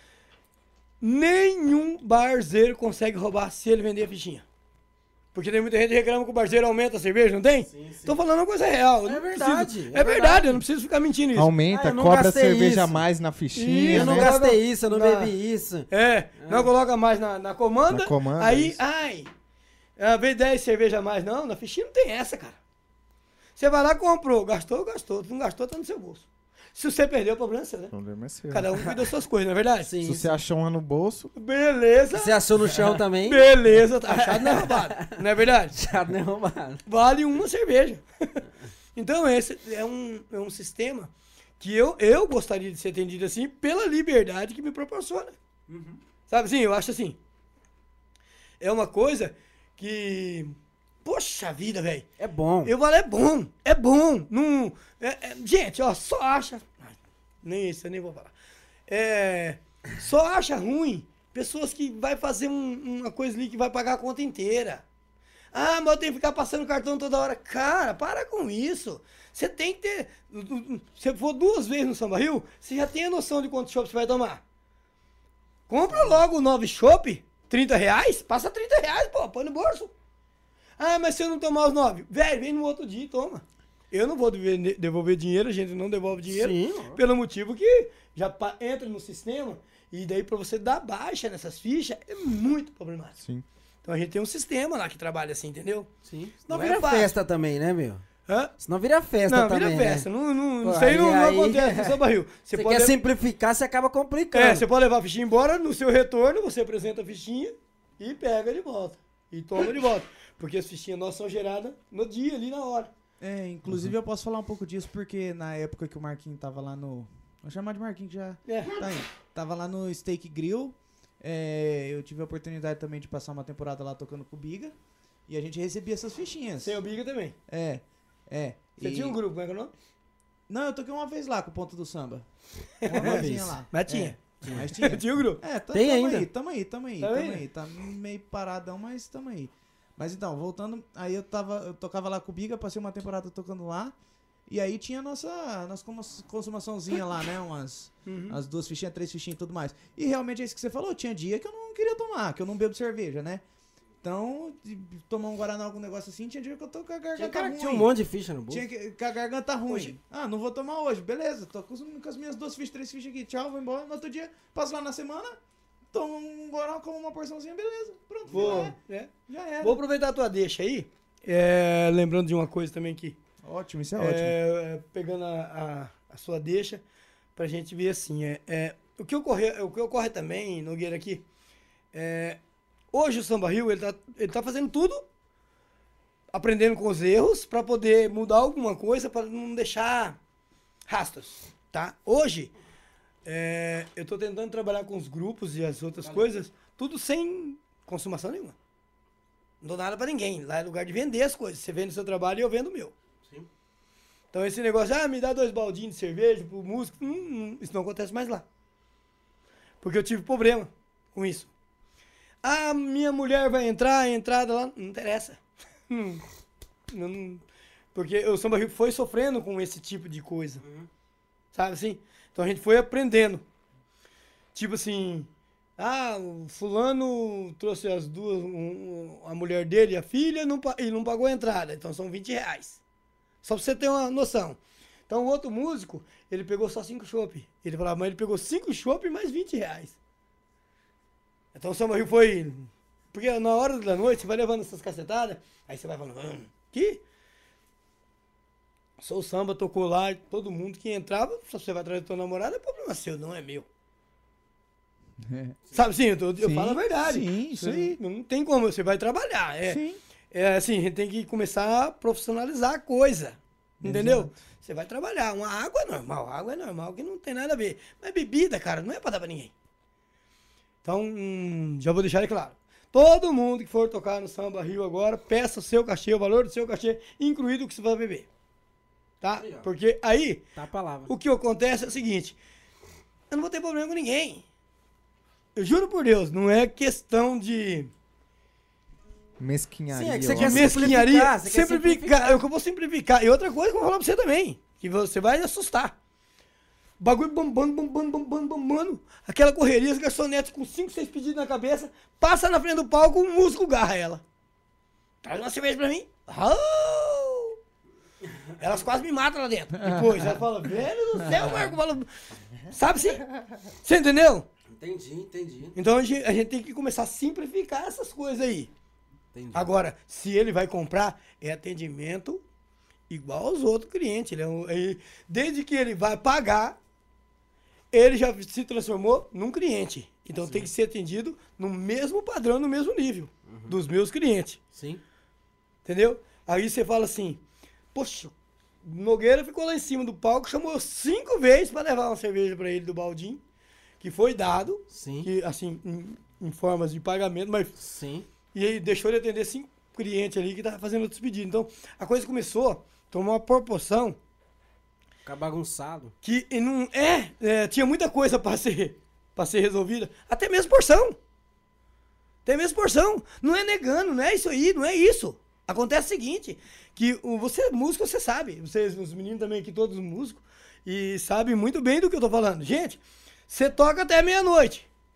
nenhum barzeiro consegue roubar se ele vender a fichinha. Porque tem muita gente que reclama que o barzeiro aumenta a cerveja, não tem? Sim, sim. Tô falando uma coisa real. eu É não verdade, preciso- é É, verdade, verdade. eu não preciso ficar mentindo isso. Aumenta, Ah, eu não cobra gastei cerveja a isso. mais na fichinha, Eu não né? gastei- gastei isso, eu não Na- bebi isso. É, não coloca mais na, na comanda. Na comanda, aí, isso. ai, ah, veio dez cerveja a mais. Não, na fichinha não tem essa, cara. Você vai lá, comprou, gastou, gastou. Se não gastou, tá no seu bolso. Se você perdeu, o problema é seu, né? O problema é seu. Cada um cuida das suas coisas, não é verdade? Sim. Se você achou uma no bolso, Beleza. Você achou no chão também? Beleza, tá achado não é roubado. Não é verdade? Já não é roubado. Vale uma cerveja. Então, esse é um, é um sistema que eu, eu gostaria de ser atendido assim pela liberdade que me proporciona. Sabe assim, eu acho assim. É uma coisa que. Poxa vida, velho. É bom. Eu falo, é bom, é bom. Não, é- é- gente, ó, só acha. Ai, nem isso, eu nem vou falar. É, só acha ruim pessoas que vai fazer um- uma coisa ali que vai pagar a conta inteira. Ah, mas eu tenho que ficar passando cartão toda hora. Cara, para com isso. Você tem que ter. Se for duas vezes no São Barril, você já tem a noção de quanto chopp você vai tomar. Compra logo o nove chopp, trinta reais, passa trinta reais, pô, põe no bolso. Ah, mas se eu não tomar os nove, velho, vem no outro dia e toma. Eu não vou devolver, devolver dinheiro, a gente não devolve dinheiro. Sim. Pelo motivo que já pa- entra no sistema e daí pra você dar baixa nessas fichas é muito problemático. Sim. Então a gente tem um sistema lá que trabalha assim, entendeu? Sim. Senão Não é vira fácil. festa também, né, meu? Hã? Senão vira festa Não, também, vira festa. né? Não, não, Pô, isso aí aí- não, não aí- acontece no seu barril. Você pode quer levar- simplificar, você acaba complicando. É, você pode levar a fichinha embora, no seu retorno você apresenta a fichinha e pega de volta. E toma de volta. Porque as fichinhas nossas são geradas no dia, ali na hora. É, inclusive eu posso falar um pouco disso, porque na época que o Marquinhos tava lá no... Vou chamar de Marquinhos que já É. tá aí. Tava lá no Steak Grill. é, eu tive a oportunidade também de passar uma temporada lá tocando com o Biga. E a gente recebia essas fichinhas. Sem o Biga também. É, é. Você e- tinha um grupo, como é que é o nome? Não, eu toquei uma vez lá com o Ponto do Samba. Uma Uma vez. vez lá. Mas tinha. É, mas tinha. Tinha um grupo. É, tá, Tem tamo ainda? aí, tamo aí, tamo aí, Tá tamo aí? aí. Tá meio paradão, mas tamo aí. Mas então, voltando, aí eu tava, eu tocava lá com o Biga, passei uma temporada tocando lá. E aí tinha a nossa, nossa cons- consumaçãozinha lá, né? Umas, Uhum. as duas fichinhas, três fichinhas e tudo mais. E realmente é isso que você falou, tinha dia que eu não queria tomar, que eu não bebo cerveja, né? Então, de- tomar um Guaraná, algum negócio assim, tinha dia que eu tô com a Tinha, garganta cara que ruim. tinha um monte de ficha no bolso. Tinha que, com a garganta ruim. Hoje. Ah, não vou tomar hoje. Beleza, tô com, com as minhas duas fichas, três fichas aqui. Tchau, vou embora. No outro dia, passo lá na semana, tomo um Guaraná, como uma porçãozinha, beleza. Pronto, Vou, já, é, é. já era. Vou aproveitar a tua deixa aí. É, lembrando de uma coisa também que... Ótimo, isso é, É, ótimo. é, pegando a, a, a sua deixa, pra gente ver assim, é, é, o, que ocorre, o que ocorre também, Nogueira, aqui, é, hoje o Samba Rio, ele tá, ele tá fazendo tudo, aprendendo com os erros, pra poder mudar alguma coisa, pra não deixar rastros, tá? Hoje, é, eu tô tentando trabalhar com os grupos e as outras coisas, tudo sem consumação nenhuma. Não dou nada pra ninguém, lá é lugar de vender as coisas, você vende o seu trabalho e eu vendo o meu. Então esse negócio, ah, me dá dois baldinhos de cerveja pro músico, hum, hum, isso não acontece mais lá. Porque eu tive problema com isso. Ah, minha mulher vai entrar, a entrada lá, não interessa. Hum, não- não- porque o Samba Rio foi sofrendo com esse tipo de coisa. Sabe assim? Então a gente foi aprendendo. Tipo assim, ah, o fulano trouxe as duas, um- um- a mulher dele e a filha não, pa- e não pagou a entrada, então são vinte reais. Só pra você ter uma noção. Então o outro músico, ele pegou só cinco chopp. Ele falava, mas ele pegou cinco chopp mais vinte reais. Então o Samba Rio foi... Porque na hora da noite, você vai levando essas cacetadas, aí você vai falando, hum, que? Sou Samba, tocou lá, e todo mundo que entrava, se você vai atrás da tua namorada, é problema seu, não é meu. Sabe assim, eu, tô- eu Sim, falo a verdade. sim, isso Você aí. Não, não tem como, você vai trabalhar. É, Sim. é assim, a gente tem que começar a profissionalizar a coisa. Entendeu? Exato. Você vai trabalhar. Uma água é normal, água é normal, que não tem nada a ver. Mas bebida, cara, não é pra dar pra ninguém. Então, hum, já vou deixar aí claro. Todo mundo que for tocar no Samba Rio agora, peça o seu cachê, o valor do seu cachê, incluído o que você vai beber. Tá? Aí, ó. Porque aí, Tá a palavra. o que acontece é o seguinte: eu não vou ter problema com ninguém. Eu juro por Deus, não é questão de, Mesquinharia. Sim, é que você eu de quer acho. mesquinharia. simplificar, você quer Simplificar. simplificar. Eu que eu vou simplificar. E outra coisa que eu vou falar pra você também, que você vai assustar. Bagulho bombando, bombando, bombando, bombando. Aquela correria, as garçonetes com cinco, seis pedidos na cabeça, passa na frente do palco, um músico garra ela. Traz uma cerveja pra mim. Oh! Elas quase me matam lá dentro. Depois, ela fala, velho do céu, Marco. Fala, sabe assim? Você entendeu? Entendi, entendi. Então a gente, a gente tem que começar a simplificar essas coisas aí. Entendi. Agora, se ele vai comprar, é atendimento igual aos outros clientes. Ele é um- ele- desde que ele vai pagar, ele já se transformou num cliente. Então tem que ser atendido no mesmo padrão, no mesmo nível dos meus clientes. Sim. Entendeu? Aí você fala assim, poxa, Nogueira ficou lá em cima do palco, chamou cinco vezes para levar uma cerveja para ele do baldinho, que foi dado, Sim. que, assim, em, em formas de pagamento, mas Sim. e aí deixou de atender cinco clientes ali que estavam fazendo outros pedidos. Então, a coisa começou a tomar uma proporção Ficar bagunçado. que e não é, é, tinha muita coisa para ser, para ser resolvida, até mesmo porção. Até mesmo porção. Não é negando, não é isso aí, não é isso. Acontece o seguinte, que o, você é músico, você sabe, vocês, os meninos também aqui, todos músicos, e sabem muito bem do que eu tô falando. Gente, você toca até meia-noite,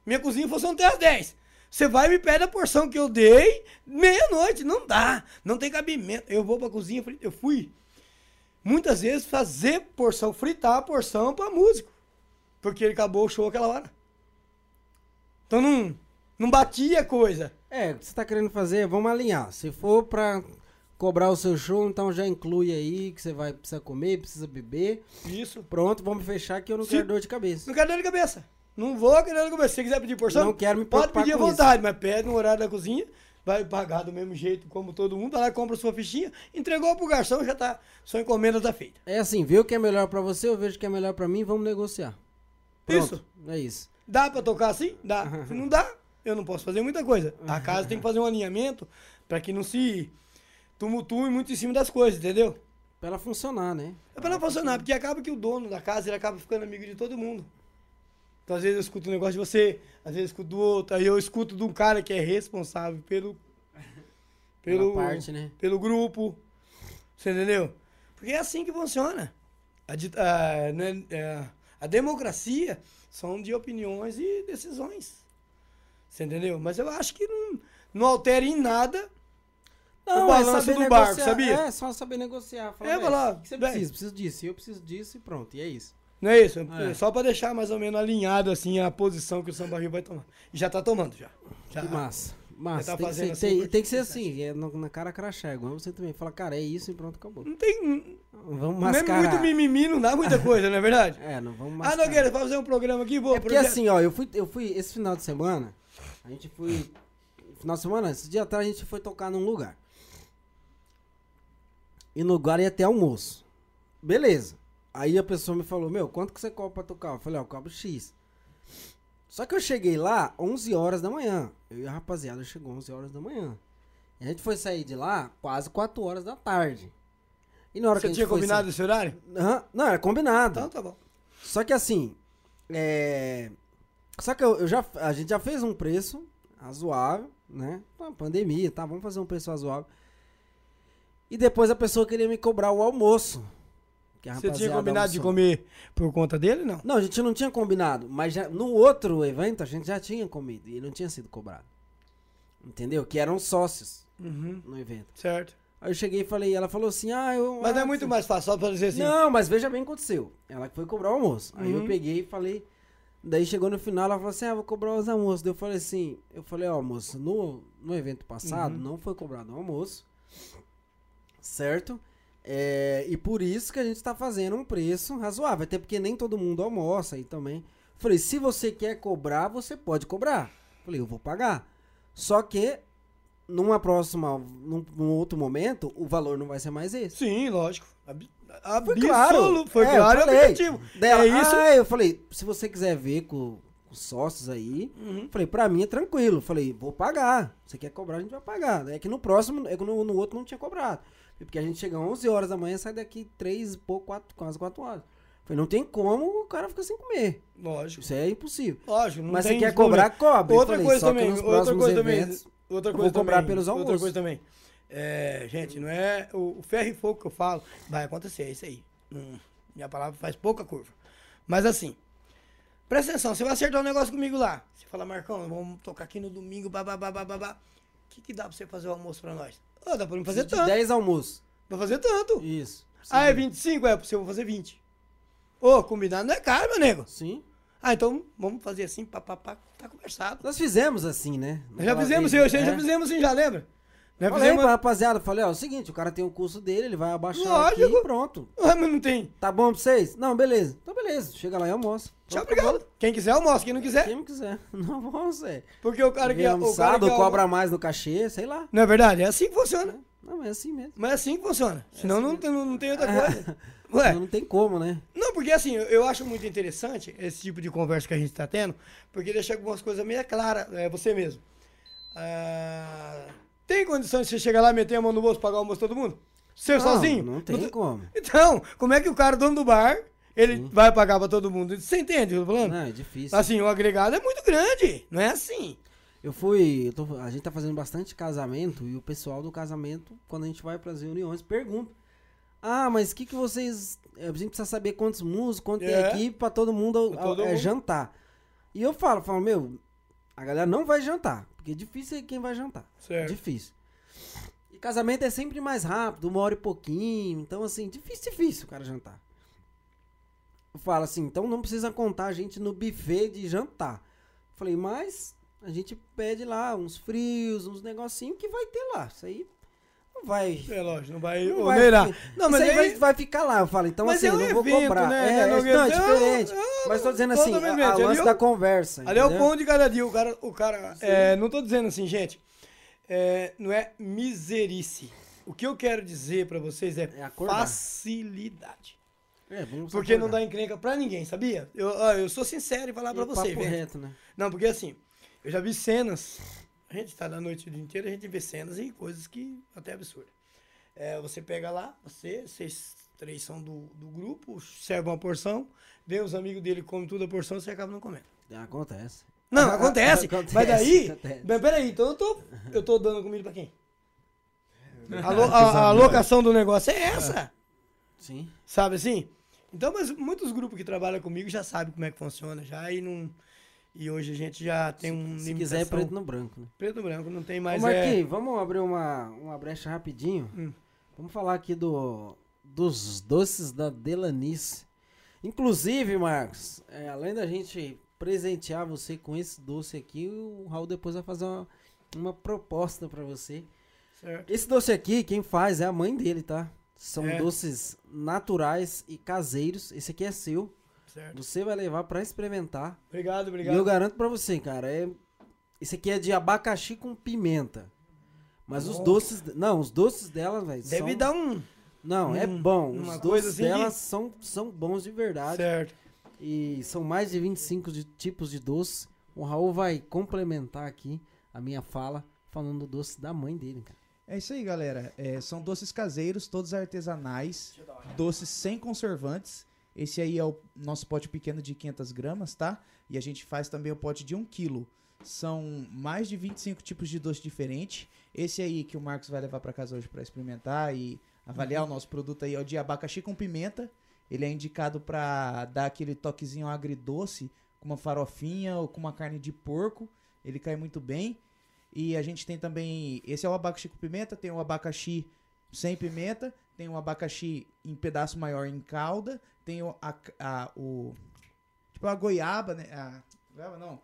Minha cozinha funciona até às dez. Você vai e me pede a porção que eu dei meia-noite. Não dá. Não tem cabimento. Eu vou pra cozinha, eu fui muitas vezes fazer porção, fritar a porção pra músico. Porque ele acabou o show aquela hora. Então não, não batia a coisa. É, o que você tá querendo fazer, vamos alinhar. Se for pra cobrar o seu show, então já inclui aí que você vai precisar comer, precisa beber. Isso. Pronto, vamos fechar que eu não Se- quero dor de cabeça. Não quero dor de cabeça. Não vou querer dor de cabeça. Se você quiser pedir porção, Não quero me pode preocupar pedir à com vontade, mas pede no horário da cozinha, vai pagar do mesmo jeito como todo mundo, vai lá, compra sua fichinha, entregou pro garçom, já tá, sua encomenda tá feita. É assim, vê o que é melhor pra você, eu vejo o que é melhor pra mim, vamos negociar. Pronto, Isso. é isso. Dá pra tocar assim? Dá. Se não dá, eu não posso fazer muita coisa. A casa tem que fazer um alinhamento pra que não se tumultue muito em cima das coisas, entendeu? Pra ela funcionar, né? É pra não funcionar, porque acaba que o dono da casa, ele acaba ficando amigo de todo mundo. Então, às vezes eu escuto um negócio de você, às vezes eu escuto do outro, aí eu escuto de um cara que é responsável pelo... Pela parte, né? Pelo grupo, você entendeu? Porque é assim que funciona. A, dit- a, né, é, a democracia são de opiniões e decisões. Você entendeu? Mas eu acho que não, não altera em nada. Não, O é balanço saber do barco, negociar. sabia? É, só saber negociar. Falar, É, "Véi, falar, o que você véi." precisa? Preciso disso, eu preciso disso e pronto, e é isso. Não é isso? É. Só pra deixar mais ou menos alinhado assim a posição que o Samba Rio vai tomar. E já tá tomando, já. já. Que massa. Massa, tá tem, que fazendo ser, assim tem, porque tem que ser você assim, é no- na cara crachá, igual você também. Fala, cara, é isso e pronto, acabou. Não tem... Vamos Não é mascarar. muito mimimi, não dá muita coisa, não é verdade? É, não vamos Ah, mascarar. Nogueira, fazer um programa aqui, vou. É porque assim, ó, eu fui, eu fui esse final de semana, a gente foi, final de semana, esse dia atrás a gente foi tocar num lugar. E no lugar ia ter almoço. Beleza. Aí a pessoa me falou, meu, quanto que você cobra pra tocar? Eu falei, ó, eu cobro X. Só que eu cheguei lá onze horas da manhã. Eu e a rapaziada chegou onze horas da manhã. E a gente foi sair de lá quase quatro horas da tarde. E na hora que Você a gente tinha foi combinado sair- esse horário? Aham, não, era combinado. Então tá bom. Só que assim, é... Só que eu, eu já, a gente já fez um preço razoável, né? Uma pandemia, tá? Vamos fazer um preço razoável. E depois a pessoa queria me cobrar o almoço. que a Você tinha rapaziada combinado de almoçou. comer por conta dele, não? Não, a gente não tinha combinado, mas já, no outro evento a gente já tinha comido e ele não tinha sido cobrado. Entendeu? Que eram sócios Uhum. no evento. Certo. Aí eu cheguei e falei, ela falou assim, ah, eu... Mas ah, é muito mais fácil, só pra dizer assim. Não, mas veja bem o que aconteceu. Ela foi cobrar o almoço. Aí eu Uhum. peguei e falei. Daí chegou no final, ela falou assim: ah, vou cobrar os almoços. Daí eu falei assim: eu falei, ó, moço, no, no evento passado Uhum. não foi cobrado o almoço. Certo? É, e por isso que a gente tá fazendo um preço razoável. Até porque nem todo mundo almoça aí também. Falei, se você quer cobrar, você pode cobrar. Falei, eu vou pagar. Só que numa próxima, num, num outro momento, o valor não vai ser mais esse. Sim, lógico. Ab Foi absoluto. claro. Foi É, claro eu e falei. objetivo. Dela, É isso. Ah, eu falei, se você quiser ver com, com os sócios aí, Uhum. falei, pra mim é tranquilo. Falei, vou pagar. Você quer cobrar, a gente vai pagar. É que no próximo, é que no, no outro não tinha cobrado. Porque a gente chega às onze horas da manhã, sai daqui três e pouco, quatro, quase quatro horas. Falei, não tem como o cara ficar sem comer. Lógico. Isso é impossível. Lógico. Não Mas tem você quer problema. cobrar, cobre. Outra Falei, coisa só que também, nos outra próximos coisa também. eventos, Outra eu coisa vou cobrar também, pelos Outra almoços. coisa também. É, gente, não é o, o ferro e fogo que eu falo, vai acontecer, é isso aí. Hum, minha palavra faz pouca curva. Mas assim, presta atenção, você vai acertar um negócio comigo lá. Você fala, Marcão, vamos tocar aqui no domingo, babá, babá, babá. O que, que dá pra você fazer o almoço pra nós? Ah, dá pra me fazer Preciso de tanto. dez almoços. Vou fazer tanto. Isso. Ah, é vinte e cinco? É, pra você eu vou fazer vinte. Ô, combinado não é caro, meu nego. Sim. Ah, então vamos fazer assim, papapá, tá conversado. Nós fizemos assim, né? Nós já Naquela fizemos, vez, eu, né? já fizemos assim, já lembra? Já Falei fizemos. pra rapaziada, falei, ó, é o seguinte, o cara tem o curso dele, ele vai abaixar Lógico. aqui e pronto. Ah, mas não tem. Tá bom pra vocês? Não, beleza. Então beleza, chega lá e almoça. Tchau, Pronto, obrigado. Quem quiser, almoça. Quem não quiser, Quem não quiser. Não almoça, é. porque o cara que... Vem O cara almoçado, que cobra mais no cachê, sei lá. Não é verdade? É assim que funciona. Não, é assim mesmo. Mas é assim que funciona. Senão não, tem, não tem outra coisa. Não, Ué, não tem como, né? não, porque assim, eu, eu acho muito interessante esse tipo de conversa que a gente tá tendo, porque deixa algumas coisas meio claras, é você mesmo. Ah, tem condições de você chegar lá, meter a mão no bolso, pagar o almoço de todo mundo? Você Não, sozinho? Não tem como. Então, como é que o cara, dono do bar, ele vai pagar pra todo mundo? Você entende o que eu tô falando? Não, é difícil. Assim, o agregado é muito grande, não é assim. Eu fui, eu tô- a gente tá fazendo bastante casamento e o pessoal do casamento, quando a gente vai pras reuniões, pergunta: ah, mas o que que vocês, a gente precisa saber quantos músicos, quanto É. tem aqui pra todo mundo, Pra todo é, mundo. jantar. E eu falo, falo, meu, a galera não vai jantar. Porque difícil é quem vai jantar. Certo. Difícil. E casamento é sempre mais rápido, uma hora e pouquinho. Então, assim, difícil, difícil o cara jantar. Eu falo assim, então não precisa contar a gente no buffet de jantar. Falei, mas a gente pede lá uns frios, uns negocinhos que vai ter lá. Isso aí não vai... É lógico, não vai Não vai, onerar. fi- Não, mas isso aí aí... vai, vai ficar lá. Eu falo, então Mas assim, é um não vou evento, cobrar. né, É, né, é, Nogueira? não, é É, diferente. é, Mas tô dizendo assim, totalmente. a, a Ali lance é o- da conversa. Ali é o entendeu? pão de cada dia. O cara, o cara é, não tô dizendo assim, gente, é, não é miserice. O que eu quero dizer pra vocês é, É acordar. facilidade. É, vamos Porque não acordar. dá encrenca pra ninguém, sabia? Eu, ó, eu sou sincero em falar pra E você, papo velho. reto, né? Não, porque assim, eu já vi cenas. A gente tá na noite o dia inteiro, a gente vê cenas e coisas que até é absurdo. É, você pega lá, você, vocês três são do, do grupo, serve uma porção, vê os amigos dele comem tudo a porção, você acaba não comendo. Acontece. Não, acontece. Acontece, Mas daí. acontece. Mas peraí, então eu tô, eu tô dando comida pra quem? A, lo- a, a alocação do negócio é essa. Sim. Sabe assim? Então, mas muitos grupos que trabalham comigo já sabem como é que funciona já e não. E hoje a gente já tem um Se quiser é preto no branco, né? preto e branco, não tem Ô, mais. Marquinhos, é... vamos abrir uma, uma brecha rapidinho. Hum. Vamos falar aqui do, dos doces da Delanice. Inclusive, Marcos, é, além da gente presentear você com esse doce aqui, o Raul depois vai fazer uma, uma proposta pra você. Certo. Esse doce aqui, quem faz é a mãe dele, tá? São É. doces naturais e caseiros. Esse aqui é seu. Certo. Você vai levar pra experimentar. Obrigado, E obrigado. eu garanto pra você, cara, é... esse aqui é de abacaxi com pimenta. Mas os Nossa. doces... Não, os doces dela, velho, Deve são... dar um. Não, é um- bom. uma Os coisa doces assim dela que- são, são bons de verdade. Certo. E são mais de vinte e cinco de, tipos de doce. O Raul vai complementar aqui a minha fala falando do doce da mãe dele, cara. É isso aí, galera. É, são doces caseiros, todos artesanais, doces sem conservantes. Esse aí é o nosso pote pequeno de quinhentas gramas, tá? E a gente faz também o pote de um quilo. São mais de vinte e cinco tipos de doce diferentes. Esse aí que o Marcos vai levar para casa hoje para experimentar e avaliar o nosso produto aí é o de abacaxi com pimenta. Ele é indicado para dar aquele toquezinho agridoce com uma farofinha ou com uma carne de porco. Ele cai muito bem. E a gente tem também, esse é o abacaxi com pimenta, tem o abacaxi sem pimenta, tem o abacaxi em pedaço maior em calda, tem o, a, a- o tipo a goiaba, né? A, goiaba não.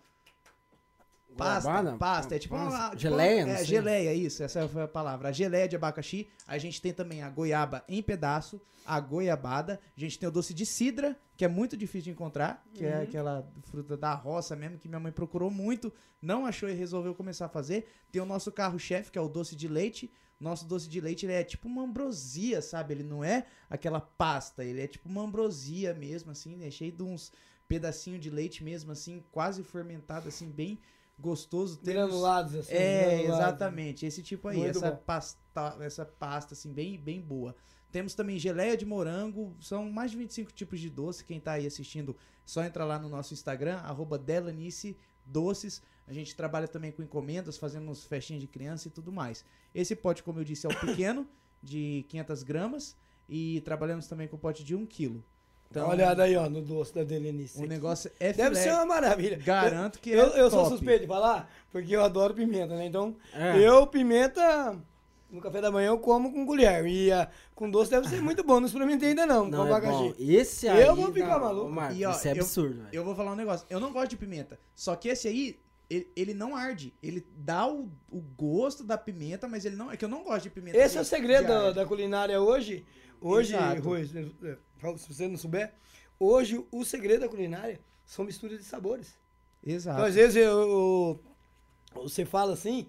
Pasta, Goiabada? pasta, é tipo Pasta. uma... tipo Geleia, uma- não É, sei. geleia, isso, essa foi a palavra. A geleia de abacaxi, a gente tem também a goiaba em pedaço, a goiabada, a gente tem o doce de cidra, que é muito difícil de encontrar, que é aquela fruta da roça mesmo, que minha mãe procurou muito, não achou e resolveu começar a fazer. Tem o nosso carro-chefe, que é o doce de leite. Nosso doce de leite, ele é tipo uma ambrosia, sabe? Ele não é aquela pasta, ele é tipo uma ambrosia mesmo, assim, é cheio de uns pedacinhos de leite mesmo, assim, quase fermentado, assim, bem gostoso. Temos- Granulados, assim. é, granulados. exatamente. Esse tipo aí, Muito essa bom. pasta, essa pasta assim bem, bem boa. Temos também geleia de morango, são mais de vinte e cinco tipos de doce. Quem tá aí assistindo, só entra lá no nosso Instagram, arroba Delanice Doces. A gente trabalha também com encomendas, fazemos festinhas de criança e tudo mais. Esse pote, como eu disse, é o pequeno, de quinhentas gramas. E trabalhamos também com o pote de um quilo. Dá uma olhada aí, ó, no doce da Delenice. O negócio é Deve filé. ser uma maravilha. Garanto que eu, é eu sou top. suspeito de falar, porque eu adoro pimenta, né? Então, É. eu, pimenta, no café da manhã eu como com colher. E ah, com doce deve ser muito bom. Não experimentei ainda não, Não, com é abacaxi. bom. Esse aí... Eu vou ficar não, maluco. ô, Marcos, E, ó, isso é eu- absurdo, velho. Eu vou falar um negócio. Eu não gosto de pimenta. Só que esse aí, ele, ele não arde. Ele dá o, o gosto da pimenta, mas ele não. É que eu não gosto de pimenta. Esse de- é o segredo de da, arde. da culinária hoje. Hoje, Exato. Rui, se se você não souber, hoje o segredo da culinária são misturas de sabores. Exato. Então, às vezes, eu, eu- você fala assim,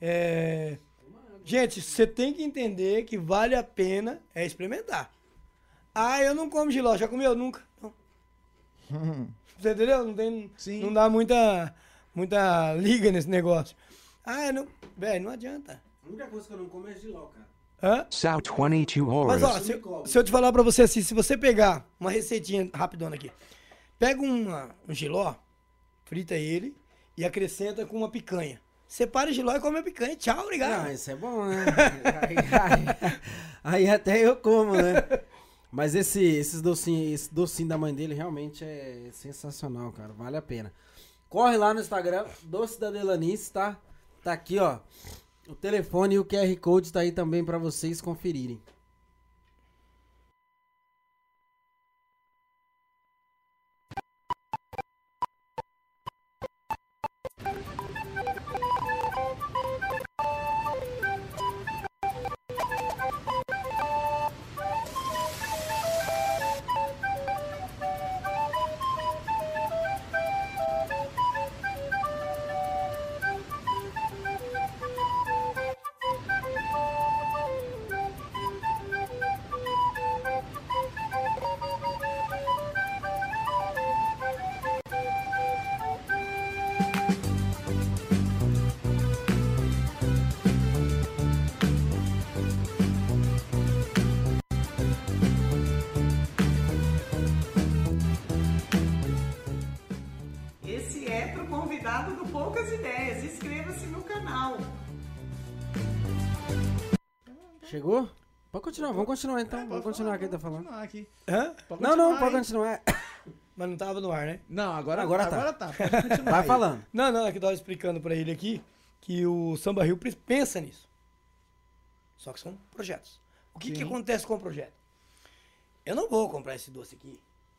é, gente, você tem que entender que vale a pena é experimentar. Ah, eu não como giló, já comeu? Nunca. Não. Você entendeu? Não, tem, Sim. não dá muita, muita liga nesse negócio. Ah, não, velho, não adianta. A única coisa que eu não como é giló, cara. Hã? Sal twenty-two Mas horas. ó, se, se eu te falar pra você assim, se você pegar uma receitinha rapidona aqui, pega uma, um giló, frita ele e acrescenta com uma picanha. Separa o giló e come a picanha. Tchau, obrigado. Não, isso é bom, né? aí, aí- aí até eu como, né? Mas esse, esses docinhos, esse docinho da mãe dele realmente é sensacional, cara. Vale a pena. corre lá no Instagram, Doce da Delanice, tá? Tá aqui, ó. O telefone e o Q R Code tá aí também pra vocês conferirem. Esse é pro convidado do Poucas Ideias. Inscreva-se no canal. Chegou? Pode continuar, vamos continuar então. É, vamos pode continuar falar, quem tá pode falando. continuar aqui. Hã? Pode Não, não, continuar, pode hein? continuar. Mas não tava no ar, né? Não, agora, Agora agora tá. tá. Pode continuar Vai aí. falando. Não, não, é que eu tava explicando pra ele aqui que o Samba Rio pensa nisso. Só que são projetos. O que, que Sim. acontece com o projeto? Eu não vou comprar esse doce aqui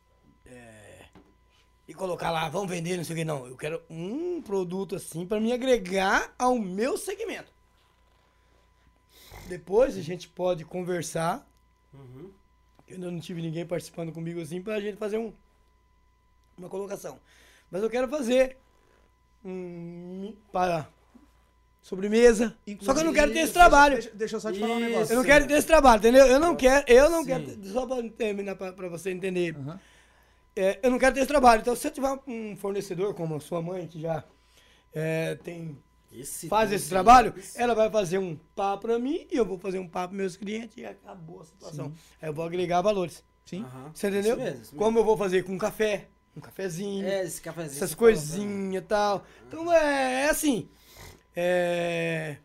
é, e colocar lá, vamos vender, não sei o que, não. Eu quero um produto assim pra me agregar ao meu segmento. Depois a gente pode conversar. Eu ainda não tive ninguém participando comigo assim pra gente fazer um, uma colocação. Mas eu quero fazer um para sobremesa. Só que eu não quero ter esse trabalho. Deixa, deixa eu só te falar um Isso. negócio. Eu não quero ter esse trabalho, entendeu? Eu não quero, eu não Sim. quero, só pra terminar pra, pra você entender. Aham. É, eu não quero ter esse trabalho. Então, se eu tiver um fornecedor como a sua mãe, que já é, tem, Esse faz doce esse aí, trabalho, esse- ela vai fazer um pá pra mim e eu vou fazer um pá pros meus clientes e acabou a situação. Aí eu vou agregar valores. Sim. Aham. Você entendeu? Isso mesmo, isso Como eu vou fazer com café, um cafezinho, mesmo. É, esse cafezinho. essas você falou, coisinhas e tal. Então é, é assim. É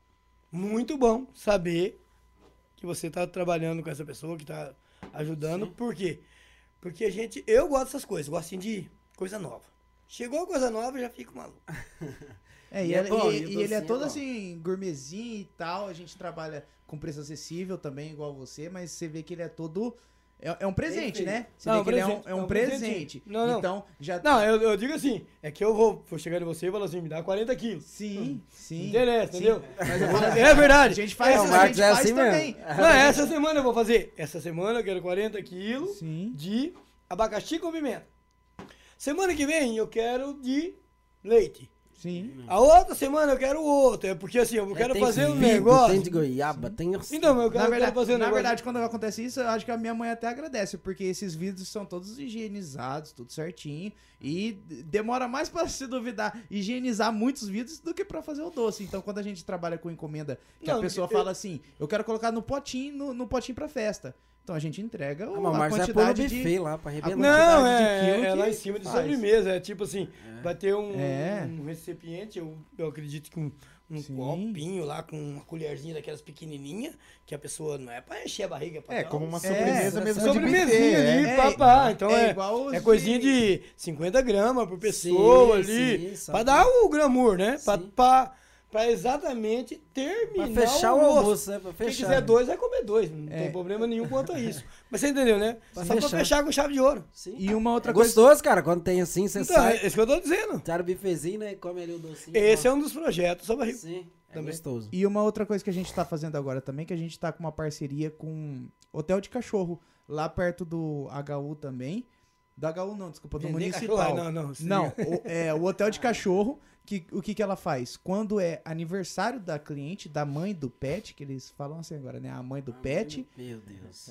muito bom saber que você tá trabalhando com essa pessoa, que tá ajudando. Sim. Por quê? Porque a gente. Eu gosto dessas coisas, gosto assim de coisa nova. Chegou coisa nova, eu já fico maluco. É, e, E é ele- bom, e- e o e ele é docinho todo é bom. assim, gourmetzinho e tal. A gente trabalha com preço acessível também, igual você, mas você vê que ele é todo. É, é um presente, Perfeito. né? Você Não, vê que ele é um, presente, é um é um presente. presentinho. Não, não. Então, já. Não, eu, eu digo assim, é que eu vou, vou chegar em você e falar assim, me dá quarenta quilos. Sim, sim. Interessa, sim. entendeu? Mas eu falo assim, É verdade. A gente faz, É, o a Marcos gente é faz assim também. mesmo. Não, essa semana eu vou fazer. Essa semana eu quero quarenta quilos Sim. de abacaxi com pimenta. Semana que vem eu quero de leite. Sim. A outra semana eu quero outro. É porque assim, eu É, quero tem fazer um figo, negócio. Tem de goiaba, tem... Então, eu quero, Na eu quero verdade, fazer um na negócio. verdade, quando acontece isso, eu acho que a minha mãe até agradece, porque esses vídeos são todos higienizados, tudo certinho, e d- demora mais pra se duvidar higienizar muitos vídeos do que pra fazer o doce. Então, quando a gente trabalha com encomenda, que a Não, pessoa eu- fala assim, eu quero colocar no potinho, no, no potinho pra festa. Então a gente entrega Ah, o- mas o a Marcos vai pôr no quantidade de... buffet lá pra arrebentar. Não, quantidade de é, quilo é que lá em cima de faz. sobremesa. É tipo assim, vai ter um, É. um recipiente, eu, eu acredito que um, um Sim. copinho lá com uma colherzinha daquelas pequenininhas, que a pessoa não é pra encher a barriga. É, pra É, dar como um- uma É, sobremesa mesmo de sobremesinha buffet, ali, é. papá. Então é é, igual os é coisinha de cinquenta gramas por pessoa Sim, ali. sim, só pra pra- dar o glamour, né? Pra, Sim. pra, pra exatamente Pra terminar fechar o almoço, né? Pra Quem fechar. quiser dois, vai comer dois. Não É. tem problema nenhum quanto a isso. Mas você entendeu, né? Pra Só fechar. pra fechar com chave de ouro. Sim. E uma outra É coisa... gostoso, cara, quando tem assim, você Então, sai, é isso que eu tô dizendo. tira o bifezinho, né, e come ali o docinho. Esse é um dos projetos, só barriga. Sim, é Também. gostoso. E uma outra coisa que a gente tá fazendo agora também, que a gente tá com uma parceria com Hotel de Cachorro, lá perto do H U também. Do H U não, desculpa, do Vender Municipal. cachorro? Ah, não, não. sim. Não, o, é, o Hotel de Cachorro, que, o que, que ela faz? Quando é aniversário da cliente, da mãe do pet, que eles falam assim agora, né? A mãe do pet. Meu Deus.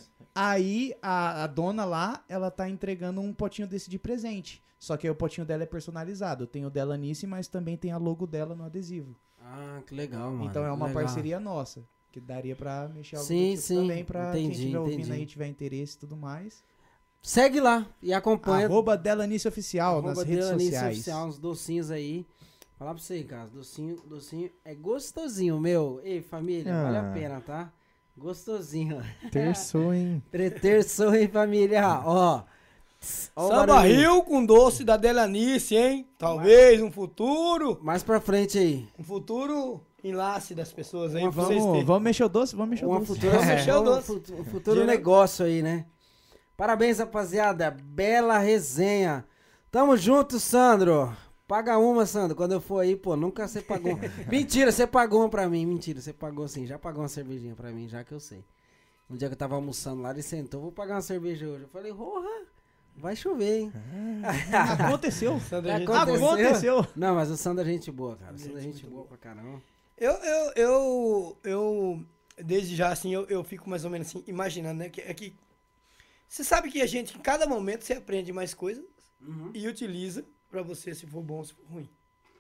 Aí a, a dona lá, ela tá entregando um potinho desse de presente. Só que aí o potinho dela é personalizado. Tem o dela Nice, mas também tem a logo dela no adesivo. Ah, que legal, mano. Então é uma legal. parceria nossa. Que daria pra mexer algo Sim, do tipo sim, também pra quem entendi, estiver ouvindo entendi. aí, tiver interesse e tudo mais. Segue lá e acompanha. Arroba Delanice Oficial nas Arroba redes Delanice sociais. Oficial, uns docinhos aí. Falar pra você, cara, docinho, docinho é gostosinho, meu. Ei, família, Ah. vale a pena, tá? Gostosinho. Terçou, hein? Terçou, hein, família? Ó, Ó o Samba barulhinho. Rio com doce da Delanice, hein? Talvez um futuro, Mais pra frente aí. um futuro enlace das pessoas aí Uma- pra vocês Vamos, terem. vamos mexer o doce? Vamos mexer o Uma doce. futura, Vamos mexer o um doce. futu- um futuro Geral- negócio aí, né? Parabéns, rapaziada. Bela resenha. Tamo junto, Sandro. Paga uma, Sandro. Quando eu for aí, pô, nunca você pagou. Mentira, você pagou uma pra mim. Mentira, você pagou sim. Já pagou uma cervejinha pra mim, já que eu sei. Um dia que eu tava almoçando lá, ele sentou, vou pagar uma cerveja hoje. Eu falei, porra, vai chover, hein? Aconteceu. Sandra, a gente- Aconteceu. Aconteceu. Não, mas o Sandro é gente boa, cara. O Sandro é gente boa pra caramba. Eu, eu, eu, eu, desde já, assim, eu, eu fico mais ou menos assim, imaginando, né? Que, é que você sabe que a gente, em cada momento, você aprende mais coisas e utiliza pra você, se for bom ou se for ruim.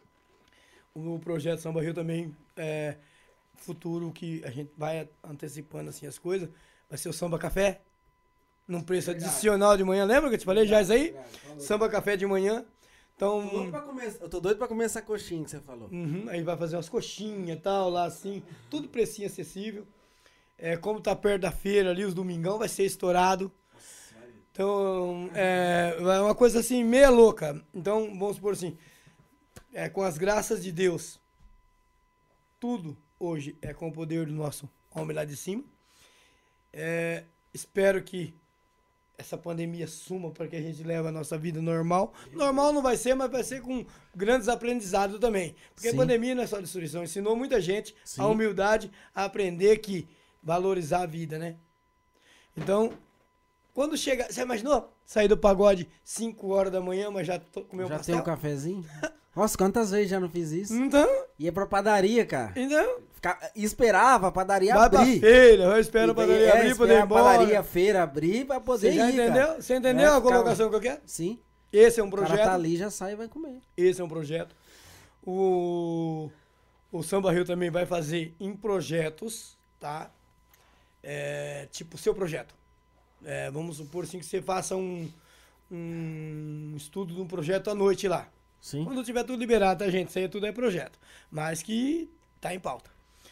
O projeto Samba Rio também, é, futuro que a gente vai antecipando, assim, as coisas, vai ser o Samba Café, num preço adicional de manhã. Lembra que eu te falei já isso aí? Samba Café de manhã. Então... Tô doido pra comer- Eu tô doido pra comer essa coxinha que você falou. Uhum, aí vai fazer umas coxinhas e tal, lá assim, tudo precinho acessível. É, como tá perto da feira ali, os domingão vai ser estourado. Então, é, é uma coisa assim, meia louca. Então, vamos supor assim, é, com as graças de Deus, tudo hoje é com o poder do nosso homem lá de cima. É, espero que essa pandemia suma para que a gente leve a nossa vida normal. Normal não vai ser, mas vai ser com grandes aprendizados também. Porque Sim. a pandemia não é só destruição, ensinou muita gente Sim. a humildade, a aprender que valorizar a vida, né? Então, quando chega... Você imaginou sair do pagode cinco horas da manhã, mas já to, comer um Já pastel? tem um cafezinho? Nossa, quantas vezes já não fiz isso? Então, Ia pra padaria, cara. então Fica- Esperava a padaria vai pra abrir. feira, vai esperar a E- padaria é, abrir, espera poder ir a embora. padaria, a feira abrir pra poder Você já ir, cara. entendeu? Você entendeu É, a ficava- colocação que eu quero? Sim. Esse é um O cara projeto. tá ali, já sai e vai comer. Esse é um projeto. O, o Samba Rio também vai fazer em projetos, tá? É, tipo, seu projeto. É, vamos supor assim que você faça um, um estudo de um projeto à noite lá. Sim. Quando tiver tudo liberado, tá, gente? Isso aí tudo é projeto. Mas que tá em pauta.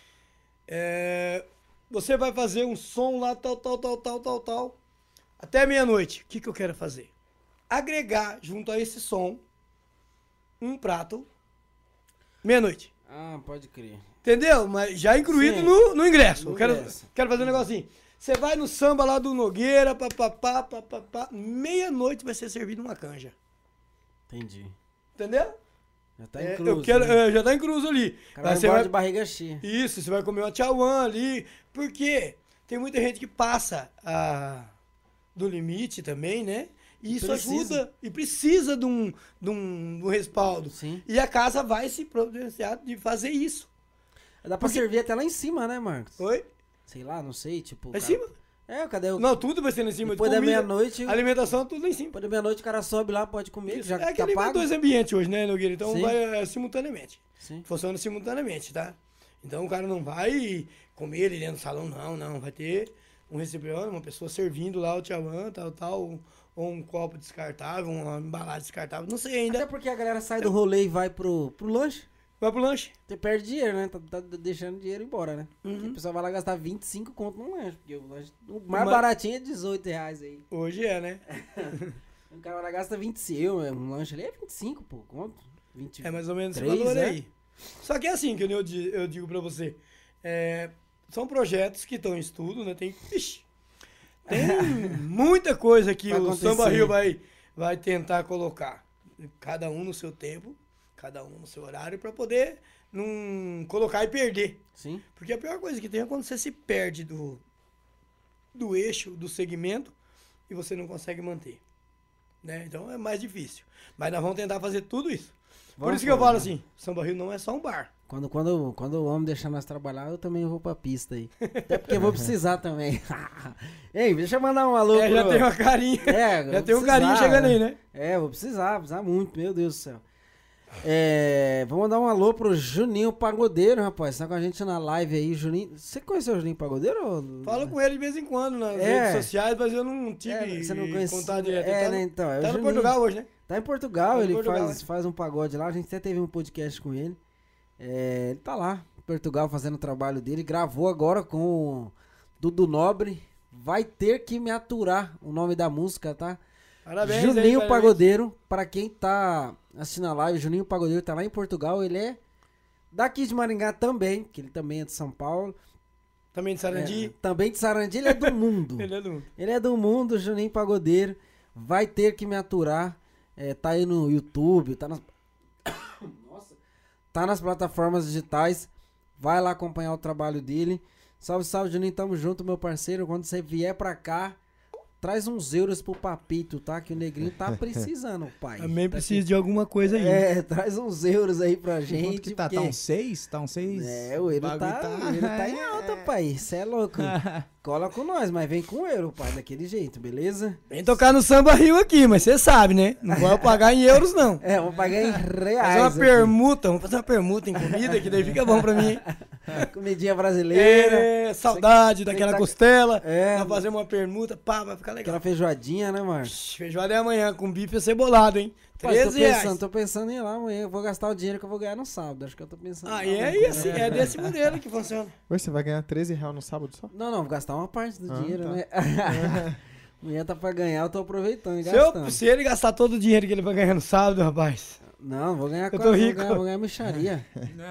É, você vai fazer um som lá, tal, tal, tal, tal, tal, tal. Até meia-noite. O que, que eu quero fazer? Agregar junto a esse som um prato meia-noite. Ah, pode crer. Entendeu? Mas já incluído Sim. no, no ingresso. No eu quero, ingresso. quero fazer um negocinho. Você vai no samba lá do Nogueira, papapá, papapá. Meia-noite vai ser servido uma canja. Entendi. Entendeu? Já tá É, incluso. eu quero, né? é, já tá incluso ali. O cara Mas vai você embora vai- de barriga cheia. Isso, você vai comer uma tchauã ali. Por quê? Tem muita gente que passa a, do limite também, né? E isso Precisa. ajuda e precisa de um, de, um, de um respaldo. Sim. E a casa vai se providenciar de fazer isso. Dá pra Porque- servir até lá em cima, né, Marcos? Oi? Sei lá, não sei, tipo... Lá em cara- cima? É, cadê o... Não, tudo vai ser lá em cima. Depois de da comida, meia-noite... alimentação, tudo lá em cima. Depois da meia-noite o cara sobe lá, pode comer, já é que tá ele vai pago. dois ambientes hoje, né, Nogueira? Então Sim. vai é, simultaneamente. Sim. Funciona simultaneamente, tá? Então o cara não vai comer ali dentro do salão, não, não. Vai ter um recipiente, uma pessoa servindo lá o tchauã, tal, tal, ou um copo descartável, uma embalagem descartável, não sei ainda. Até porque a galera sai do rolê e vai pro, pro lanche. Vai pro lanche. Você perde dinheiro, né? Tá, tá deixando dinheiro embora, né? Uhum. Porque o pessoal vai lá gastar vinte e cinco conto no lanche. Porque o, lanche, o mais Mas- baratinho é dezoito reais aí. Hoje é, né? O cara vai lá gasta vinte e cinco, um lanche ali é vinte e cinco, pô, conto. vinte, É mais ou menos esse três, valor né? aí. Só que é assim que eu, di- eu digo pra você. É, são projetos que estão em estudo, né? Tem, ixi, tem muita coisa que Vai o acontecer. Samba Rio vai, vai tentar colocar. Cada um no seu tempo, cada um no seu horário, pra poder não colocar e perder. Sim. Porque a pior coisa que tem é quando você se perde do, do eixo, do segmento, e você não consegue manter. Né? Então é mais difícil. Mas nós vamos tentar fazer tudo isso. Por Vamos isso que eu fazer. falo assim, Samba Rio não é só um bar. Quando, quando, quando o homem deixar nós trabalhar, eu também vou pra pista aí. Até porque eu vou precisar também. Ei, deixa eu mandar um alô É, já pro- tem uma carinha. É, eu já vou tem um carinho precisar, chegando né? aí, né? É, vou precisar, precisar muito, meu Deus do céu. É, vou mandar um alô pro Juninho Pagodeiro, rapaz. Tá com a gente na live aí, Juninho. Você conheceu o Juninho Pagodeiro? Ou... Falo com ele de vez em quando nas É. redes sociais, mas eu não tive É, você não conhece. contato direto. É, Ele tá, né, no- então. É o tá no Juninho. Portugal hoje, né? Tá em Portugal, Tá em ele Portugal, faz, é. faz um pagode lá. A gente até teve um podcast com ele. É, ele tá lá, em Portugal, fazendo o trabalho dele. Gravou agora com o Dudu Nobre. Vai ter que me aturar o nome da música, tá? Parabéns aí, Juninho parabéns. Pagodeiro, pra quem tá assistindo a live, Juninho Pagodeiro tá lá em Portugal, ele é daqui de Maringá também, que ele também é de São Paulo. Também de Sarandi. É, também de Sarandi, ele é do mundo. Ele é do... Ele é do mundo, Juninho Pagodeiro. Vai ter que me aturar. É, tá aí no YouTube, tá nas... Nossa. Tá nas plataformas digitais. Vai lá acompanhar o trabalho dele. Salve, salve, Juninho. Tamo junto, meu parceiro. Quando você vier pra cá, traz uns euros pro Papito, tá? Que o negrinho tá precisando, pai. Também tá precisa de alguma coisa aí. É, traz uns euros aí pra gente. Quanto que tá? porque- Tá um seis? Tá um seis? É, o euro Bagulho tá, o euro tá em alta, pai. Cê é louco. Cola com nós, mas vem com euro, pai, daquele jeito, beleza? Vem tocar no Samba Rio aqui, mas você sabe, né? Não vai pagar em euros, não. É, vamos pagar em Fazer reais. uma aqui. permuta, vamos fazer uma permuta em comida, que daí fica bom pra mim, hein? Comidinha brasileira. É, saudade daquela tá- costela. É. Vai fazer uma permuta, pá, vai ficar legal. Aquela feijoadinha, né, Marcos? Feijoada é amanhã, com bife cebolado, hein? Pai, tô treze reais. pensando, tô pensando em ir lá amanhã. Eu vou gastar o dinheiro que eu vou ganhar no sábado. Acho que eu tô pensando. Ah, em ir e lá, é, vamos assim, comer. é desse modelo que funciona. Ué, você vai ganhar treze reais no sábado só? Não, não, vou gastar uma parte do Ah, dinheiro, tá. né? Amanhã tá pra ganhar, eu tô aproveitando e Se, eu- gastando. se ele gastar todo o dinheiro que ele vai ganhar no sábado, rapaz. Não, vou ganhar Eu tô quase, vou rico. ganhar, vou ganhar mixaria.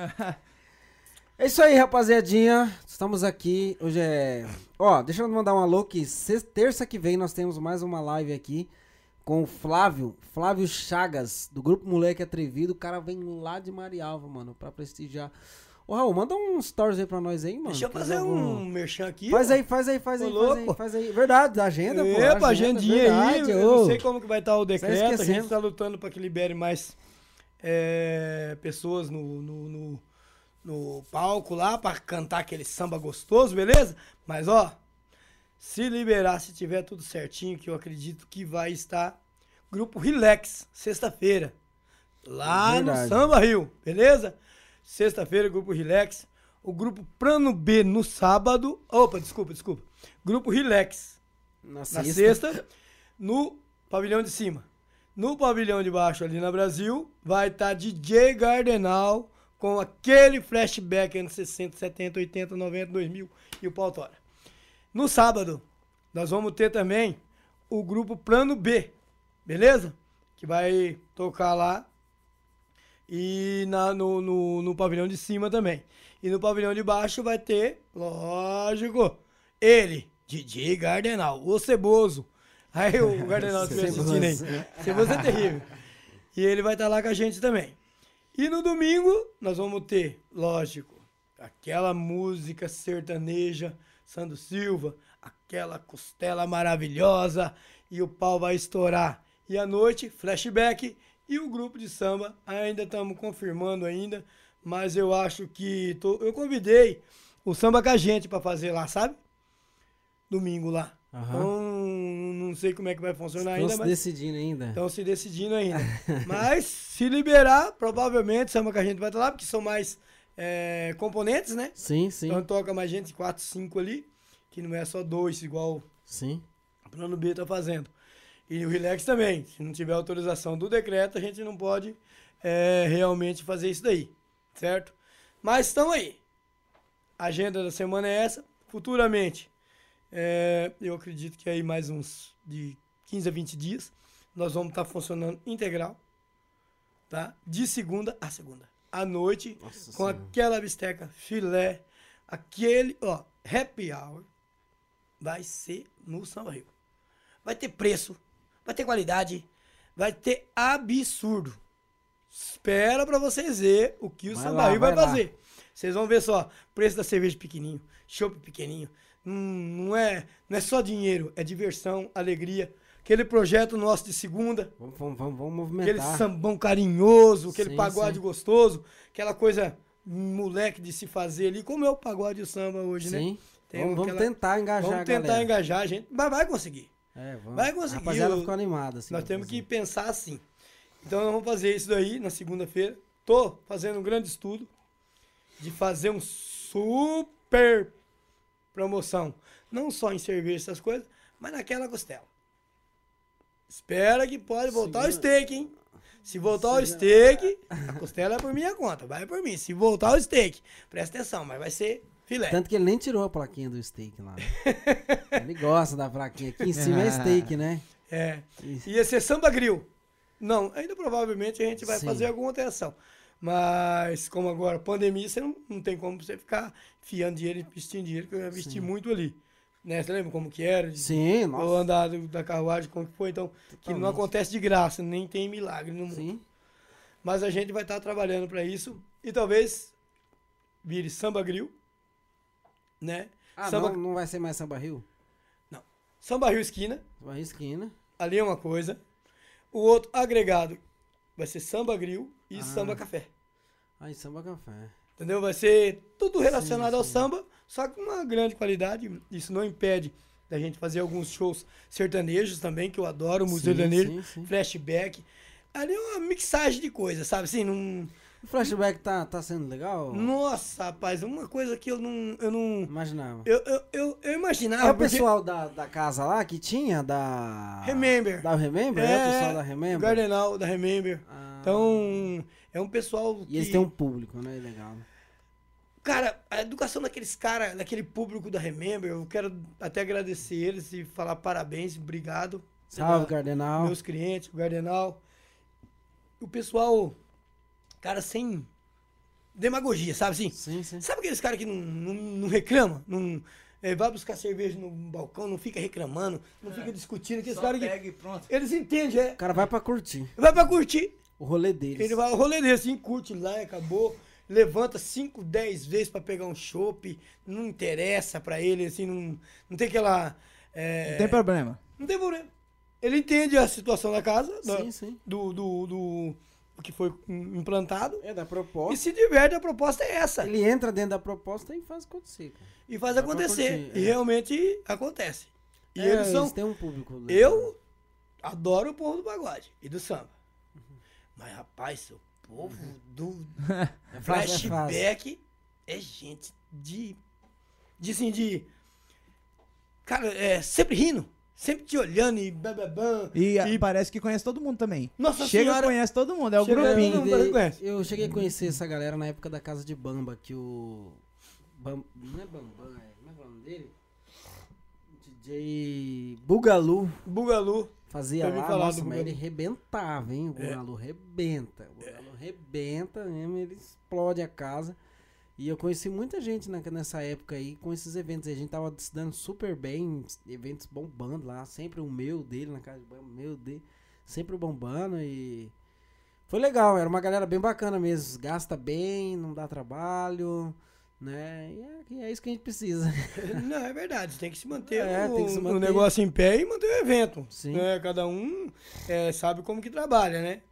É isso aí, rapaziadinha. Estamos aqui. Hoje é. Ó, deixa eu mandar um alô que sexta- terça que vem nós temos mais uma live aqui com o Flávio, Flávio Chagas, do Grupo Moleque Atrevido. O cara vem lá de Marialva, mano, pra prestigiar. Ô, Raul, manda uns stories aí pra nós aí, mano. Deixa eu que fazer eu vou- um merchan aqui. Faz ó. aí, faz aí, faz Ô, aí, faz aí, louco. faz aí. Verdade, da agenda, pô. Epa, agenda, agendinha aí. verdade, Eu ô. não sei como que vai estar o decreto. A esquecendo. gente tá lutando pra que libere mais é, pessoas no, no, no, no palco lá pra cantar aquele samba gostoso, beleza? Mas, ó, se liberar, se tiver tudo certinho, que eu acredito que vai estar Grupo Relax, sexta-feira. Lá Verdade. no Samba Rio, beleza? Sexta-feira, Grupo Relax. O Grupo Plano B no sábado. Opa, desculpa, desculpa. Grupo Relax Na na sexta. sexta, no pavilhão de cima. No pavilhão de baixo, ali na Brasil, vai estar D J Gardenal com aquele flashback anos sessenta, setenta, oitenta, noventa, dois mil e o pau tora. No sábado, nós vamos ter também o grupo Plano B, beleza? Que vai tocar lá e na, no, no, no pavilhão de cima também. E no pavilhão de baixo vai ter, lógico, ele, D J Gardenal, o Ceboso. Aí o Gardenal estiver assistindo aí. Ceboso é terrível. E ele vai estar lá com a gente também. E no domingo, nós vamos ter, lógico, aquela música sertaneja, Sandro Silva, aquela costela maravilhosa, e o pau vai estourar. E à noite, flashback, e o grupo de samba, ainda estamos confirmando ainda, mas eu acho que, tô- eu convidei o Samba com a gente para fazer lá, sabe? Domingo lá. Aham. Então, não sei como é que vai funcionar Estão ainda, se mas... decidindo ainda. Estão se decidindo ainda. Mas, se liberar, provavelmente, samba que a gente vai estar lá, porque são mais é, componentes, né? Sim, sim, Então toca mais gente, quatro, cinco ali, que não é só dois, igual sim. o Plano B tá fazendo. E o Relax também. Se não tiver autorização do decreto, a gente não pode é, realmente fazer isso daí. Certo? Mas estão aí. A agenda da semana é essa. Futuramente, é, eu acredito que aí mais uns de quinze a vinte dias, nós vamos estar funcionando integral, tá? De segunda a segunda. À noite, Nossa com Senhora. aquela bisteca filé, aquele, ó, happy hour, vai ser no Samba Rio. Vai ter preço, vai ter qualidade, vai ter absurdo. Espera pra vocês ver o que o Vai Samba lá, Rio vai, vai lá. fazer. Vocês vão ver só, preço da cerveja pequenininho, chopp pequenininho. Hum, não, é, não é só dinheiro, é diversão, alegria. Aquele projeto nosso de segunda, Vamos, vamos, vamos, vamos aquele movimentar. sambão carinhoso, aquele Sim, pagode sim. gostoso, aquela coisa moleque de se fazer ali, como é o pagode e o samba hoje, né? Sim. Tem Vamos, vamos aquela- tentar engajar Vamos a tentar galera. engajar a gente, mas vai conseguir. É, vamos. Vai conseguir, A rapaziada eu- ficou animada. Assim, Nós pra temos que fazer. pensar assim. Então nós vamos fazer isso daí na segunda-feira. Tô fazendo um grande estudo de fazer um super promoção. Não só em cerveja, essas coisas, mas naquela costela. Espera que pode voltar o steak, hein? Se voltar o steak, a costela é por minha conta, vai por mim. Se voltar o steak, presta atenção, mas vai ser filé. Tanto que ele nem tirou a plaquinha do steak lá. Né? Ele gosta da plaquinha. Aqui em cima é steak, né? É. Isso. Ia ser samba grill. Não, ainda provavelmente a gente vai Sim. fazer alguma alteração. Mas, como agora, pandemia, você não, não tem como você ficar fiando dinheiro e vestindo dinheiro, que eu ia vestir Sim. muito ali. Né? Você lembra como que era? De- Sim, O nossa. andar do- da carruagem, como que foi. Então, que não Totalmente. acontece de graça, nem tem milagre no mundo. Sim. Mas a gente vai estar trabalhando para isso. E talvez vire samba grill, né? Ah, samba, não, não vai ser mais Samba Rio? samba rio esquina, Samba Rio esquina. ali é uma coisa. O outro agregado vai ser samba grill e Ah. samba café. Aí, Samba Café. Entendeu? Vai ser tudo relacionado Sim, ao sim. samba, só com uma grande qualidade. Isso não impede da gente fazer alguns shows sertanejos também, que eu adoro, Museu Sim, Sertanejo, sim, sim. flashback. Ali é uma mixagem de coisas, sabe? Assim, não... O flashback tá, tá sendo legal? Nossa, rapaz, uma coisa que eu não... Eu não... Imaginava. Eu, eu, eu, eu imaginava... É o porque- pessoal da, da casa lá que tinha, da... Remember. Da Remember? É, o pessoal da Remember? O Gardenal, da Remember. Ah, Então, é um pessoal que... E eles têm um público, né? Legal. Cara, a educação daqueles caras, daquele público da Remember, eu quero até agradecer eles e falar parabéns, obrigado. Salve, pela- Cardenal. Meus clientes, o Gardenal. O pessoal, cara, sem demagogia, sabe assim? Sim, sim. Sabe aqueles caras que não, não, não reclamam? Não, é, vai buscar cerveja no balcão, não fica reclamando, não fica discutindo. Aqueles Só caras que... pega e pronto. Eles entendem, é. O cara vai pra curtir Vai pra curtir. o rolê deles. Ele vai ao rolê desse, assim, curte lá e acabou. Levanta cinco, dez vezes pra pegar um chopp. Não interessa pra ele, assim, não, não tem aquela... é, Não tem problema. não tem problema. Ele entende a situação da casa, da- Sim, sim. do, do, do, do que foi implantado. É da E proposta. se diverte, a proposta é essa. Ele entra dentro da proposta e faz acontecer, cara. E faz Dá pra acontecer. curtir, e é. realmente acontece. E É, eles são... têm um público. legal. Eu adoro o povo do pagode e do samba. Uhum. Mas, rapaz, o povo do É fácil, é fácil. flashback é gente de... De, assim, de... Cara, é sempre rindo. Sempre te olhando e bababam. E, a- parece que conhece todo mundo também. Nossa Chega, senhora. conhece todo mundo, é o Chega- grupinho. Não, não, conhece. Eu cheguei a conhecer essa galera na época da casa de Bamba, que o. Bam... Não é Bambam, é. Como é que é o nome dele? D J Bugalu Bugalu. fazia Já ouvi lá, falar nossa, do mas Bugalu. ele rebentava, hein? O É. Bugalu rebenta. O Bugalu rebenta mesmo, ele explode a casa. E eu conheci muita gente na- nessa época aí com esses eventos. E a gente tava se dando super bem, eventos bombando lá. Sempre o meu dele na casa de banho, o meu dele, sempre bombando. E foi legal, era uma galera bem bacana mesmo. Gasta bem, não dá trabalho, né? E é, e é isso que a gente precisa. Não, é verdade. Tem que se manter, É, o, tem que se o manter. negócio em pé e manter o evento. Sim. Né? Cada um é, sabe como que trabalha, né?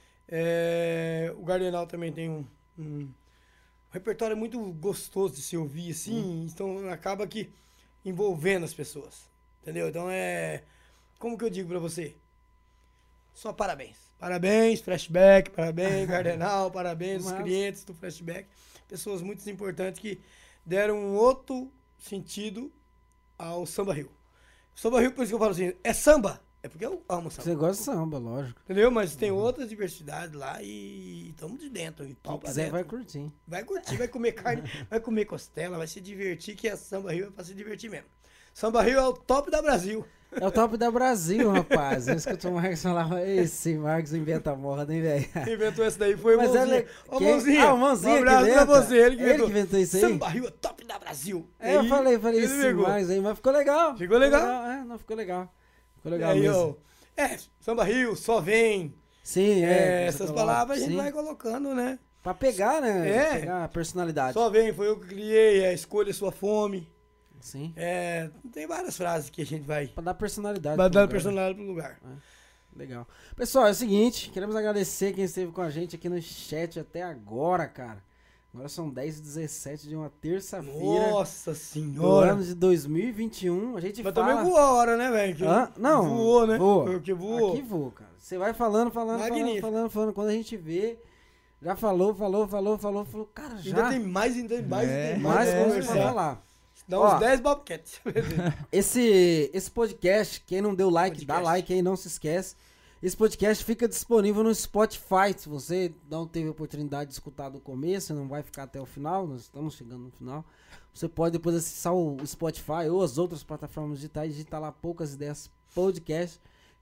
É, o Gardenal também tem um, um repertório muito gostoso de se ouvir, assim. Então acaba que envolvendo as pessoas. Entendeu? Então é... Como que eu digo pra você? Só parabéns. Parabéns, Flashback, parabéns, Gardenal, parabéns, os Massa. clientes do Flashback. Pessoas muito importantes que deram um outro sentido ao Samba Rio. Samba Rio, por isso que eu falo assim, é samba. É porque eu amo samba. Você gosta de samba, lógico. Entendeu? Mas tem outras diversidades lá e estamos de dentro. E pau Quem pra quiser dentro. vai curtir. Vai curtir, vai comer carne, vai comer costela, vai se divertir, que a Samba Rio é pra se divertir mesmo. Samba Rio é o top da Brasil. É o top da Brasil, rapaz. Eu escuto o Marcos falar, esse Marcos inventa moda, hein, velho? Quem inventou essa daí foi o Mas Mãozinha. ela- Ô, quem- Mãozinha. Ah, o Mãozinha Um que abraço pra inventa. você. Ele que Ele inventou. que inventou isso aí? Samba Rio é top da Brasil. É, eu Aí, falei, falei, ele esse pegou. Marcos aí, mas ficou legal. Ficou legal? É, não, ficou legal. Ficou E legal aí, mesmo. ó, é, Samba Rio, só vem. Sim, É, é. essas você palavras a gente sim. vai colocando, né? Pra pegar, né? É. Pegar a personalidade. Só vem, foi eu que criei, é, escolha sua fome. Sim. É, tem várias frases que a gente vai, Pra dar personalidade. vai pro dando lugar, né? personalidade pro lugar. Legal. Pessoal, é o seguinte, queremos agradecer quem esteve com a gente aqui no chat até agora, cara. Agora são dez e dezessete de uma terça-feira Nossa do senhora. ano de dois mil e vinte e um. A gente Mas fala... também voou a hora, né, velho? Que Hã? Não, Voou, né? voa. Porque voou. Aqui voa, cara. Você vai falando, falando, falando, Magnífico. falando, falando. Quando a gente vê, já falou, falou, falou, falou, falou. Cara, já. Ainda tem mais, ainda tem mais, É. tem mais mais, coisa coisa pra falar. Dá Ó. uns dez bobcats. Esse, esse podcast, quem não deu like, dá Podcast. like aí, não se esquece. Esse podcast fica disponível no Spotify. Se você não teve a oportunidade de escutar do começo, não vai ficar até o final, nós estamos chegando no final. Você pode depois acessar o Spotify ou as outras plataformas digitais, digitar lá Poucas Ideias Podcast,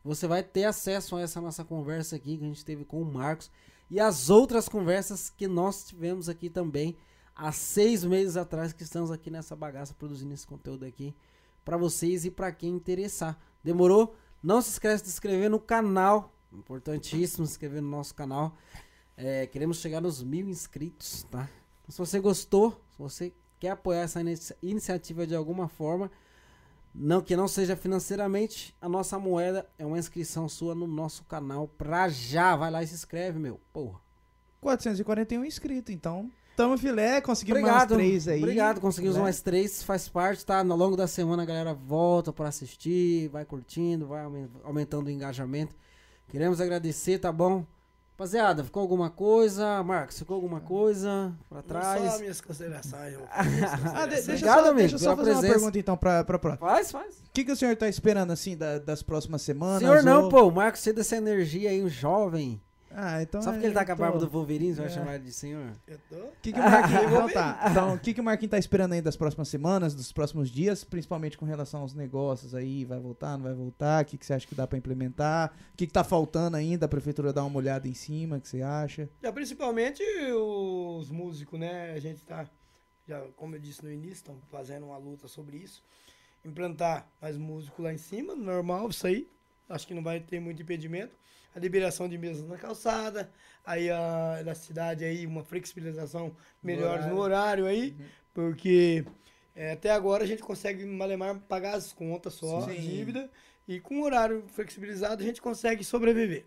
Você vai ter acesso a essa nossa conversa aqui que a gente teve com o Marcos e as outras conversas que nós tivemos aqui também há seis meses atrás, que estamos aqui nessa bagaça produzindo esse conteúdo aqui para vocês e para quem interessar. Demorou? Não se esqueça de se inscrever no canal, importantíssimo se inscrever no nosso canal. É, queremos chegar nos mil inscritos, tá? Então, se você gostou, se você quer apoiar essa inici- iniciativa de alguma forma, não que não seja financeiramente, a nossa moeda é uma inscrição sua no nosso canal pra já. Vai lá e se inscreve, meu. Porra. quatrocentos e quarenta e um inscritos, então tamo filé, conseguimos Obrigado, mais três aí. obrigado, conseguimos Filé. mais três, faz parte, tá? Ao longo da semana a galera volta pra assistir, vai curtindo, vai aumen- aumentando o engajamento. Queremos agradecer, tá bom? Rapaziada, ficou alguma coisa? Marcos, ficou alguma coisa pra Não, só trás? minhas considerações. eu- Ah, de- deixa Obrigado, só, amigo, deixa eu só pela fazer uma presença. pergunta então pra, pra próxima. Faz, faz. O que, que o senhor tá esperando assim da- das próximas semanas? Senhor não, ou- pô, o Marcos cheio dessa energia aí, um jovem. Ah, então. Só porque ele tá com a tô- barba do Wolverine, você vai É. chamar ele de senhor? Eu tô. O que, que o Marquinhos. Então tá. Então, o que, que o Marquinhos tá esperando aí das próximas semanas, dos próximos dias, principalmente com relação aos negócios aí? Vai voltar, não vai voltar? O que, que você acha que dá pra implementar? O que, que tá faltando ainda? A prefeitura dar uma olhada em cima, o que você acha? Já, principalmente os músicos, né? A gente tá, já, como eu disse no início, estão fazendo uma luta sobre isso. Implantar mais músico lá em cima, normal, isso aí. Acho que não vai ter muito impedimento. A liberação de mesas na calçada, aí a da cidade aí, uma flexibilização melhor no horário aí, porque é, até agora a gente consegue, malemar, pagar as contas só, a Sim. dívida, e com o horário flexibilizado a gente consegue sobreviver.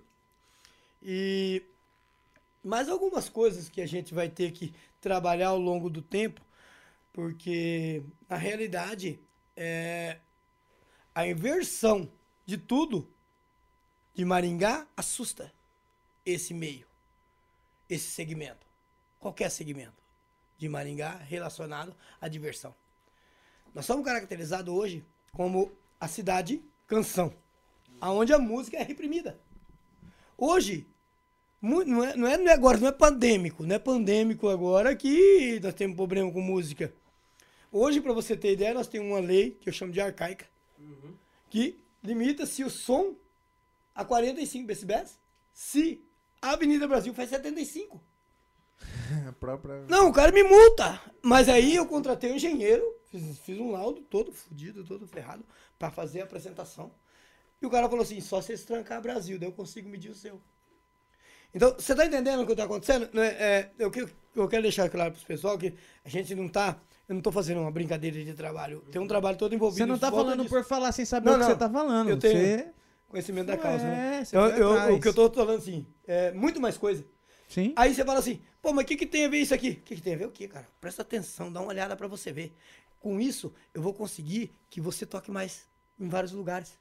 E mais algumas coisas que a gente vai ter que trabalhar ao longo do tempo, porque na realidade é, a inversão de tudo de Maringá assusta esse meio, esse segmento, qualquer segmento de Maringá relacionado à diversão. Nós somos caracterizados hoje como a cidade canção, aonde a música é reprimida. Hoje, mu- não é, não é negócio, não é pandêmico, não é pandêmico agora que nós temos problema com música. Hoje, para você ter ideia, nós temos uma lei que eu chamo de arcaica, que limita-se o som a quarenta e cinco decibéis, se a Avenida Brasil faz setenta e cinco. A própria... Não, o cara me multa. Mas aí eu contratei um engenheiro, fiz, fiz um laudo todo fodido, todo ferrado, pra fazer a apresentação. E o cara falou assim, só se eles trancar Brasil, daí eu consigo medir o seu. Então, você tá entendendo o que tá acontecendo? Né? É, eu, que- eu quero deixar claro pros pessoal que a gente não tá... Eu não tô fazendo uma brincadeira de trabalho. Tem um trabalho todo envolvido. Você não em tá volta falando disso. por falar sem saber Não, o que não. você tá falando. Eu tenho- Você... Conhecimento da causa, né? É, você Eu, foi eu- atrás. o que eu tô falando assim, é muito mais coisa. Sim. Aí você fala assim, pô, mas o que, que tem a ver isso aqui? O que, que tem a ver o quê, cara? Presta atenção, dá uma olhada pra você ver. Com isso, eu vou conseguir que você toque mais em vários lugares.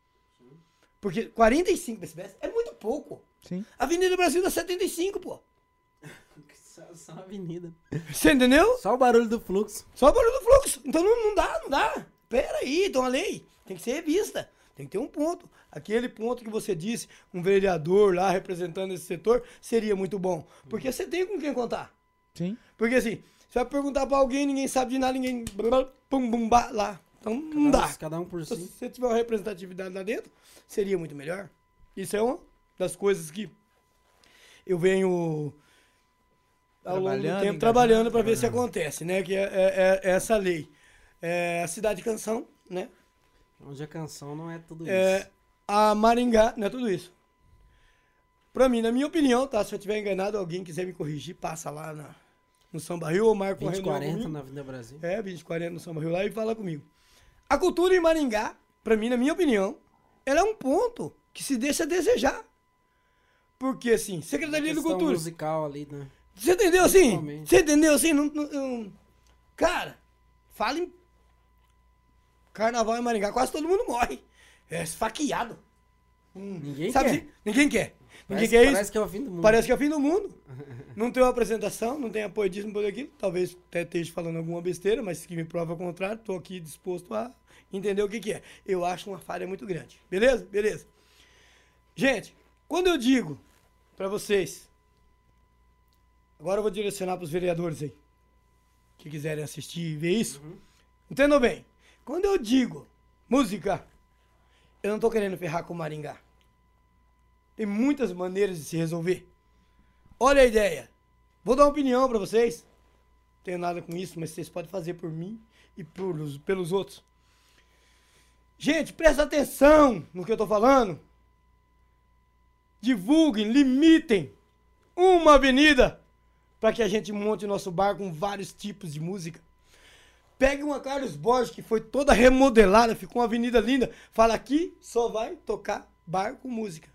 Porque quarenta e cinco decibéis é muito pouco. Sim. Avenida Brasil dá setenta e cinco, pô. Só, só a avenida. Você entendeu? Só o barulho do fluxo. Só o barulho do fluxo. Então não, não dá, não dá. Pera aí, tem uma lei. Tem que ser revista. Tem que ter um ponto. Aquele ponto que você disse, um vereador lá representando esse setor, seria muito bom. Porque você tem com quem contar. Sim. Porque assim, você vai perguntar pra alguém, ninguém sabe de nada, ninguém. Pum, bum, ba, lá. Então não Cada dá. um- Cada um por Se si. você tiver uma representatividade lá dentro, seria muito melhor. Isso é uma das coisas que eu venho ao longo do Trabalhando, tempo engajando, trabalhando para ver se acontece, né? Que é, é- é essa lei. É a cidade canção, né? Onde a canção não é tudo É, isso. a Maringá, não é tudo isso. Pra mim, na minha opinião, tá? Se eu tiver enganado, alguém quiser me corrigir, passa lá na, no Samba Rio ou marca uma vinte e reunião quarenta comigo. na Avenida Brasil. É, vinte e quarenta no Samba Rio lá e fala comigo. A cultura em Maringá, pra mim, na minha opinião, ela é um ponto que se deixa a desejar. Porque, assim, Secretaria de Questão Cultura... musical ali, né? Você entendeu assim? Principalmente. Você entendeu assim? Não, não- não- Cara, fala em Carnaval em Maringá, quase todo mundo morre. É esfaqueado. Hum, Ninguém sabe quer. assim? Ninguém quer. Ninguém Parece, quer isso. parece que é o fim do mundo. Parece que é o fim do mundo. Não tem uma apresentação, não tem apoio disso, não tem aquilo. Talvez até esteja falando alguma besteira, mas que me prova o contrário, estou aqui disposto a entender o que, que é. Eu acho uma falha muito grande. Beleza? Beleza. Gente, quando eu digo para vocês, agora eu vou direcionar para os vereadores aí, que quiserem assistir e ver isso. Entendam bem. Quando eu digo música, eu não tô querendo ferrar com Maringá. Tem muitas maneiras de se resolver. Olha a ideia. Vou dar uma opinião pra vocês. Não tenho nada com isso, mas vocês podem fazer por mim e pelos, pelos outros. Gente, presta atenção no que eu tô falando. Divulguem, limitem uma avenida para que a gente monte nosso bar com vários tipos de música. Pegue uma Carlos Borges que foi toda remodelada, ficou uma avenida linda. Fala aqui, só vai tocar bar com música.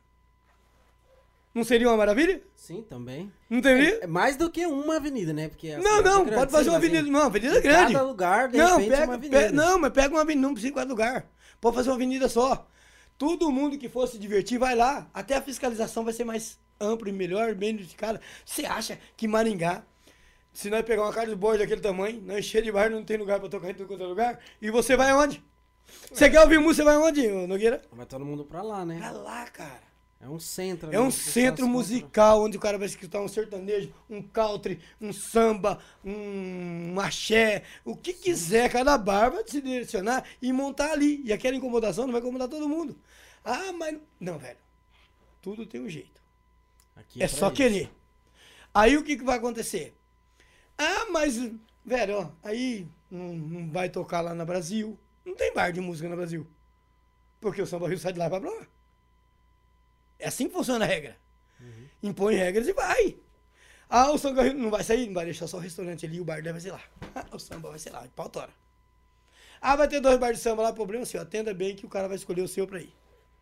Não seria uma maravilha? Sim, também. Não teria? É mais do que uma avenida, né? Porque a Não, cidade não, é grande, pode fazer sim, uma mas avenida. em- Não, avenida em grande. Cada lugar, de Não, repente, pega, uma avenida. pe- não, mas pega uma avenida, não precisa de cada lugar. Pode fazer uma avenida só. Todo mundo que for se divertir vai lá. Até a fiscalização vai ser mais ampla e melhor, bem identificada. Você acha que Maringá, se nós pegar uma Carlos Borges daquele tamanho, nós encher de bar, não tem lugar pra tocar em todo quanto é lugar, e você vai aonde? Você quer ouvir música, você vai aonde, ô Nogueira? Vai todo mundo pra lá, né? Pra lá, cara. É um centro. É né? um O pessoal centro se musical onde o cara vai escutar um sertanejo, um country, um samba, um axé, o que quiser. Cada bar vai se direcionar e montar ali. E aquela incomodação não vai incomodar todo mundo. Ah, mas... Não, velho. Tudo tem um jeito. Aqui É pra só isso. querer. Aí o que, que vai acontecer? Ah, mas... Velho, ó, aí não, não vai tocar lá no Brasil. Não tem bar de música no Brasil. Porque o Samba Rio sai de lá e vai pra lá. É assim que funciona a regra. Uhum. Impõe regras e vai. Ah, o Samba Rio não vai sair? Não vai deixar só o restaurante ali, o bar dele vai ser lá. Ah, o samba vai ser lá, de pau tora. Ah, vai ter dois bares de samba lá, problema seu. Atenda bem que o cara vai escolher o seu pra ir.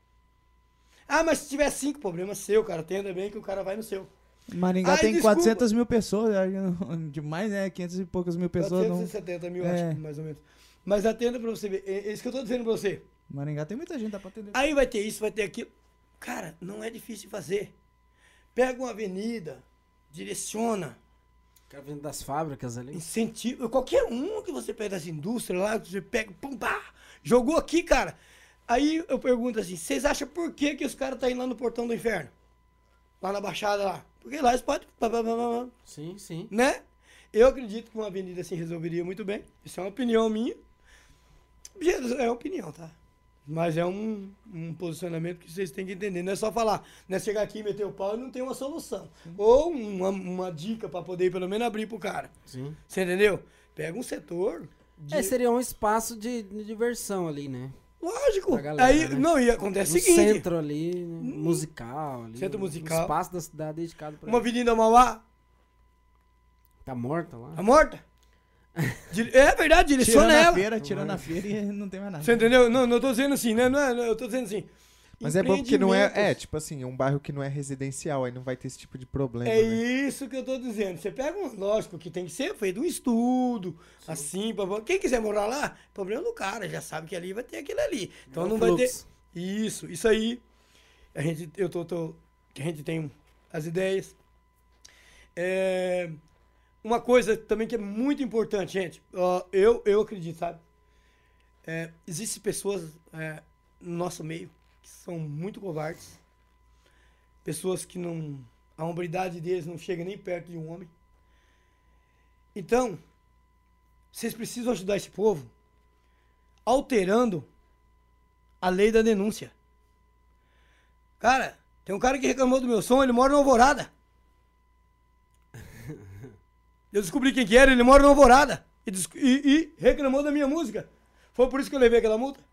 Ah, mas se tiver cinco, problema seu, cara. Atenda bem que o cara vai no seu. Maringá Ai, tem desculpa. quatrocentas mil pessoas, acho que não- demais, né? quinhentas e poucas mil pessoas. quatrocentos Não... e setenta mil, É. acho que mais ou menos. Mas atenda pra você ver. É é isso que eu tô dizendo pra você. Maringá tem muita gente, dá pra atender. Aí vai ter isso, vai ter aquilo. Cara, não é difícil de fazer. Pega uma avenida, direciona, Fica vindo das fábricas ali. incentiva. Qualquer um que você pega das indústrias lá, que você pega, pum, pá, jogou aqui, cara. Aí eu pergunto assim, vocês acham por que, que os caras estão indo lá no portão do inferno? Lá na Baixada lá. Porque lá eles podem, pá, pá, pá, pá, pá, Sim, sim. né? Eu acredito que uma avenida assim resolveria muito bem. Isso é uma opinião minha. Gente, é opinião, tá? Mas é um, um posicionamento que vocês têm que entender. Não é só falar, não é chegar aqui e meter o pau e não tem uma solução. Ou uma, uma dica pra poder pelo menos abrir pro cara. Sim. Você entendeu? Pega um setor. De... É, seria um espaço de, de diversão ali, né? Lógico. pra galera, Aí, né? não, e acontece No o seguinte. centro ali, né? musical ali. Centro um musical. espaço da cidade dedicado pra Uma isso. Avenida Mauá, Tá morta lá? tá morta? Di- É verdade, Tirando direciona a ela. feira, tirando a feira e não tem mais nada. Você entendeu? Não, não tô dizendo assim, né? Não é, não, eu tô dizendo assim. Mas é bom porque não é. É, empreendimentos. tipo assim, um bairro que não é residencial, aí não vai ter esse tipo de problema. É né? isso que eu tô dizendo. Você pega um, lógico que tem que ser feito um estudo, assim, pra, quem quiser morar lá, problema do cara, já sabe que ali vai ter aquilo ali. Então É o não vai ter. fluxo. Isso, isso aí. A gente, eu tô, tô, a gente tem as ideias. É, uma coisa também que é muito importante, gente. Ó, eu, eu acredito, sabe? É, existem pessoas é, no nosso meio que são muito covardes. Pessoas que não. A hombridade deles não chega nem perto de um homem. Então, vocês precisam ajudar esse povo alterando a lei da denúncia. Cara, tem um cara que reclamou do meu som, ele mora no Alvorada. Eu descobri quem que era, ele mora no Alvorada. E, dis- e- e reclamou da minha música. Foi por isso que eu levei aquela multa.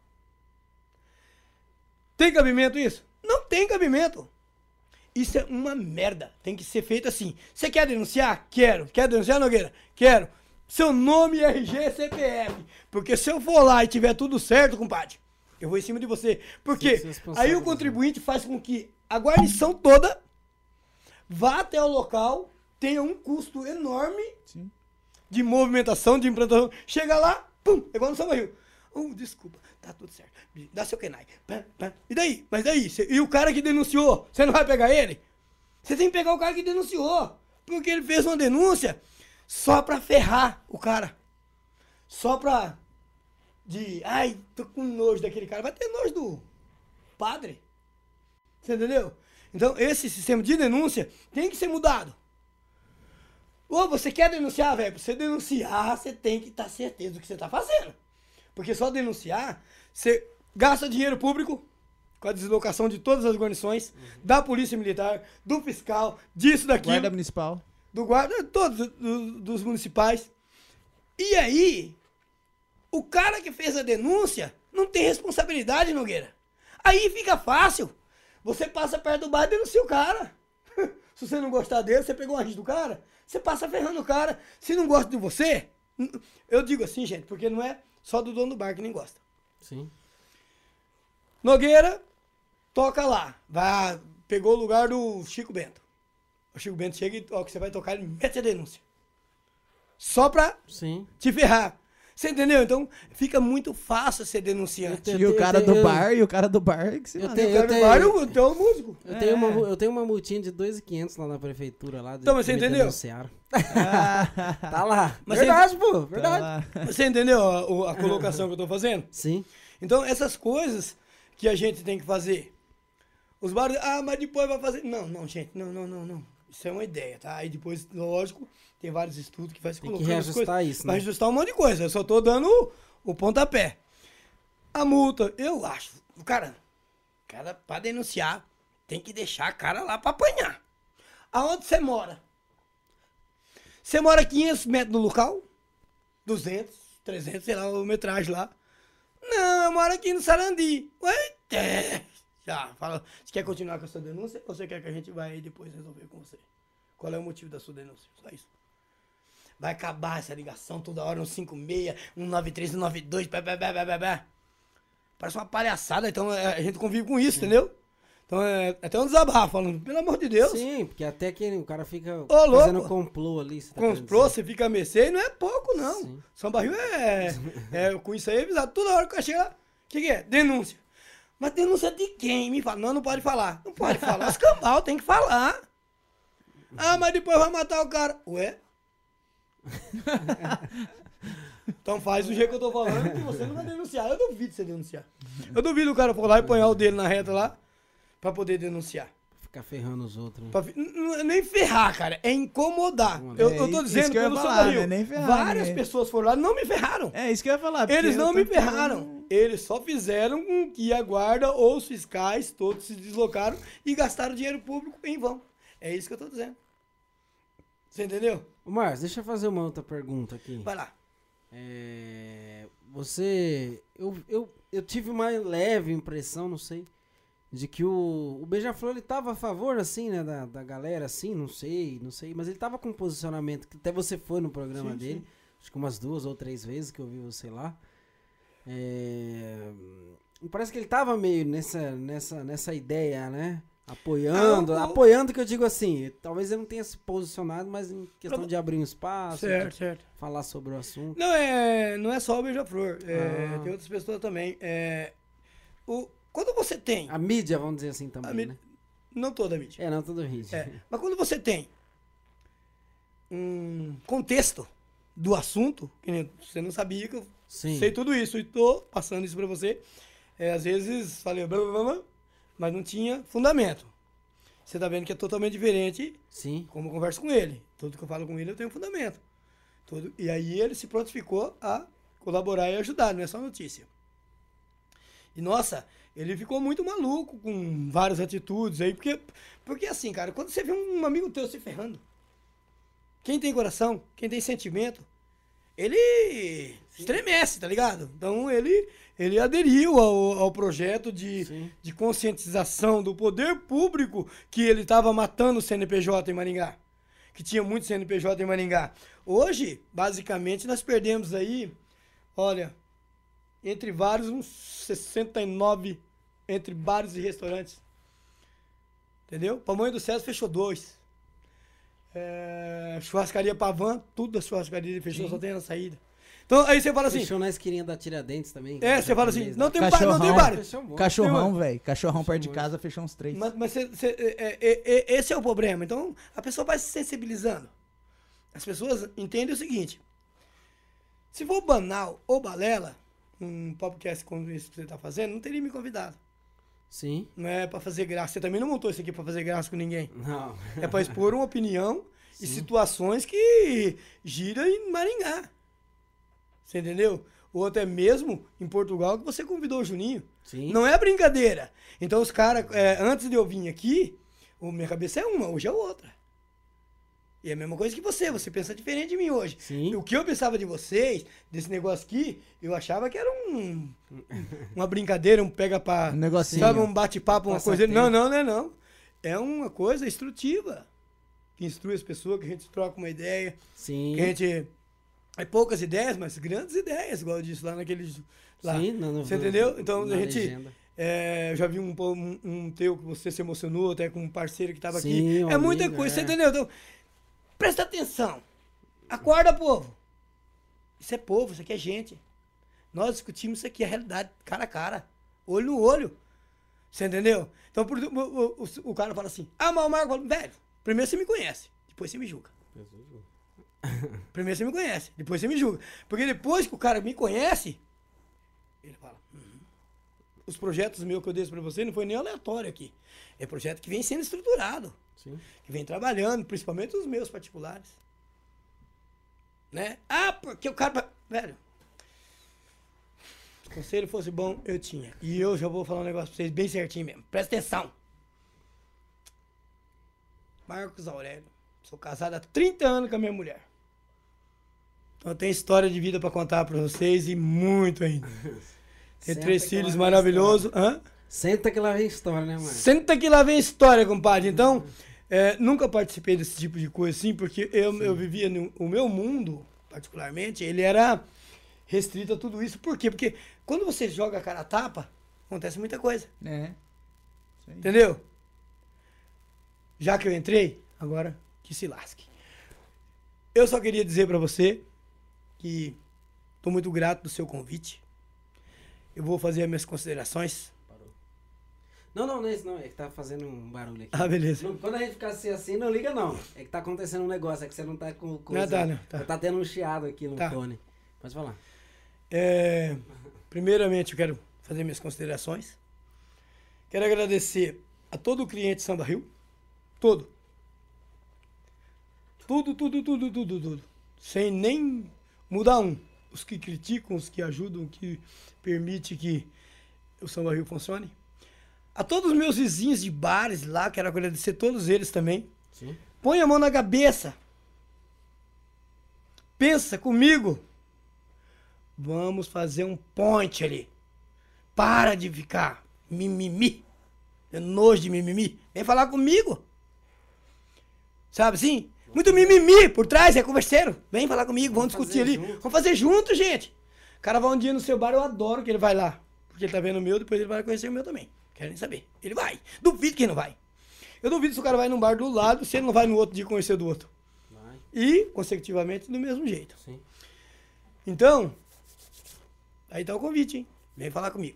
Tem cabimento isso? Não tem cabimento. Isso é uma merda. Tem que ser feito assim. Você quer denunciar? Quero. Quer denunciar, Nogueira? Quero. Seu nome, R G, C P F. Porque se eu for lá e tiver tudo certo, compadre, eu vou em cima de você. Porque Sim, se aí o responsabilizar. contribuinte faz com que a guarnição toda vá até o local, tenha um custo enorme Sim. de movimentação, de implantação. Chega lá, pum, é igual no Samba Rio. Oh, desculpa, tá tudo certo. Dá seu Kenai. Pá, pá. E daí? Mas daí? Cê- e o cara que denunciou, você não vai pegar ele? Você tem que pegar o cara que denunciou. Porque ele fez uma denúncia só pra ferrar o cara. Só pra... De... Ai, tô com nojo daquele cara. Vai ter nojo do padre. Você entendeu? Então, esse sistema de denúncia tem que ser mudado. Ô, você quer denunciar, velho? Pra você denunciar, você tem que estar certeza do que você tá fazendo. Porque só denunciar, você gasta dinheiro público, com a deslocação de todas as guarnições, da polícia militar, do fiscal, disso, daquilo, Guarda municipal. do guarda, todos do- dos municipais. E aí, o cara que fez a denúncia não tem responsabilidade, Nogueira. Aí fica fácil. Você passa perto do bar e denuncia o cara. Se você não gostar dele, você pegou uma rixa do cara, você passa ferrando o cara. Se não gosta de você, eu digo assim, gente, porque não é só do dono do bar que nem gosta. Sim. Nogueira, toca lá. Vai, pegou o lugar do Chico Bento. O Chico Bento chega e, ó, que você vai tocar, ele mete a denúncia. Só pra Sim. te ferrar. Você entendeu? Então, fica muito fácil ser denunciante. Eu E o tenho- cara eu do tenho- bar, e o cara do bar que se Eu mata. tenho- O cara do tenho- bar, o teu músico. Eu, tenho uma, É. mu- eu tenho uma multinha de dois mil e quinhentos lá na prefeitura. Lá, de- Então, mas que você me entendeu? denunciaram. Ah, Tá lá. Mas verdade, pô. tá Verdade. lá. Você entendeu a, o- a colocação que eu tô fazendo? Sim. Então, essas coisas que a gente tem que fazer. Os bares, ah, mas depois vai fazer. Não, não, gente, não, não, não, não. Isso é uma ideia, tá? Aí depois, lógico, tem vários estudos que vai se Tem que colocando as reajustar coisas. isso, Vai né? reajustar um monte de coisa. Eu só tô dando o, o pontapé. A multa, eu acho. Cara, cara, pra denunciar, tem que deixar a cara lá pra apanhar. Aonde você mora? Você mora quinhentos metros do local? duzentos, trezentos, sei lá, o metragem lá. Não, eu moro aqui no Sarandi. Ué, é. Já, fala. Você quer continuar com a sua denúncia ou você quer que a gente vai depois resolver com você? Qual é o motivo da sua denúncia? Só isso. Vai acabar essa ligação toda hora, um cinco seis, um nove três, um nove dois, pá, pá, pá, pá, pá, pá. Parece uma palhaçada, então é, a gente convive com isso, entendeu? Então é até um desabafo, falando, pelo amor de Deus. Sim, porque até que o cara fica Ô, fazendo louco. complô ali. Você tá querendo Comprou, dizer. você fica a mercê e não é pouco, não. Sim. São Barril é, é. Com isso aí é avisado. Toda hora que eu chego lá, o que, que é? Denúncia. Mas denúncia de quem? Me fala. Não, não pode falar. Não pode falar. Os cambal tem que falar. Ah, mas depois vai matar o cara. Ué? Então faz do jeito que eu tô falando que você não vai denunciar. Eu duvido você denunciar. Eu duvido o cara for lá e apanhar o dele na reta lá pra poder denunciar. Ficar ferrando os outros. Né? Pra fi- n- n- nem ferrar, cara. É incomodar. Eu, É eu tô isso dizendo que eu ia pelo seu falar, barril. né? Nem ferrar, Várias né? pessoas foram lá e não me ferraram. É isso que eu ia falar. porque Eles não eu me tô ferraram. falando- Eles só fizeram com que a guarda ou os fiscais todos se deslocaram e gastaram dinheiro público em vão. É isso que eu tô dizendo. Você entendeu? Ô, Márcio, deixa eu fazer uma outra pergunta aqui. Vai lá. É, você. Eu, eu, eu tive uma leve impressão, não sei, de que o, o Beija-Flor ele tava a favor, assim, né, da, da galera, assim, não sei, não sei, mas ele tava com um posicionamento que até você foi no programa Sim, dele, sim. acho que umas duas ou três vezes que eu vi você lá. É, parece que ele tava meio nessa, nessa, nessa ideia, né? Apoiando, Ah, o- apoiando que eu digo assim, talvez ele não tenha se posicionado, mas em questão Pro- de abrir um espaço, Certo, de certo. falar sobre o assunto. Não é, não é só o Beija-Flor. É, Ah. Tem outras pessoas também. É, o, quando você tem... A mídia, vamos dizer assim também, a mi- né? Não toda a mídia. É, não, todo vídeo. É, mas quando você tem um contexto do assunto, que nem você não sabia que eu Sim. sei tudo isso e tô passando isso pra você, é, às vezes falei blá, blá, blá, blá, mas não tinha fundamento. Você tá vendo que é totalmente diferente Sim. como eu converso com ele. Tudo que eu falo com ele eu tenho fundamento. Tudo, e aí ele se prontificou a colaborar e ajudar, não é só notícia. E nossa, ele ficou muito maluco com várias atitudes aí, porque, porque assim, cara, quando você vê um amigo teu se ferrando, quem tem coração, quem tem sentimento, ele estremece, tá ligado? Então ele, ele aderiu ao, ao projeto de, Sim. de conscientização do poder público que ele estava matando o C N P J em Maringá. Que tinha muito C N P J em Maringá. Hoje, basicamente, nós perdemos aí, olha, entre vários, uns sessenta e nove entre bares e restaurantes. Entendeu? Pamonha do César fechou dois. É, churrascaria Pavan, tudo da churrascaria ele fechou, Sim. só tem na saída. Então aí você fala assim, Fechou na esquininha da Tiradentes também. é, você fala assim, Japonês, não né? tem bar, não tem Cachorrão. bar. Fechou um monte. Cachorrão, velho. Cachorrão perto de muito. casa fechou uns três. Mas, mas cê- cê- é- é- é- esse é o problema. Então, a pessoa vai se sensibilizando. As pessoas entendem o seguinte. Se for banal ou balela, um podcast como esse que você tá fazendo, não teria me convidado. Sim. Não é pra fazer graça. Você também não montou isso aqui pra fazer graça com ninguém. Não. É pra expor uma opinião e Sim. situações que giram em Maringá. Você entendeu? ou até mesmo em Portugal, que você convidou o Juninho. Sim. Não é brincadeira. Então os caras, é, antes de eu vir aqui, a minha cabeça é uma, hoje é outra. E é a mesma coisa que você, você pensa diferente de mim hoje. Sim. O que eu pensava de vocês, desse negócio aqui, eu achava que era um uma brincadeira, um pega pra... Um negocinho. Sabe, um bate-papo, uma coisa... Passatempo. Não, não, não é não. É uma coisa instrutiva. Que instrui as pessoas, que a gente troca uma ideia, Sim. que a gente... É poucas ideias, mas grandes ideias, igual eu disse lá naquele... Lá. Sim, no- no- Você entendeu? Então, na a gente... legenda. É, eu já vi um, um, um teu que você se emocionou, até com um parceiro que tava Sim, aqui. um É muita amigo, coisa, é. você entendeu? Então, presta atenção. Acorda, povo. Isso é povo, isso aqui é gente. Nós discutimos isso aqui, a realidade, cara a cara. Olho no olho. Você entendeu? Então, por, o, o, o, o cara fala assim, ah, mas o Marco fala, velho, primeiro você me conhece, depois você me julga. Primeiro você me conhece, depois você me julga. Porque depois que o cara me conhece, ele fala, uhum. Os projetos meus que eu dei pra você não foi nem aleatório aqui. É projeto que vem sendo estruturado. Sim. Que vem trabalhando, principalmente os meus particulares. Né? Ah, porque o cara... Velho, se o conselho fosse bom, eu tinha. E eu já vou falar um negócio pra vocês bem certinho mesmo. Presta atenção. Marcos Aurélio. Sou casado há trinta anos com a minha mulher. Então eu tenho história de vida pra contar pra vocês e muito ainda. Tem Senta três que filhos lá vem maravilhosos. Hã? Senta que lá vem história, né, mano? Senta que lá vem história, compadre. Então, é, nunca participei desse tipo de coisa assim, porque eu, eu vivia no o meu mundo, particularmente, ele era restrito a tudo isso. Por quê? Porque quando você joga a cara a tapa, acontece muita coisa. É. Isso aí. Entendeu? Já que eu entrei, agora que se lasque. Eu só queria dizer pra você que tô muito grato do seu convite. Eu vou fazer as minhas considerações. Não, não, não é isso não. É que tá fazendo um barulho aqui. Ah, beleza. Não, quando a gente ficar assim, assim, não liga não. É que tá acontecendo um negócio, é que você não tá com coisa. Não, tá, não, tá. Tá tendo um chiado aqui no Tá. fone. Pode falar. É, primeiramente, eu quero fazer minhas considerações. Quero agradecer a todo o cliente Samba Rio. Todo. Tudo, tudo, tudo, tudo, tudo. Sem nem mudar um. Os que criticam, os que ajudam, que permitem que o Samba Rio funcione. A todos os meus vizinhos de bares lá, quero agradecer todos eles também. Sim. Põe a mão na cabeça. Pensa comigo. Vamos fazer um point ali. Para de ficar mimimi. É nojo de mimimi. Vem falar comigo. Sabe assim? Muito mimimi por trás, é converseiro. Vem falar comigo, vamos, Vamos discutir fazer ali. junto. Vamos fazer junto, gente. O cara vai um dia no seu bar, eu adoro que ele vai lá. Porque ele tá vendo o meu, depois ele vai conhecer o meu também. Quero nem saber. Ele vai. Duvido que ele não vai. Eu duvido se o cara vai num bar do lado, se ele não vai no outro dia conhecer do outro. Vai. E, consecutivamente, do mesmo jeito. Sim. Então, aí tá o convite, hein? Vem falar comigo.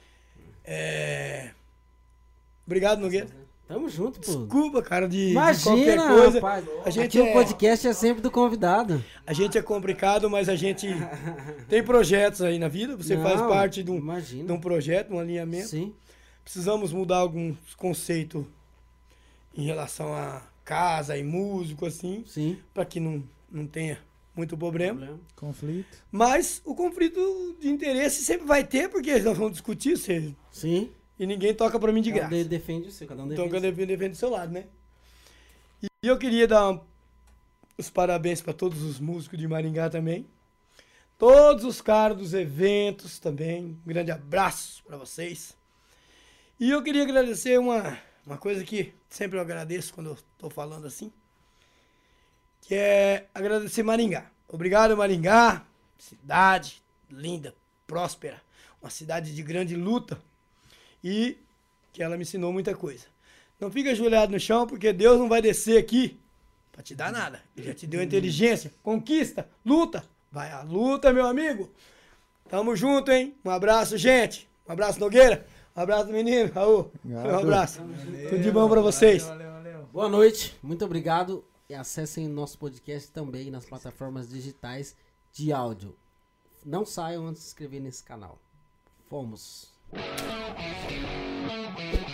É... Obrigado, Nogueira. Tamo junto, pô. Desculpa, cara, de, de Imagina, qualquer coisa. rapaz. A gente, Aqui é, o podcast é sempre do convidado. a gente é complicado, mas a gente tem projetos aí na vida. Você Não, faz parte de um, imagina. de um projeto, um alinhamento. Sim. Precisamos mudar alguns conceitos em relação a casa e músico, assim, Sim. para que não, não tenha muito problema. Problema. Conflito. Mas o conflito de interesse sempre vai ter, porque nós vamos discutir você, Sim. e ninguém toca pra mim de graça. Cada um defende o seu, cada um Então defende eu o seu. defendo, defendo do seu lado, né? E eu queria dar os parabéns para todos os músicos de Maringá também. Todos os caras dos eventos também. Um grande abraço para vocês. E eu queria agradecer uma, uma coisa que sempre eu agradeço quando eu tô falando assim. Que é agradecer Maringá. Obrigado, Maringá. Cidade linda, próspera. Uma cidade de grande luta. E que ela me ensinou muita coisa. Não fica ajoelhado no chão, porque Deus não vai descer aqui pra te dar nada. Ele já te deu inteligência, conquista, luta. Vai à luta, meu amigo. Tamo junto, hein? Um abraço, gente. Um abraço, Nogueira. Um abraço, menino. Raul. Obrigado. Um abraço. Tudo de bom pra vocês. Valeu, valeu. Boa noite, muito obrigado. E acessem o nosso podcast também nas plataformas digitais de áudio. Não saiam antes de se inscrever nesse canal. Fomos.